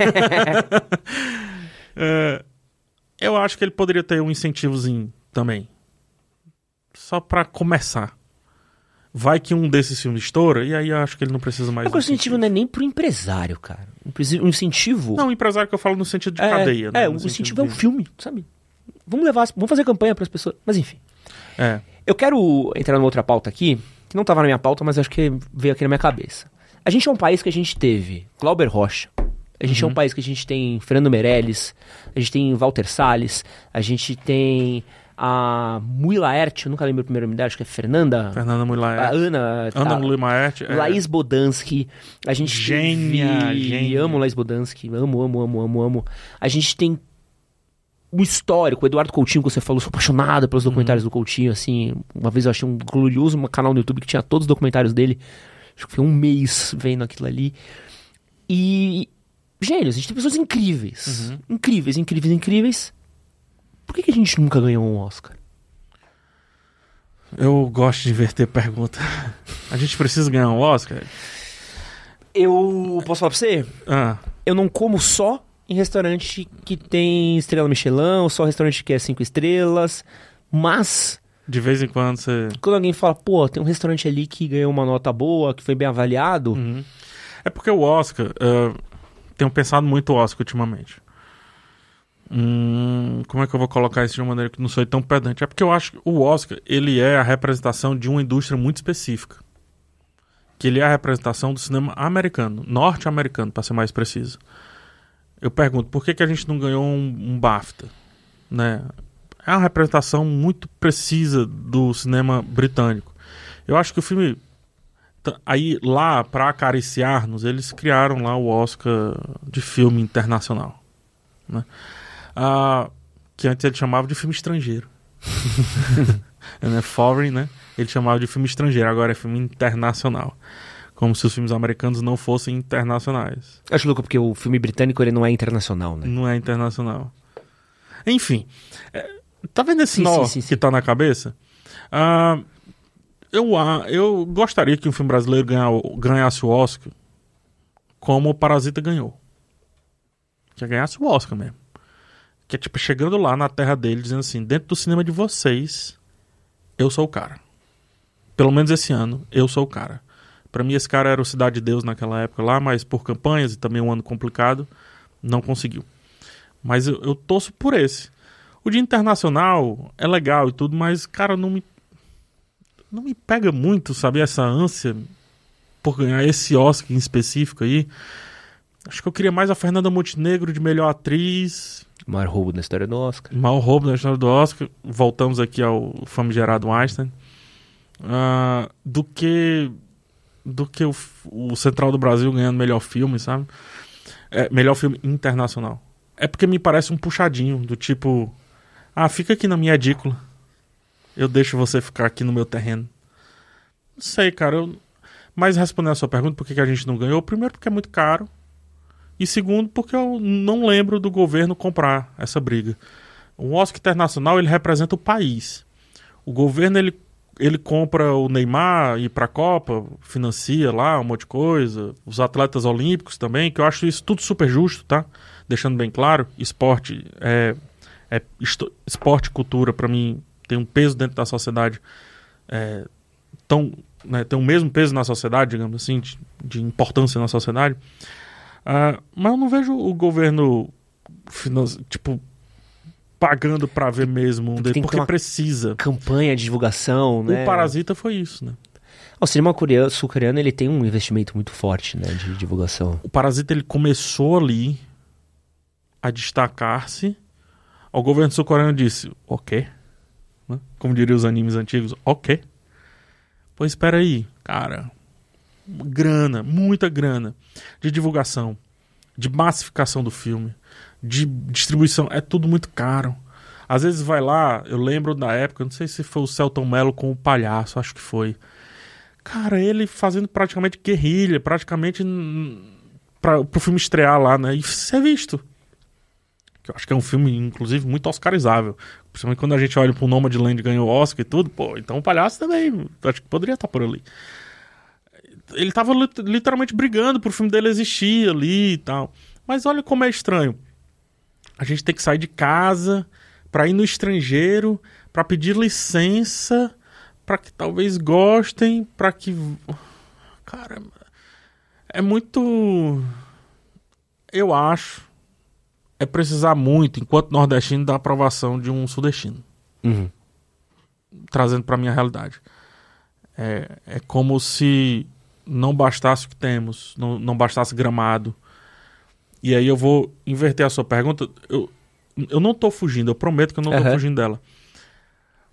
É, eu acho que ele poderia ter um incentivozinho também. Só pra começar. Vai que um desses filmes estoura e aí eu acho que ele não precisa mais. Mas o incentivo não é nem pro empresário, cara. O incentivo... Não, o empresário que eu falo no sentido de é, cadeia. né? É, No o sentido incentivo é um de- filme, sabe? Vamos levar, vamos fazer campanha pras pessoas. Mas enfim. É. Eu quero entrar numa outra pauta aqui, que não tava na minha pauta, mas acho que veio aqui na minha cabeça. A gente é um país que a gente teve Glauber Rocha, a gente é um país que a gente tem Fernando Meirelles, a gente tem Walter Salles, a gente tem A Mui Laerte, eu nunca lembro o primeiro nome dela, acho que é Fernanda. Fernanda Mui Laerte. A Ana. Ana tá, Mui Laerte. É. Laís Bodansky. A gente Gênia, teve... gênia. Amo Laís Bodansky. Amo, amo, amo, amo, amo. A gente tem um histórico. O Eduardo Coutinho, que você falou, sou apaixonado pelos documentários uhum. do Coutinho, assim. Uma vez eu achei um glorioso canal no YouTube que tinha todos os documentários dele. Acho que foi um mês vendo aquilo ali. E... Gênios, a gente tem pessoas incríveis. Uhum. Incríveis, incríveis, incríveis. Por que, que a gente nunca ganhou um Oscar? Eu gosto de inverter pergunta. A gente precisa ganhar um Oscar? Eu posso falar pra você? Ah. Eu não como só em restaurante que tem estrela Michelin, ou só restaurante que é cinco estrelas, mas... De vez em quando você... Quando alguém fala, pô, tem um restaurante ali que ganhou uma nota boa, que foi bem avaliado... Uhum. É porque o Oscar... Uh, tenho pensado muito o Oscar ultimamente. Hum, como é que eu vou colocar isso de uma maneira que não sou tão pedante? É porque eu acho que o Oscar, ele é a representação de uma indústria muito específica. Que ele é a representação do cinema americano, norte-americano, para ser mais preciso. Eu pergunto, por que, que a gente não ganhou um, um BAFTA? Né? É uma representação muito precisa do cinema britânico. Eu acho que o filme... Aí, lá, para acariciar-nos, eles criaram lá o Oscar de filme internacional. Né? Ah, que antes ele chamava de filme estrangeiro. né? Foreign, né? Ele chamava de filme estrangeiro, agora é filme internacional. Como se os filmes americanos não fossem internacionais. Acho louco porque o filme britânico ele não é internacional, né? Não é internacional. Enfim, é, tá vendo esse sim, nó sim, sim, sim. que tá na cabeça? Ah, eu, eu gostaria que um filme brasileiro ganha, ganhasse o Oscar como o Parasita ganhou. Que ganhasse o Oscar mesmo. Que é tipo, chegando lá na terra dele, dizendo assim, dentro do cinema de vocês, eu sou o cara. Pelo menos esse ano, eu sou o cara. Pra mim, esse cara era o Cidade de Deus naquela época lá, mas por campanhas e também um ano complicado, não conseguiu. Mas eu, eu torço por esse. O de internacional é legal e tudo, mas, cara, não me, não me pega muito, sabe, essa ânsia por ganhar esse Oscar em específico aí. Acho que eu queria mais a Fernanda Montenegro de melhor atriz. O maior roubo na história do Oscar. O maior roubo na história do Oscar. Voltamos aqui ao famigerado Einstein. Uh, do que do que o, o Central do Brasil ganhando melhor filme, sabe? É, melhor filme internacional. É porque me parece um puxadinho, do tipo... Ah, fica aqui na minha edícula. Eu deixo você ficar aqui no meu terreno. Não sei, cara. Eu... Mas respondendo a sua pergunta, por que, que a gente não ganhou? Primeiro, porque é muito caro. E segundo, porque eu não lembro do governo comprar essa briga. O Oscar internacional, ele representa o país. O governo, ele, ele compra o Neymar, ir pra Copa, financia lá um monte de coisa. Os atletas olímpicos também, que eu acho isso tudo super justo, tá? Deixando bem claro, esporte é, é esto, esporte e cultura, pra mim, tem um peso dentro da sociedade é, tão, né, tem o mesmo peso na sociedade, digamos assim, de, de importância na sociedade. Uh, mas eu não vejo o governo tipo pagando pra ver mesmo um dele, porque precisa. Campanha de divulgação, né? O Parasita foi isso, né? O cinema coreano, sul-coreano, ele tem um investimento muito forte, né, de divulgação. O Parasita, ele começou ali a destacar-se. O governo sul-coreano disse, ok, né? Como diriam os animes antigos, ok. Pois espera aí, cara. Grana, muita grana de divulgação, de massificação do filme, de distribuição, é tudo muito caro. Às vezes vai lá, eu lembro da época, não sei se foi o Selton Mello com o Palhaço, acho que foi. Cara, ele fazendo praticamente guerrilha, praticamente para pro filme estrear lá, né? E ser visto. Que eu acho que é um filme, inclusive, muito oscarizável. Principalmente quando a gente olha pro Nomadland ganhou o Oscar e tudo, pô, então o Palhaço também, acho que poderia estar por ali. Ele tava literalmente brigando pro filme dele existir ali e tal. Mas olha como é estranho. A gente tem que sair de casa pra ir no estrangeiro, pra pedir licença, pra que talvez gostem, pra que... Cara, é muito... Eu acho... É precisar muito, enquanto nordestino, da aprovação de um sudestino. Uhum. Trazendo pra minha realidade. É, é como se... não bastasse o que temos, não, não bastasse Gramado. E aí eu vou inverter a sua pergunta. Eu, eu não tô fugindo, eu prometo que eu não tô uhum. fugindo dela.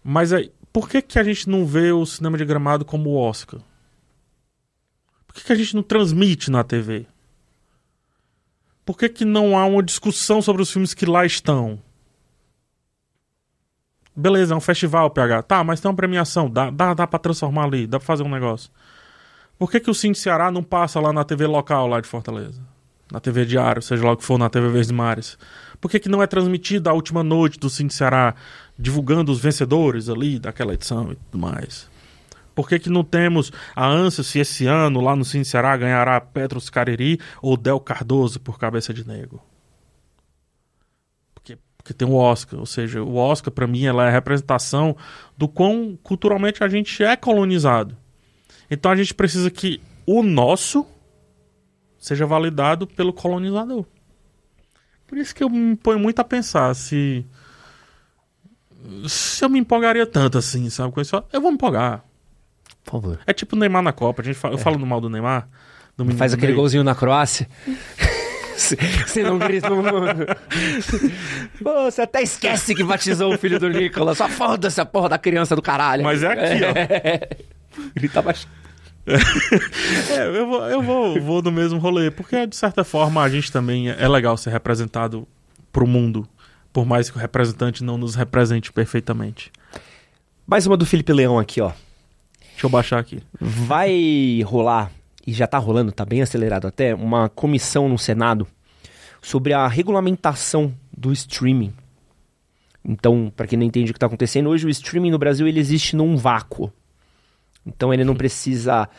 Mas aí, por que, que a gente não vê o cinema de Gramado como o Oscar? Por que, que a gente não transmite na T V? Por que, que não há uma discussão sobre os filmes que lá estão? Beleza, é um festival, P H. Tá, mas tem uma premiação. Dá, dá, dá pra transformar ali, dá pra fazer um negócio. Por que, que o Cine Ceará não passa lá na T V local, lá de Fortaleza? Na T V Diário, seja lá o que for, na T V Verdes Mares. Por que, que não é transmitida a última noite do Cine Ceará, divulgando os vencedores ali daquela edição e tudo mais? Por que, que não temos a ânsia se esse ano, lá no Cine Ceará, ganhará Petros Cariri ou Del Cardoso por Cabeça de Negro? Porque, porque tem o Oscar. Ou seja, o Oscar, para mim, ela é a representação do quão culturalmente a gente é colonizado. Então a gente precisa que o nosso seja validado pelo colonizador. Por isso que eu me ponho muito a pensar se... Se eu me empolgaria tanto assim, sabe? Com isso, eu vou me empolgar. Por favor. É tipo o Neymar na Copa. A gente fala, eu é. falo no mal do Neymar. Do Faz aquele meio. golzinho na Croácia. Você não grita. Pô, você até esquece que batizou o filho do Nicolas. Só foda-se a porra da criança do caralho. Mas é aqui, ó. Grita baixo. É, eu, vou, eu vou, vou no mesmo rolê. Porque, de certa forma, a gente também é legal ser representado pro mundo. Por mais que o representante não nos represente perfeitamente. Mais uma do Felipe Leão aqui, ó. Deixa eu baixar aqui. Vai rolar, e já tá rolando, tá bem acelerado até, uma comissão no Senado sobre a regulamentação do streaming. Então, para quem não entende o que tá acontecendo, hoje o streaming no Brasil ele existe num vácuo. Então ele não precisa...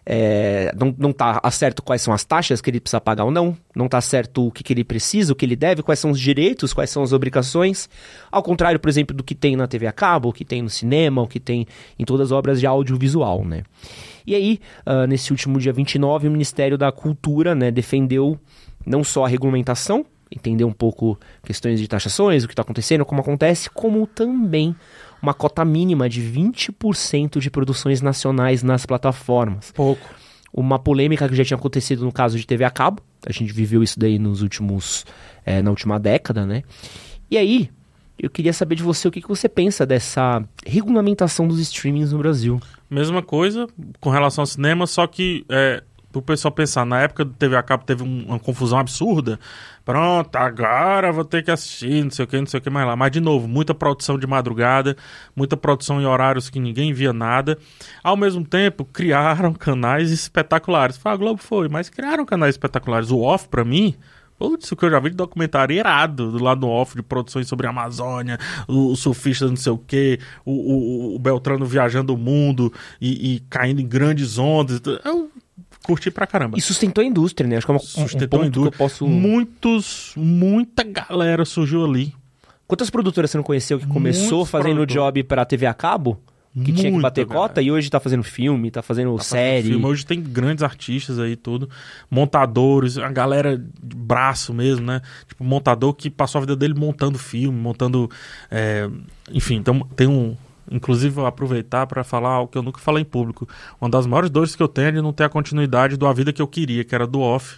É, não, não tá certo quais são as taxas que ele precisa pagar ou não. Não tá certo o que, que ele precisa, o que ele deve, quais são os direitos, quais são as obrigações. Ao contrário, por exemplo, do que tem na T V a cabo, o que tem no cinema, o que tem em todas as obras de audiovisual, né? E aí, uh, nesse último dia vinte e nove, o Ministério da Cultura, né, defendeu não só a regulamentação, entender um pouco questões de taxações, o que está acontecendo, como acontece, como também uma cota mínima de vinte por cento de produções nacionais nas plataformas. Pouco. Uma polêmica que já tinha acontecido no caso de T V a cabo. A gente viveu isso daí nos últimos, é, na última década, né? E aí, eu queria saber de você o que, que você pensa dessa regulamentação dos streamings no Brasil. Mesma coisa com relação ao cinema, só que... É... Pro pessoal pensar, na época do T V a cabo teve um, uma confusão absurda. Pronto, agora vou ter que assistir, não sei o que, não sei o que mais lá. Mas, de novo, muita produção de madrugada, muita produção em horários que ninguém via nada. Ao mesmo tempo, criaram canais espetaculares. Foi, a Globo foi, mas criaram canais espetaculares. O Off, pra mim, putz, o que eu já vi de documentário irado do lado do Off, de produções sobre a Amazônia, o, o surfista não sei o que, o, o, o Beltrano viajando o mundo e, e caindo em grandes ondas. Eu curti pra caramba. E sustentou a indústria, né? Acho que é uma, sustentou um ponto a indústria. Que eu posso... Muitos, muita galera surgiu ali. Quantas produtoras você não conheceu que começou Muitos fazendo produtores. job pra T V a cabo? Que Muita, tinha que bater galera. cota e hoje tá fazendo filme, tá fazendo tá série. Fazendo filme. Hoje tem grandes artistas aí, tudo. Montadores, a galera de braço mesmo, né? Tipo, montador que passou a vida dele montando filme, montando... É... Enfim, então tem um... Inclusive, vou aproveitar para falar algo que eu nunca falei em público. Uma das maiores dores que eu tenho é de não ter a continuidade do A Vida Que Eu Queria, que era do Off,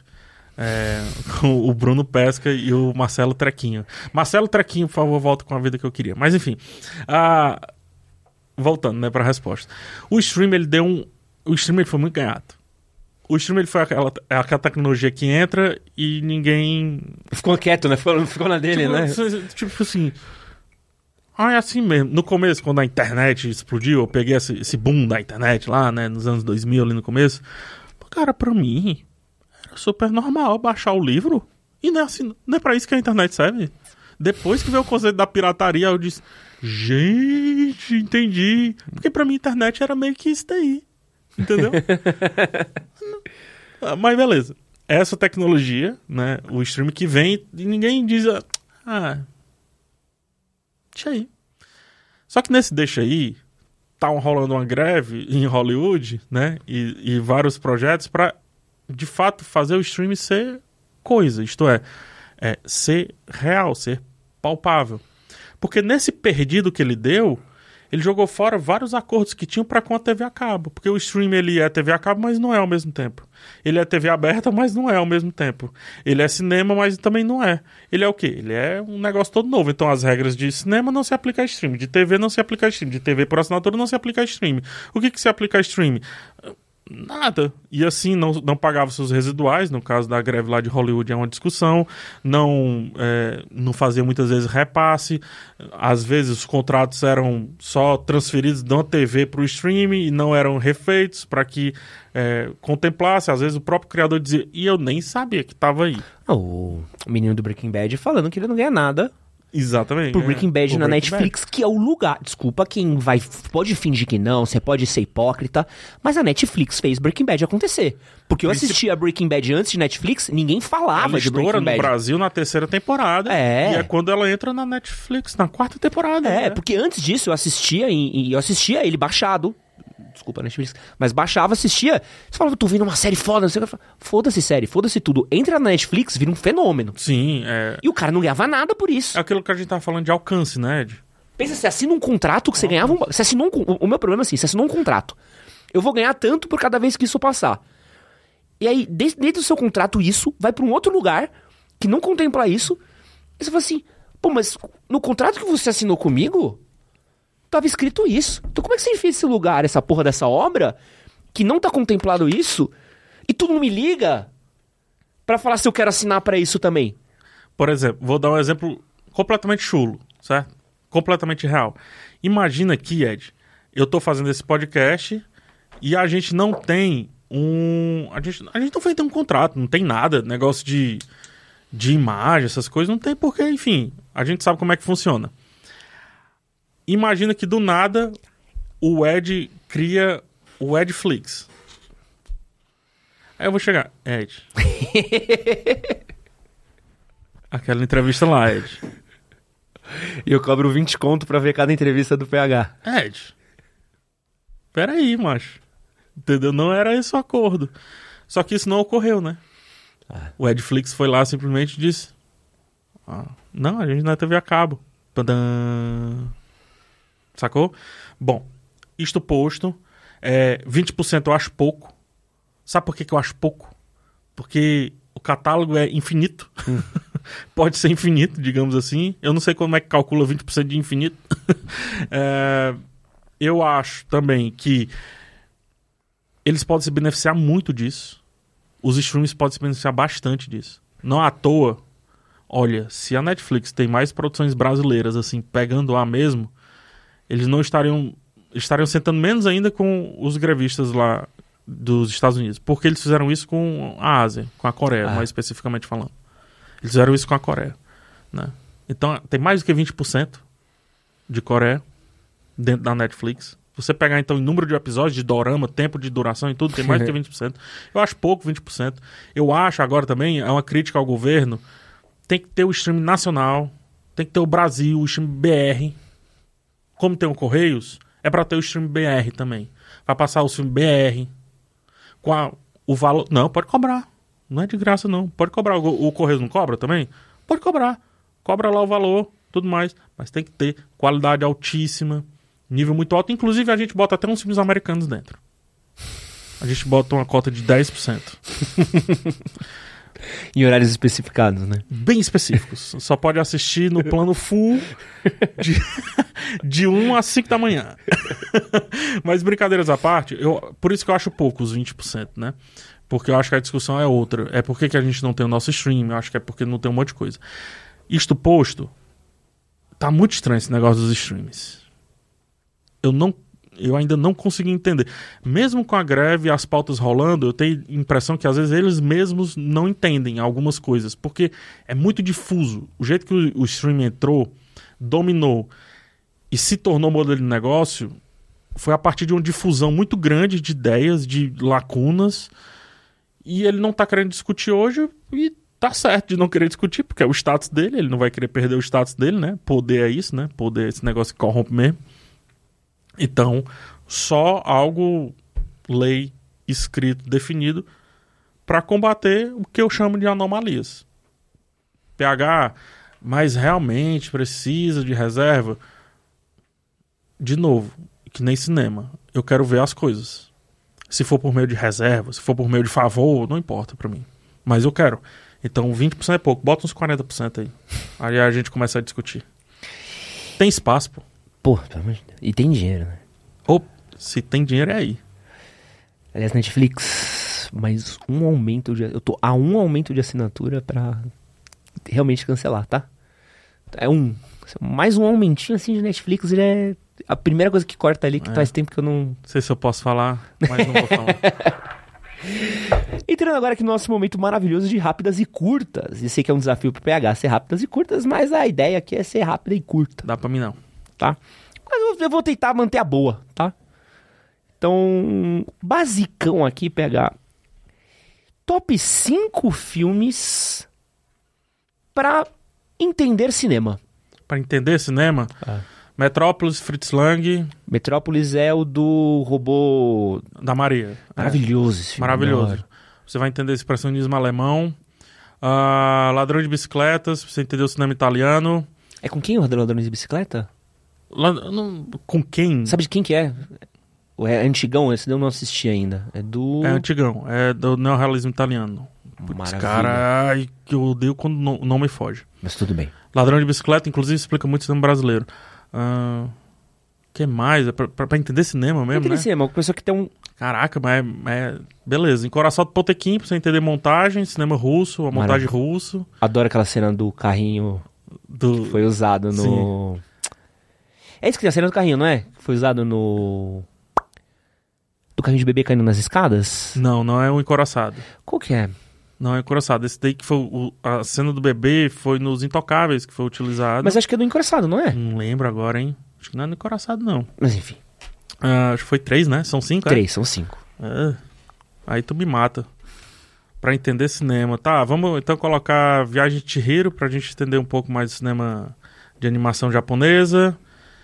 é, com o Bruno Pesca e o Marcelo Trequinho. Marcelo Trequinho, por favor, volta com A Vida Que Eu Queria. Mas, enfim, a... voltando, né, para a resposta. O stream, ele deu um... O stream, ele foi muito ganhado. O stream, ele foi aquela, aquela tecnologia que entra e ninguém... Ficou quieto, né? Ficou, ficou na dele, tipo, né? Tipo assim... Ah, é assim mesmo. No começo, quando a internet explodiu, eu peguei esse, esse boom da internet lá, né, nos anos dois mil, ali no começo. Cara, pra mim, era super normal baixar o livro. E não é, assim, não é pra isso que a internet serve. Depois que veio o conceito da pirataria, eu disse, gente, entendi. Porque pra mim, a internet era meio que isso daí. Entendeu? Mas beleza. Essa tecnologia, né, o stream que vem, e ninguém diz... Ah... Deixa aí. Só que nesse deixa aí, tá rolando uma greve em Hollywood, né? E, e vários projetos para, de fato, fazer o streaming ser coisa. Isto é, é, ser real, ser palpável. Porque nesse perdido que ele deu, ele jogou fora vários acordos que tinham para com a T V a cabo. Porque o stream ele é T V a cabo, mas não é ao mesmo tempo. Ele é T V aberta, mas não é ao mesmo tempo. Ele é cinema, mas também não é. Ele é o quê? Ele é um negócio todo novo. Então as regras de cinema não se aplicam a stream. De T V não se aplica a stream. De T V por assinatura não se aplica a stream. O que, que se aplica a stream? Nada. E assim, não, não pagava seus residuais, no caso da greve lá de Hollywood é uma discussão, não, é, não fazia muitas vezes repasse, às vezes os contratos eram só transferidos de uma T V para o streaming e não eram refeitos para que é, contemplasse, às vezes o próprio criador dizia, e eu nem sabia que estava aí. O menino do Breaking Bad falando que ele não ganha nada. Exatamente. Por Breaking Bad é, na Breaking Netflix, Bad. que é o lugar. Desculpa quem vai. Pode fingir que não, você pode ser hipócrita, mas a Netflix fez Breaking Bad acontecer. Porque eu assistia Breaking Bad antes de Netflix, ninguém falava ela de Breaking estoura Bad. no Brasil na terceira temporada. É. E é quando ela entra na Netflix, na quarta temporada. É, né? porque antes disso eu assistia e eu assistia ele baixado. Desculpa, Netflix. Mas baixava, assistia. Você falava, tô vendo uma série foda, não sei o que. Foda-se série, foda-se tudo. Entra na Netflix, vira um fenômeno. Sim, é. E o cara não ganhava nada por isso. É aquilo que a gente tava falando de alcance, né, Ed? Pensa, você assina um contrato que você ganhava... Um... Você assinou um... O meu problema é assim, você assinou um contrato. Eu vou ganhar tanto por cada vez que isso passar. E aí, dentro do seu contrato, isso vai pra um outro lugar que não contempla isso. E você fala assim, pô, mas no contrato que você assinou comigo, tava escrito isso. Então como é que você enfia esse lugar, essa porra dessa obra, que não tá contemplado isso, e tu não me liga pra falar se eu quero assinar pra isso também? Por exemplo, vou dar um exemplo completamente chulo, certo? Completamente real. Imagina aqui, Ed, eu tô fazendo esse podcast e a gente não tem um... A gente, a gente não vai ter um contrato, não tem nada, negócio de, de imagem, essas coisas, não tem porque, enfim, a gente sabe como é que funciona. Imagina que do nada o Ed cria o Edflix. Aí eu vou chegar, Ed. Aquela entrevista lá, Ed. E eu cobro vinte conto pra ver cada entrevista do P H. Ed. Peraí, macho. Entendeu? Não era esse o acordo. Só que isso não ocorreu, né? Ah. O Edflix foi lá simplesmente e disse: ah, não, a gente não é T V a cabo. Tadã. Sacou? Bom, isto posto, é, vinte por cento eu acho pouco. Sabe por que, que eu acho pouco? Porque o catálogo é infinito. Hum. Pode ser infinito, digamos assim. Eu não sei como é que calcula vinte por cento de infinito. é, eu acho também que eles podem se beneficiar muito disso. Os streams podem se beneficiar bastante disso. Não à toa, olha, se a Netflix tem mais produções brasileiras, assim, pegando a mesmo, eles não estariam... estariam sentando menos ainda com os grevistas lá dos Estados Unidos. Porque eles fizeram isso com a Ásia, com a Coreia, ah. mais especificamente falando. Eles fizeram isso com a Coreia, né? Então, tem mais do que vinte por cento de Coreia dentro da Netflix. Você pegar, então, o número de episódios, de dorama, tempo de duração e tudo, tem mais do que vinte por cento. Eu acho pouco vinte por cento. Eu acho, agora também, é uma crítica ao governo, tem que ter o stream nacional, tem que ter o Brasil, o stream B R. Como tem o Correios, é para ter o stream B R também. Vai passar o stream B R com a, o valor... Não, pode cobrar. Não é de graça, não. Pode cobrar. O, o Correios não cobra também? Pode cobrar. Cobra lá o valor, tudo mais. Mas tem que ter qualidade altíssima, nível muito alto. Inclusive, a gente bota até uns filmes americanos dentro. A gente bota uma cota de dez por cento. Em horários especificados, né? Bem específicos. Só pode assistir no plano full de, de um a cinco da manhã. Mas brincadeiras à parte, eu, por isso que eu acho pouco os vinte por cento, né? Porque eu acho que a discussão é outra. É por que que a gente não tem o nosso stream, eu acho que é porque não tem um monte de coisa. Isto posto, tá muito estranho esse negócio dos streams. Eu, não, eu ainda não consegui entender. Mesmo com a greve e as pautas rolando, eu tenho a impressão que às vezes eles mesmos não entendem algumas coisas. Porque é muito difuso. O jeito que o, o stream entrou, dominou e se tornou modelo de negócio, foi a partir de uma difusão muito grande de ideias, de lacunas. E ele não tá querendo discutir hoje e tá certo de não querer discutir, porque é o status dele, ele não vai querer perder o status dele, né? Poder é isso, né? Poder é esse negócio que corrompe mesmo. Então, só algo, lei, escrito, definido, para combater o que eu chamo de anomalias. P H, mas realmente precisa de reserva? de novo, que nem cinema, eu quero ver as coisas. Se for por meio de reserva, se for por meio de favor, não importa pra mim. Mas eu quero. Então vinte por cento é pouco, bota uns quarenta por cento aí. Aí a gente começa a discutir. Tem espaço, pô. Pô, pelo amor de Deus. E tem dinheiro, né? Ou, se tem dinheiro é aí. Aliás, Netflix, mais um aumento de... Eu tô a um aumento de assinatura pra realmente cancelar, tá? É um... Mais um aumentinho assim de Netflix, ele é a primeira coisa que corta ali, que É. faz tempo que eu não... Não sei se eu posso falar, mas não vou falar. Entrando agora aqui no nosso momento maravilhoso de rápidas e curtas. E sei que é um desafio pro P H ser rápidas e curtas, mas a ideia aqui é ser rápida e curta, Dá pra mim não. tá? Mas eu- eu vou tentar manter a boa, tá? Então, basicão aqui, P H. Top cinco filmes pra entender cinema. Pra entender cinema, Ah. Metrópolis, Fritz Lang, Metrópolis é o do robô... da Maria. Maravilhoso esse É, filme. maravilhoso. adoro. Você vai entender expressionismo alemão. Ah, Ladrão de Bicicletas, pra você entender o cinema italiano. É com quem o Ladrões de Bicicleta? Lá- não- com quem? Sabe de quem que é? Ou é antigão? Esse eu não assisti ainda. É do... É antigão, é do neorrealismo italiano. Putz, Maravilha. cara, ai, que eu odeio quando no- o nome foge. Mas tudo bem. Ladrão de Bicicleta, inclusive, explica muito cinema brasileiro. O que mais? É pra, pra- pra entender cinema mesmo, Entender né? cinema, uma pessoa que tem um... Caraca, mas é, é- beleza. Encoraçado Potequim, pra você entender montagem, cinema russo, a montagem Maravilha. russo. Adoro aquela cena do carrinho Do... que foi usado no... É isso que tem a cena do carrinho, não é? Que foi usado no... Do carrinho de bebê caindo nas escadas? Não, não é o Encoraçado. Qual que é? Não é o Encoraçado. Esse daí que foi o- a cena do bebê foi nos Intocáveis que foi utilizado. Mas acho que é do encoraçado, não é? Não lembro agora, hein? Acho que não é no Encoraçado, não. Mas enfim. Ah, acho que foi três, né? São cinco, é? Três, são cinco. Ah, aí tu me mata. Pra entender cinema. Tá, vamos então colocar Viagem de Chihiro pra gente entender um pouco mais do cinema de animação japonesa.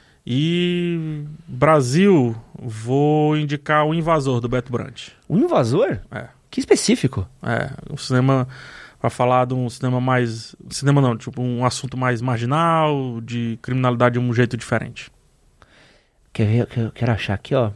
E Brasil, vou indicar O Invasor, do Beto Brant. O Invasor? É, Que específico. é, um cinema pra falar de um cinema mais... Cinema não, tipo um assunto mais marginal, de criminalidade de um jeito diferente. Quer ver? Eu quero achar aqui, ó.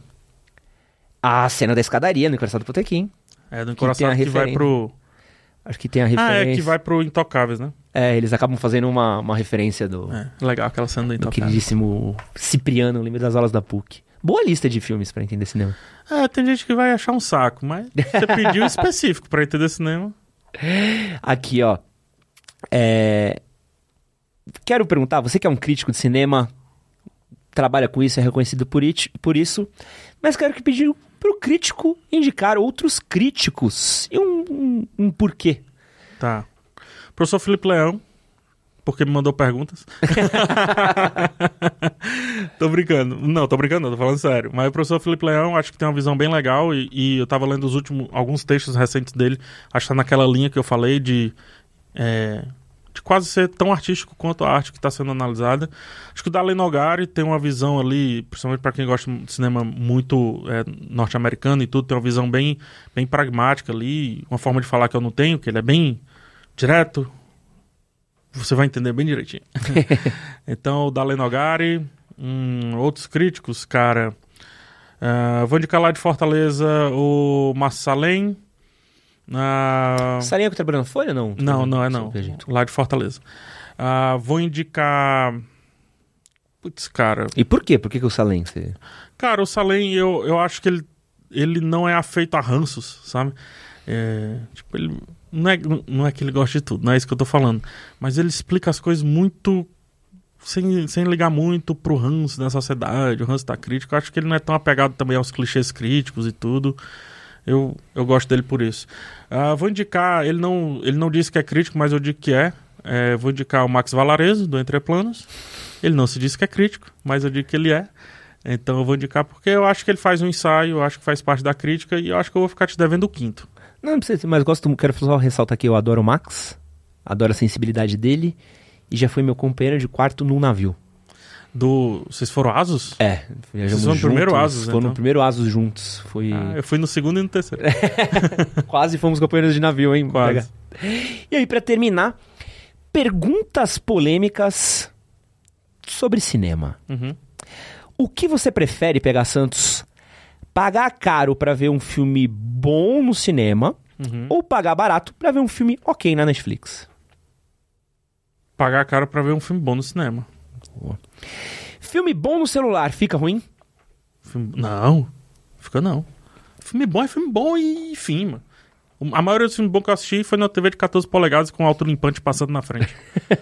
A cena da escadaria no Encoraçado Potequim. É, do tem Encoraçado a que, vai referência. pro... Acho que tem a referência. Ah, é, que vai pro Intocáveis, né? É, eles acabam fazendo uma, uma referência do, É, legal aquela cena do do Intocáveis. queridíssimo Cipriano, lembra das aulas da P U C. Boa lista de filmes pra entender cinema. É, tem gente que vai achar um saco, mas você pediu específico pra entender cinema. Aqui, ó. É... Quero perguntar, você que é um crítico de cinema, trabalha com isso, é reconhecido por, it, por isso, mas quero que pedir pro crítico indicar outros críticos e um, um, um porquê. Tá. Professor Felipe Leão, porque me mandou perguntas. Tô brincando. Não, tô brincando, não, tô falando sério. Mas o professor Felipe Leão, acho que tem uma visão bem legal e, e eu tava lendo os últimos, alguns textos recentes dele. Acho que tá naquela linha que eu falei de... É, de quase ser tão artístico quanto a arte que está sendo analisada. Acho que o Darley Nogari tem uma visão ali, principalmente para quem gosta de cinema muito é, norte-americano e tudo, tem uma visão bem, bem pragmática ali, uma forma de falar que eu não tenho, que ele é bem direto. Você vai entender bem direitinho. Então, o Darley Nogari, hum, outros críticos, cara... Uh, vou indicar lá de Fortaleza o Massalem. Uh, Sarinha que trabalhou na Folha, não? não, não é não. Lá de Fortaleza. Uh, vou indicar... Putz, cara... E por quê? Por que, que o Salem? Você... Cara, o Salem, eu, eu acho que ele, ele não é afeito a ranços, sabe? É, tipo, ele... Não é, não é que ele gosta de tudo, não é isso que eu tô falando. Mas ele explica as coisas muito... Sem, sem ligar muito pro ranço da sociedade, o ranço da crítica. Eu acho que ele não é tão apegado também aos clichês críticos e tudo. Eu, eu gosto dele por isso. Uh, vou indicar, ele não, ele não disse que é crítico, mas eu digo que é. é vou indicar o Max Valarezo, do Entre Planos. Ele não se disse que é crítico, mas eu digo que ele é. Então eu vou indicar porque eu acho que ele faz um ensaio, eu acho que faz parte da crítica e eu acho que eu vou ficar te devendo o quinto. Não, não precisa, mas gosto, quero só ressaltar aqui, eu adoro o Max, adoro a sensibilidade dele e já foi meu companheiro de quarto num navio. Do... Vocês foram Asus? É, viajamos Vocês foram no juntos, primeiro Asus, foram então? no primeiro Asus juntos. Foi... Ah, eu fui no segundo e no terceiro. Quase fomos companheiros de navio, hein? Quase. E aí, pra terminar, perguntas polêmicas sobre cinema. Uhum. O que você prefere, P H Santos? Pagar caro pra ver um filme bom no cinema Uhum. ou pagar barato pra ver um filme ok na Netflix? Pagar caro pra ver um filme bom no cinema. Filme bom no celular fica ruim? Filme... Não, fica não. Filme bom é filme bom e fim, mano. A maioria dos filmes bons que eu assisti foi na T V de catorze polegadas com autolimpante passando na frente.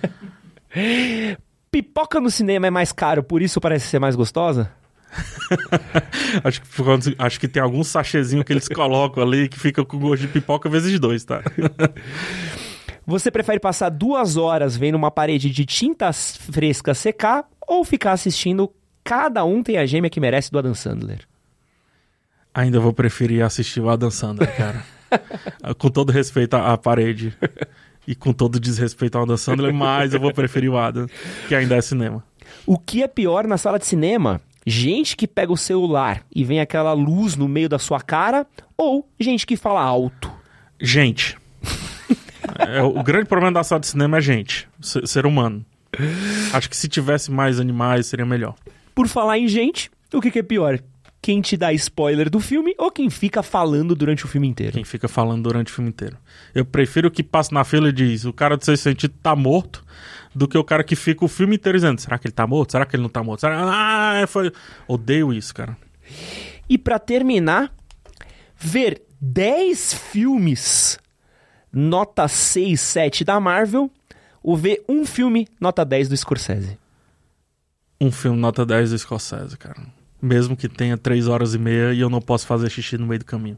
Pipoca no cinema é mais caro, por isso parece ser mais gostosa? acho, que, acho que tem algum sachêzinho que eles colocam ali que fica com gosto de pipoca vezes dois, tá? Você prefere passar duas horas vendo uma parede de tinta fresca secar ou ficar assistindo Cada Um Tem a Gêmea que Merece do Adam Sandler? Ainda vou preferir assistir o Adam Sandler, cara. Com todo respeito à, à parede e com todo desrespeito ao Adam Sandler, mas eu vou preferir o Adam, que ainda é cinema. O que é pior na sala de cinema? Gente que pega o celular e vem aquela luz no meio da sua cara ou gente que fala alto? Gente. É, o grande problema da sala de cinema é gente, ser humano. Acho que se tivesse mais animais seria melhor. Por falar em gente, o que, que é pior? Quem te dá spoiler do filme ou quem fica falando durante o filme inteiro? Quem fica falando durante o filme inteiro. Eu prefiro que passe na fila e diz, o cara do sexto sentido tá morto, do que o cara que fica o filme inteiro dizendo, será que ele tá morto? Será que ele não tá morto? Será... Ah, foi... Odeio isso, cara. E pra terminar, ver dez filmes nota seis, sete da Marvel ou ver um filme nota dez do Scorsese? Um filme nota dez do Scorsese, cara. Mesmo que tenha três horas e meia e eu não posso fazer xixi no meio do caminho.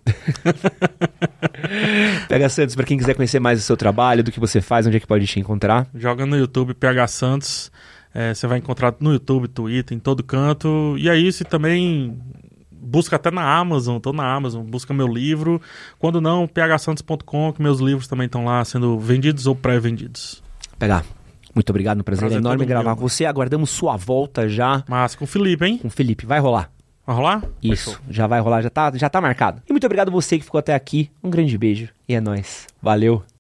P H Santos, pra quem quiser conhecer mais o seu trabalho, do que você faz, onde é que pode te encontrar? Joga no YouTube P H Santos. É, você vai encontrar no YouTube, Twitter, em todo canto. E é isso, e também busca até na Amazon. Tô na Amazon, busca meu livro. Quando não, p h santos ponto com, que meus livros também estão lá sendo vendidos ou pré-vendidos. P H, muito obrigado, um prazer, Prazer enorme todo gravar meu. com você. Aguardamos sua volta já Mas com o Felipe, hein? com o Felipe. Vai rolar. Vai rolar? Isso, Fechou. já vai rolar, já tá, já tá marcado. E muito obrigado você que ficou até aqui. Um grande beijo e é nóis. Valeu.